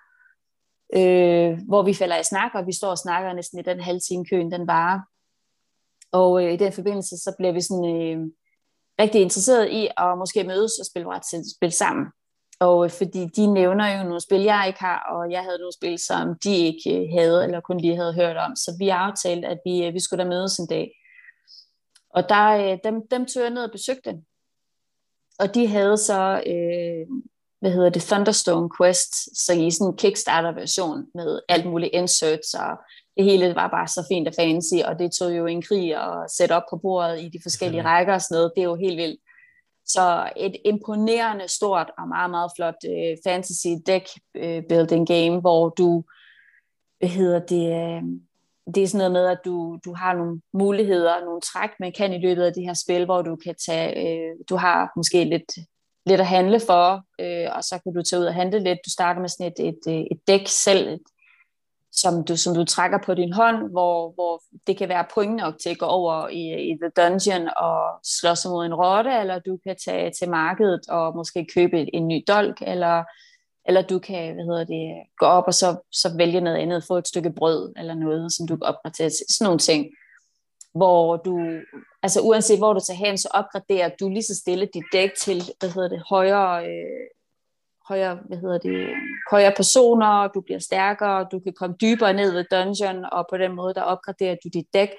uh, hvor vi falder i snak, og vi står og snakker næsten i den halve time køen, den varer. Og uh, i den forbindelse, så bliver vi sådan uh, rigtig interesseret i at måske mødes og spille brætspil sammen. Og fordi de nævner jo nogle spil, jeg ikke har, og jeg havde nogle spil, som de ikke havde, eller kun lige havde hørt om. Så vi aftalte, at vi, vi skulle da mødes en dag. Og der, dem, dem tog jeg ned og besøgte. Og de havde så, øh, hvad hedder det, Thunderstone Quest, så i sådan en Kickstarter-version med alt muligt inserts, og det hele var bare så fint og fancy, og det tog jo en krig at sætte op på bordet i de forskellige rækker og sådan noget. Det er jo helt vildt. Så et imponerende, stort og meget, meget flot øh, fantasy deck øh, building game, hvor du, hvad hedder det, øh, det er sådan noget med, at du, du har nogle muligheder, nogle træk, man kan i løbet af det her spil, hvor du kan tage, øh, du har måske lidt, lidt at handle for, øh, og så kan du tage ud og handle lidt. Du starter med sådan et, et, et dæk selv, et, som du, som du trækker på din hånd, hvor, hvor det kan være point nok til at gå over i, i The Dungeon og slås mod en rotte, eller du kan tage til markedet og måske købe en ny dolk, eller, eller du kan hvad hedder det, gå op og så, så vælge noget andet, få et stykke brød eller noget, som du kan opgradere til. Sådan nogle ting, hvor du, altså uanset hvor du tager hen, så opgraderer du lige så stille dit dæk til, hvad hedder det, højere... Øh, højere, hvad hedder det, højere personer, du bliver stærkere, du kan komme dybere ned i dungeon, og på den måde, der opgraderer du dit dæk.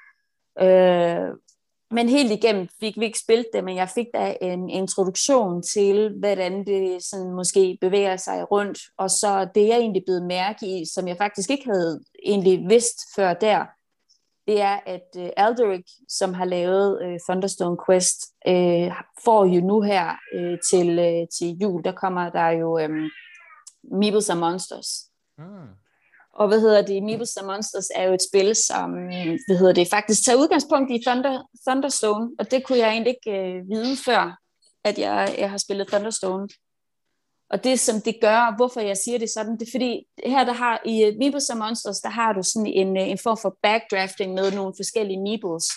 Øh, men helt igennem fik vi ikke spillet det, men jeg fik da en introduktion til, hvordan det sådan måske bevæger sig rundt, og så det jeg egentlig blev mærke i, som jeg faktisk ikke havde egentlig vidst før der, det er, at uh, Alderic, som har lavet uh, Thunderstone Quest, uh, får jo nu her uh, til, uh, til jul, der kommer der jo um, Meeples and Monsters. Mm. Og hvad hedder det? Meeples and Monsters er jo et spil, som hvad hedder det, faktisk tager udgangspunkt i Thunder, Thunderstone, og det kunne jeg egentlig ikke uh, vide før, at jeg, jeg har spillet Thunderstone. Og det som det gør, hvorfor jeg siger det sådan, det er fordi, her der har i uh, Meeples and Monsters, der har du sådan en, en form for backdrafting med nogle forskellige meeples,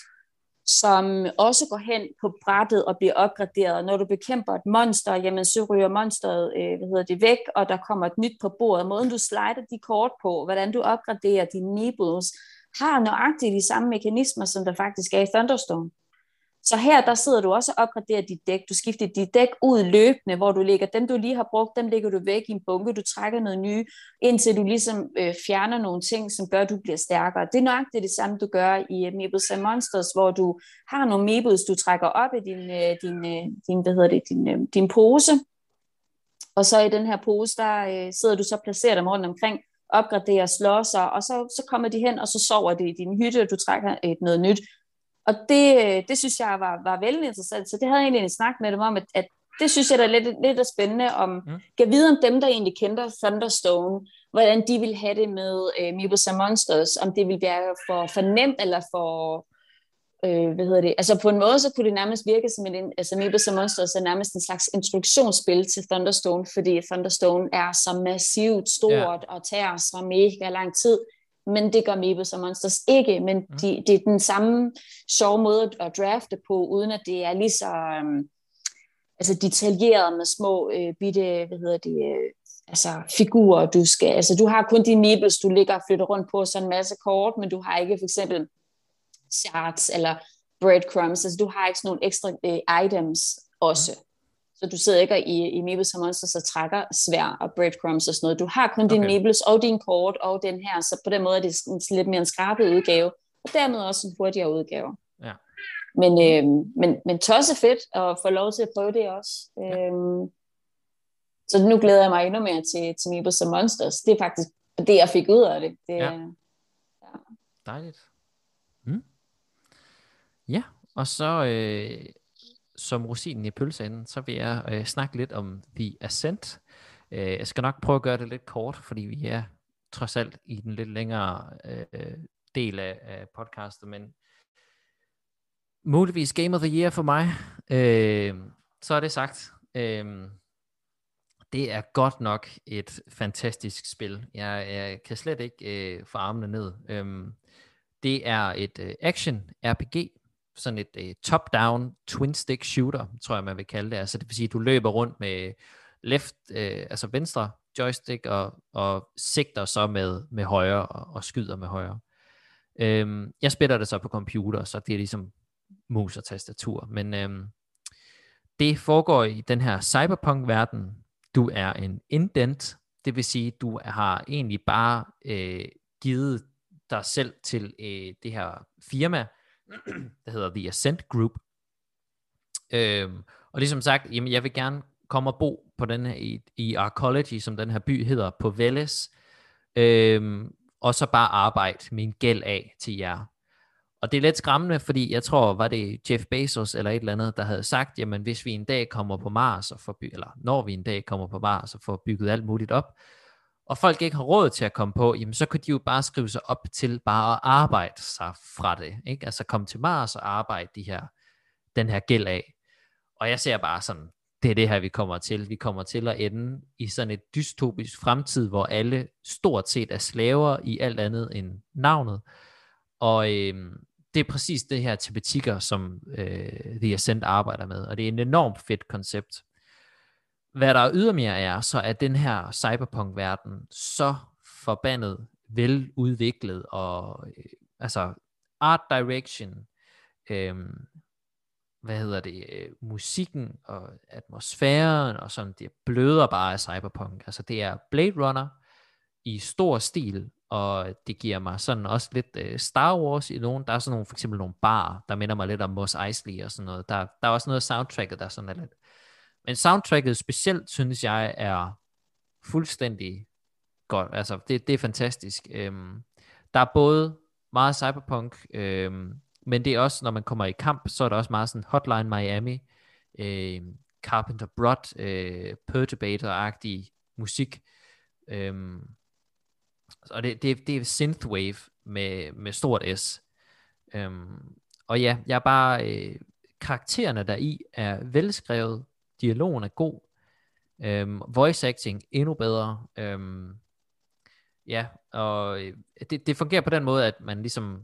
som også går hen på brættet og bliver opgraderet. Og når du bekæmper et monster, jamen så ryger monsteret øh, hvad hedder det, væk, og der kommer et nyt på bordet. Måden du slider de kort på, hvordan du opgraderer dine meeples, har nøjagtigt de samme mekanismer, som der faktisk er i Thunderstone. Så her, der sidder du også og opgraderer dit dæk. Du skifter dit dæk ud løbende, hvor du lægger dem, du lige har brugt, dem lægger du væk i en bunke, du trækker noget nye, indtil du ligesom øh, fjerner nogle ting, som gør, at du bliver stærkere. Det er nøjagtigt det samme, du gør i uh, Meeples and Monsters, hvor du har nogle meeples, du trækker op i din, øh, din, øh, din, hvad hedder det, din, øh, din pose, og så i den her pose, der øh, sidder du så placeret dem rundt omkring, opgraderer, slår sig, og så, så kommer de hen, og så sover de i din hytte, og du trækker et, noget nyt. Og det, det synes jeg var, var vældig interessant, så det havde jeg egentlig en snak med dem om, at, at det synes jeg da lidt, lidt er spændende, om mm. kan vide om dem, der egentlig kender Thunderstone, hvordan de vil have det med uh, Meeples and Monsters, om det vil være for, for nemt, eller for, øh, hvad hedder det, altså på en måde, så kunne det nærmest virke som en, altså Meeples and Monsters er nærmest en slags instruktionsspil til Thunderstone, fordi Thunderstone er så massivt stort, ja. Og tager så mega lang tid, men det gør Meeples and Monsters ikke, men mm. de, det er den samme sjove måde at drafte på, uden at det er lige så um, altså detaljeret med små øh, bitte, hvad hedder det, øh, altså figurer, du skal, altså du har kun dine Meeples, du ligger og flytter rundt på, så en masse kort, men du har ikke for eksempel shards eller breadcrumbs, altså du har ikke sådan nogle ekstra øh, items også. Mm. Så du sidder ikke i, i Meeples and Monsters og trækker svær og breadcrumbs og sådan noget. Du har kun okay. dine Meeples og din kort og den her, så på den måde er det en, lidt mere en skrabet udgave, og dermed også en hurtigere udgave. Ja. Men, øh, men, men tosset fedt at få lov til at prøve det også. Ja. Øhm, så nu glæder jeg mig endnu mere til, til Meeples and Monsters. Det er faktisk det, jeg fik ud af det. det ja. Ja. Dejligt. Mm. Ja, og så øh, som rosinen i pølseenden, så vil jeg øh, snakke lidt om The Ascent. Øh, jeg skal nok prøve at gøre det lidt kort, fordi vi er trods alt i den lidt længere øh, del af, af podcastet, men muligvis Game of the Year for mig. Øh, så er det sagt. Øh, det er godt nok et fantastisk spil. Jeg, jeg kan slet ikke øh, få armene ned. Øh, det er et øh, action R P G, sådan et øh, top-down twin stick shooter, tror jeg man vil kalde det. Altså det vil sige, at du løber rundt med left, øh, altså venstre joystick og, og sigter så med, med højre og, og skyder med højre. Øhm, jeg spiller det så på computer, så det er ligesom mus og tastatur. Men øhm, det foregår i den her cyberpunk-verden. Du er en indent, det vil sige, du har egentlig bare øh, givet dig selv til øh, det her firma, der hedder The Ascent Group. Øhm, og ligesom sagt, jamen jeg vil gerne komme og bo på den her, i, i Arcology, som den her by hedder, på Veles, øhm, og så bare arbejde min gæld af til jer. Og det er lidt skræmmende, fordi jeg tror, var det Jeff Bezos eller et eller andet, der havde sagt, jamen hvis vi en dag kommer på Mars, og får by- eller når vi en dag kommer på Mars og får bygget alt muligt op, og folk ikke har råd til at komme på, jamen så kunne de jo bare skrive sig op til bare at arbejde sig fra det, ikke? Altså komme til Mars og arbejde de her, den her gæld af. Og jeg ser bare sådan, det er det her, vi kommer til. Vi kommer til at ende i sådan et dystopisk fremtid, hvor alle stort set er slaver i alt andet end navnet. Og øh, det er præcis det her tematikker, som øh, The Ascent arbejder med. Og det er en enormt fedt koncept. Hvad der ydermere er, så er den her cyberpunk-verden så forbandet veludviklet, og øh, altså art direction, øh, hvad hedder det, øh, musikken og atmosfæren og sådan, det bløder bare af cyberpunk. Altså det er Blade Runner i stor stil, og det giver mig sådan også lidt øh, Star Wars i nogen. Der er sådan nogle, for eksempel nogle bar, der minder mig lidt om Mos Eisley og sådan noget. Der, der er også noget af soundtracket, der sådan er lidt. Men soundtracket specielt, synes jeg, er fuldstændig godt. Altså det, det er fantastisk. Øhm, der er både meget cyberpunk, øhm, men det er også, når man kommer i kamp, så er der også meget sådan Hotline Miami, øh, Carpenter Brut, øh, Perturbator-agtig musik. Øhm, og det, det, det er synthwave med, med stort S. Øhm, og ja, jeg er bare, øh, karaktererne der i er velskrevet, dialogen er god, øhm, voice acting endnu bedre. Øhm, ja, og det, det fungerer på den måde, at man ligesom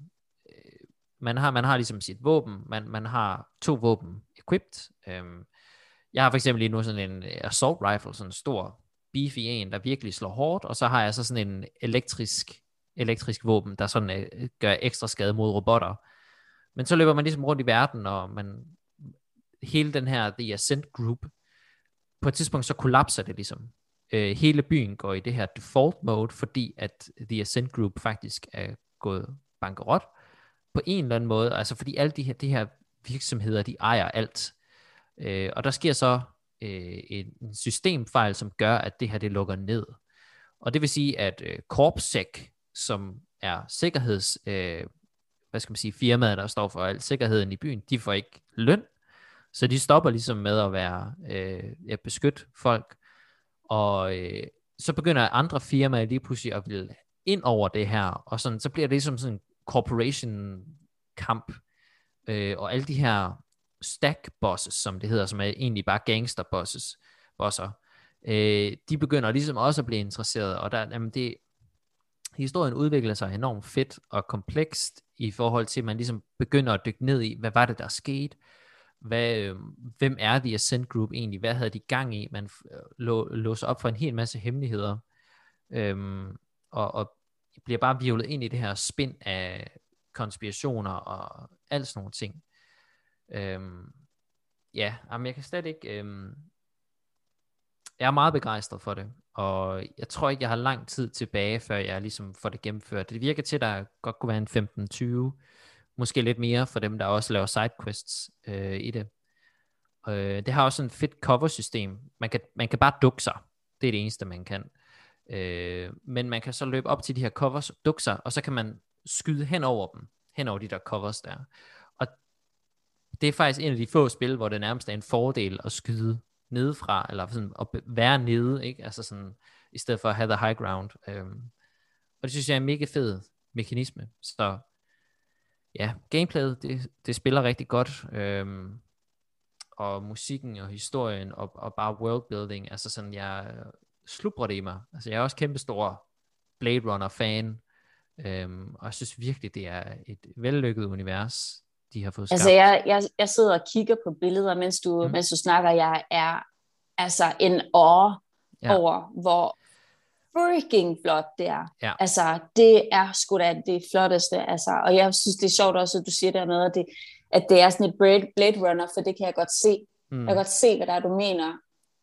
Man har, man har ligesom sit våben, man, man har to våben equipped. Øhm, jeg har for eksempel lige nu sådan en assault rifle, sådan en stor beefy en, der virkelig slår hårdt, og så har jeg så sådan en elektrisk, elektrisk våben, der sådan øh, gør ekstra skade mod robotter. Men så løber man ligesom rundt i verden, og man, hele den her The Ascent Group, på et tidspunkt så kollapser det ligesom. Øh, hele byen går i det her default mode, fordi at The Ascent Group faktisk er gået bankerot på en eller anden måde, altså fordi alle de her, de her virksomheder, de ejer alt. Øh, og der sker så øh, en systemfejl, som gør, at det her, det lukker ned. Og det vil sige, at øh, CorpSec, som er sikkerheds, øh, hvad skal man sige, firmaet, der står for al sikkerheden i byen, de får ikke løn, så de stopper ligesom med at være, øh, at beskytte folk. Og øh, så begynder andre firmaer lige pludselig at ville ind over det her, og sådan, så bliver det ligesom sådan corporation kamp, øh, og alle de her stack bosses, som det hedder, som er egentlig bare gangster bosses, bosser, øh, de begynder ligesom også at blive interesseret, og der, jamen det, historien udvikler sig enormt fedt og komplekst i forhold til, at man ligesom begynder at dykke ned i, hvad var det, der skete, hvad, øh, hvem er The Ascent Group egentlig, hvad havde de gang i, man lå, låser op for en hel masse hemmeligheder, øhm, og, og bliver bare virvlet ind i det her spind af konspirationer og alt sådan nogle ting. Øhm, ja, men jeg kan slet ikke... Øhm, jeg er meget begejstret for det, og jeg tror ikke, jeg har lang tid tilbage, før jeg ligesom får det gennemført. Det virker til, at der godt kunne være en femten tyve måske lidt mere for dem, der også laver sidequests øh, i det. Øh, det har også en fedt cover-system. Man kan, man kan bare dukke sig. Det er det eneste, man kan. Øh, men man kan så løbe op til de her covers, dukke sig, og så kan man skyde hen over dem, hen over de der covers der. Og det er faktisk en af de få spil, hvor det nærmest er en fordel at skyde nedefra, eller sådan at være nede, ikke? Altså sådan, i stedet for at have the high ground. Øhm, og det synes jeg er en mega fed mekanisme. Så ja, gameplayet, det, det spiller rigtig godt. Øhm, og musikken og historien og, og bare worldbuilding, altså sådan, jeg slubrer det i mig. Altså jeg er også kæmpestor Blade Runner fan, øhm, og jeg synes virkelig, det er et vellykket univers, de har fået skabt. Altså jeg, jeg, jeg sidder og kigger på billeder, mens du, mm. mens du snakker. Jeg er altså en awe ja. over, hvor freaking flot det er. Ja. Altså det er sgu da det flotteste. Altså, og jeg synes, det er sjovt også, at du siger der med, at det, at det er sådan et Blade Runner, for det kan jeg godt se. Mm. Jeg kan godt se, hvad der er, du mener.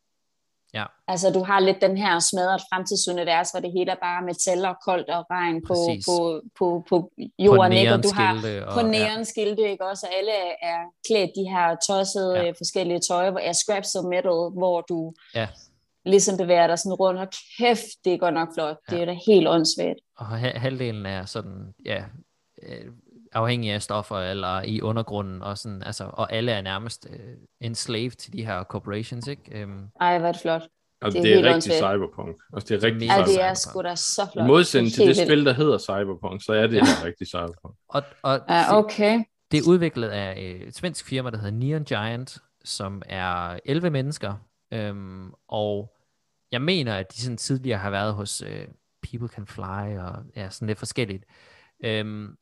Ja. Altså du har lidt den her smadret fremtidsunivers, hvor det hele er bare metal og koldt og regn på, på, på, på jorden, ikke? Og du har på neonskilte, ikke også? Og alle er klædt de her tossede ja. forskellige tøj, hvor er scraps of metal, hvor du ja. ligesom bevæger dig sådan rundt, og kæft, det er godt nok flot. Ja. Det er da helt åndssvagt. Og halvdelen er sådan, ja, afhængig af stoffer eller i undergrunden og sådan, altså, og alle er nærmest uh, enslaved til de her corporations, ikke? Um, Ej, hvor er det flot. Og det, det er, er rigtig cyberpunk. Altså, det er rigtig ja, det er sgu da så flot. I modsætning til det vildt. Spil, der hedder Cyberpunk, så er det ja. rigtig cyberpunk. Og, og ja, okay. det, det er udviklet af et svensk firma, der hedder Neon Giant, som er elleve mennesker, um, og jeg mener, at de sådan tidligere har været hos uh, People Can Fly, og ja, sådan lidt forskelligt. Um,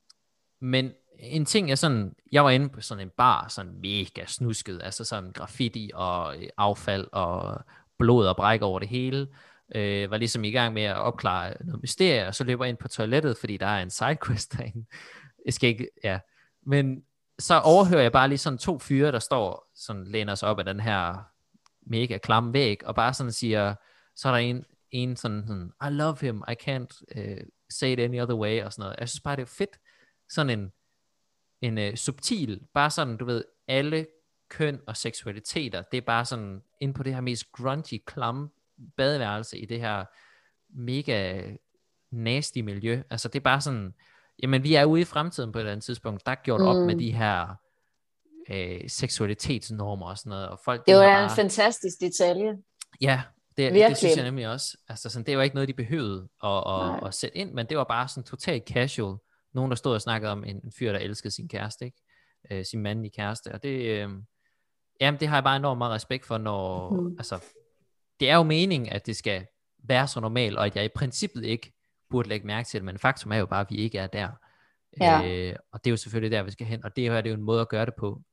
Men en ting er sådan, jeg var inde på sådan en bar, sådan mega snusket, altså sådan graffiti og affald og blod og bræk over det hele. Øh, var ligesom i gang med at opklare noget mysterie, og så løber jeg ind på toilettet, fordi der er en sidequest derinde. Jeg skal ikke, ja. Men så overhører jeg bare lige sådan to fyre, der står, sådan læner sig op af den her mega klamme væg, og bare sådan siger, så er der en, en sådan, sådan I love him, I can't uh, say it any other way, og sådan noget. Jeg synes bare, det er fedt. Sådan en, en uh, subtil, bare sådan, du ved, alle køn og seksualiteter, det er bare sådan, ind på det her mest grungy, klamme badeværelse i det her mega nasty miljø. Altså det er bare sådan, jamen vi er ude i fremtiden på et eller andet tidspunkt, der er gjort mm. op med de her øh, seksualitetsnormer og sådan noget. Og folk, det var bare, en fantastisk detalje. Ja, det, det synes jeg nemlig også. Altså sådan, det var ikke noget, de behøvede at, at, at sætte ind, men det var bare sådan totalt casual. Nogen, der stod og snakkede om en fyr, der elskede sin kæreste, ikke? Øh, sin mandlige kæreste, og det, øh, jamen, det har jeg bare enormt meget respekt for, når, mm. altså, det er jo meningen, at det skal være så normalt, og at jeg i princippet ikke burde lægge mærke til det, men faktum er jo bare, at vi ikke er der. Ja. Øh, og det er jo selvfølgelig der, vi skal hen, og det er jo en måde at gøre det på.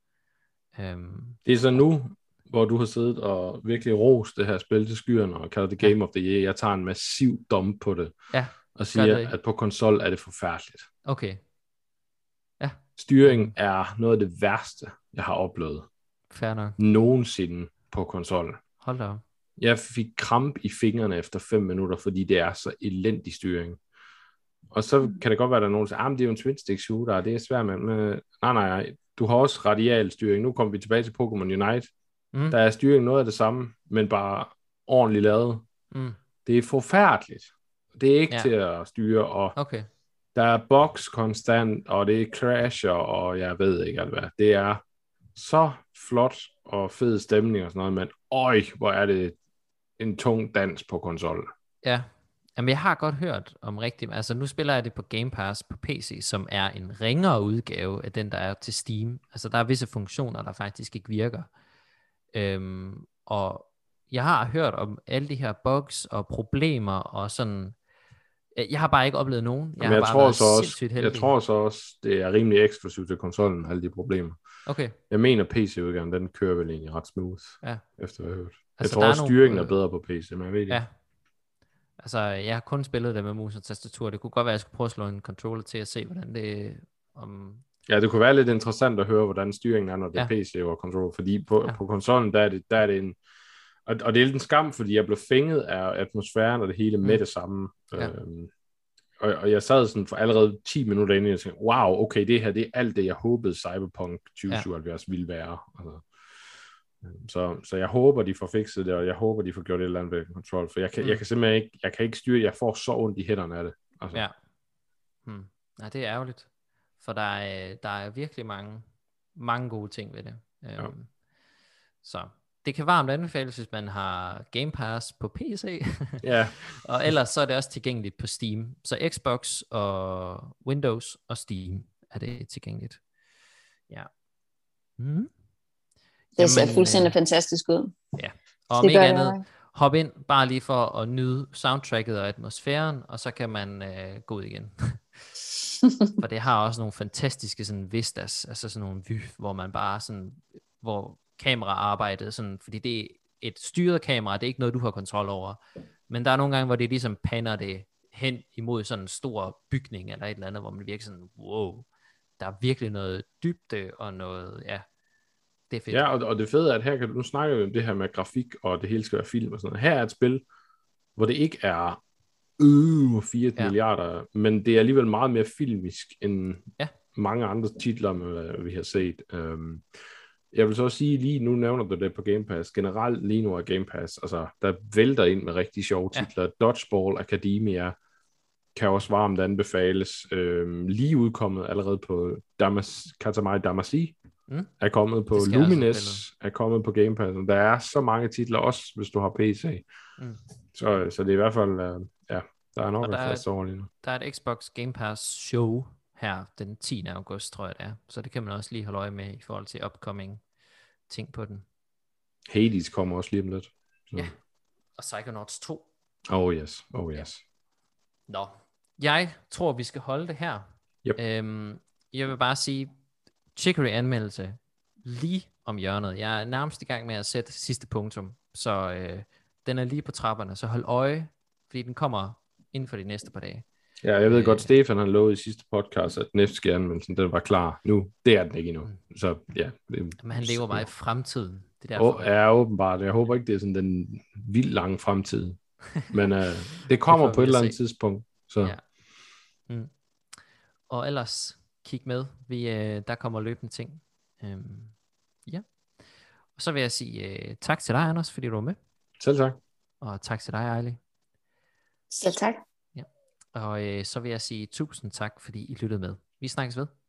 Um, det er så nu, hvor du har siddet og virkelig rost det her spil til skyerne, og kalder det Game ja. of the Year. Jeg tager en massiv dom på det, ja, og siger, at på konsol er det forfærdeligt. Okay. Ja. Styring er noget af det værste, jeg har oplevet. Fair nok. Nogensinde på konsol. Hold da op. Jeg fik kramp i fingrene efter fem minutter, fordi det er så elendig styring. Og så kan det godt være, at der er nogen, der siger, ah, det er jo en twin-stick shooter, det er svært med. Men nej, nej, nej. Du har også radial styring. Nu kommer vi tilbage til Pokémon Unite. Mm. Der er styring noget af det samme, men bare ordentligt lavet. Mm. Det er forfærdeligt. Det er ikke ja. til at styre, og okay. der er box konstant, og det er crasher, og jeg ved ikke alt hvad. Det er så flot og fed stemning og sådan noget, men øj, hvor er det en tung dans på konsol. Ja, jamen jeg har godt hørt om rigtigt, altså nu spiller jeg det på Game Pass på P C, som er en ringere udgave af den, der er til Steam. Altså der er visse funktioner, der faktisk ikke virker. Øhm, og jeg har hørt om alle de her bugs og problemer og sådan. Jeg har bare ikke oplevet nogen. Jeg, jeg, har bare tror så også, jeg tror så også, det er rimelig eksklusivt til konsollen, alle de problemer. Okay. Jeg mener, P C-udgaven, den kører vel egentlig ret smooth, ja. efter hvad jeg har hørt. Altså, jeg tror også, styringen nogle... er bedre på P C, men jeg ved ikke. Ja. Altså, jeg har kun spillet det med mus og tastatur. Det kunne godt være, at jeg skulle prøve at slå en controller til at se, hvordan det... Um... Ja, det kunne være lidt interessant at høre, hvordan styringen er, når det ja. er P C og controller, fordi på, ja. på konsollen, der er det, der er det en... Og, og det er lidt en skam, fordi jeg blev fænget af atmosfæren og det hele med mm. det samme. Ja. Øhm, og, og jeg sad sådan for allerede ti minutter inde, og jeg tænkte, wow, okay, det her, det er alt det, jeg håbede Cyberpunk tyve syvoghalvfjerds ja. ville være. Altså, så, så jeg håber, de får fikset det, og jeg håber, de får gjort et eller andet ved Control, for jeg kan, mm. jeg kan simpelthen ikke, jeg kan ikke styre, jeg får så ondt i hænderne af det. Altså. Ja. Hmm. Nej, det er ærgerligt, for der er, der er virkelig mange, mange gode ting ved det. Ja. Um, så det kan varmt anbefales, hvis man har Game Pass på P C. Ja. Og ellers så er det også tilgængeligt på Steam. Så Xbox og Windows og Steam er det tilgængeligt. Ja. Mm. Det ser Jamen, fuldstændig øh, fantastisk ud. Ja. Og om ikke andet, hop ind bare lige for at nyde soundtracket og atmosfæren, og så kan man øh, gå ud igen. For det har også nogle fantastiske sådan vistas, altså sådan nogle vy, hvor man bare sådan, hvor kameraarbejdet sådan, fordi det er et styret kamera, det er ikke noget, du har kontrol over. Men der er nogle gange, hvor det ligesom pander det hen imod sådan en stor bygning, eller et eller andet, hvor man virker sådan, wow, der er virkelig noget dybde, og noget, ja, det er fedt. Ja, og, og det fede er, at her kan du, nu snakke om det her med grafik, og det hele skal være film og sådan noget. Her er et spil, hvor det ikke er øh, fire ja. milliarder, men det er alligevel meget mere filmisk, end ja. mange andre titler, med, vi har set. Um, jeg vil så også sige, lige nu nævner du det på Game Pass, generelt lige nu er Game Pass, altså der vælter ind med rigtig sjove titler. Ja. Dodgeball Academia kan også varmt anbefales. Um, lige udkommet allerede på Damas, Katamari Damacy, mm. er kommet på Lumines, er kommet på Game Pass. Der er så mange titler også, hvis du har P C. Mm. Så, så det er i hvert fald, uh, ja, der er nok at fast over lige nu. Der er et Xbox Game Pass show her den tiende august, tror jeg det er. Så det kan man også lige holde øje med i forhold til upcoming ting på den. Hades kommer også lige om lidt. Så. Ja, og Psychonauts to. Oh yes, oh yes. Ja. Nå, jeg tror, vi skal holde det her. Yep. Øhm, jeg vil bare sige, Chicory-anmeldelse lige om hjørnet. Jeg er nærmest i gang med at sætte sidste punktum, så øh, den er lige på trapperne, så hold øje, fordi den kommer inden for de næste par dage. Ja, jeg ved øh, godt, Stefan han lovede i sidste podcast, at den næste anmeldelsen, den var klar nu. Det er den ikke endnu. Så ja. Det, men han lever bare i fremtiden. Det er oh, ja, åbenbart. Jeg håber ikke, det er sådan den vildt lange fremtid. Men øh, det kommer det på et eller andet se. tidspunkt. Så. Ja. Mm. Og ellers kig med. Vi, øh, der kommer løbende ting. Øhm, ja. Og så vil jeg sige øh, tak til dig, Anders, fordi du var med. Selv tak. Og tak til dig, Ejli. Selv tak. Ja. Og øh, så vil jeg sige tusind tak, fordi I lyttede med. Vi snakkes ved.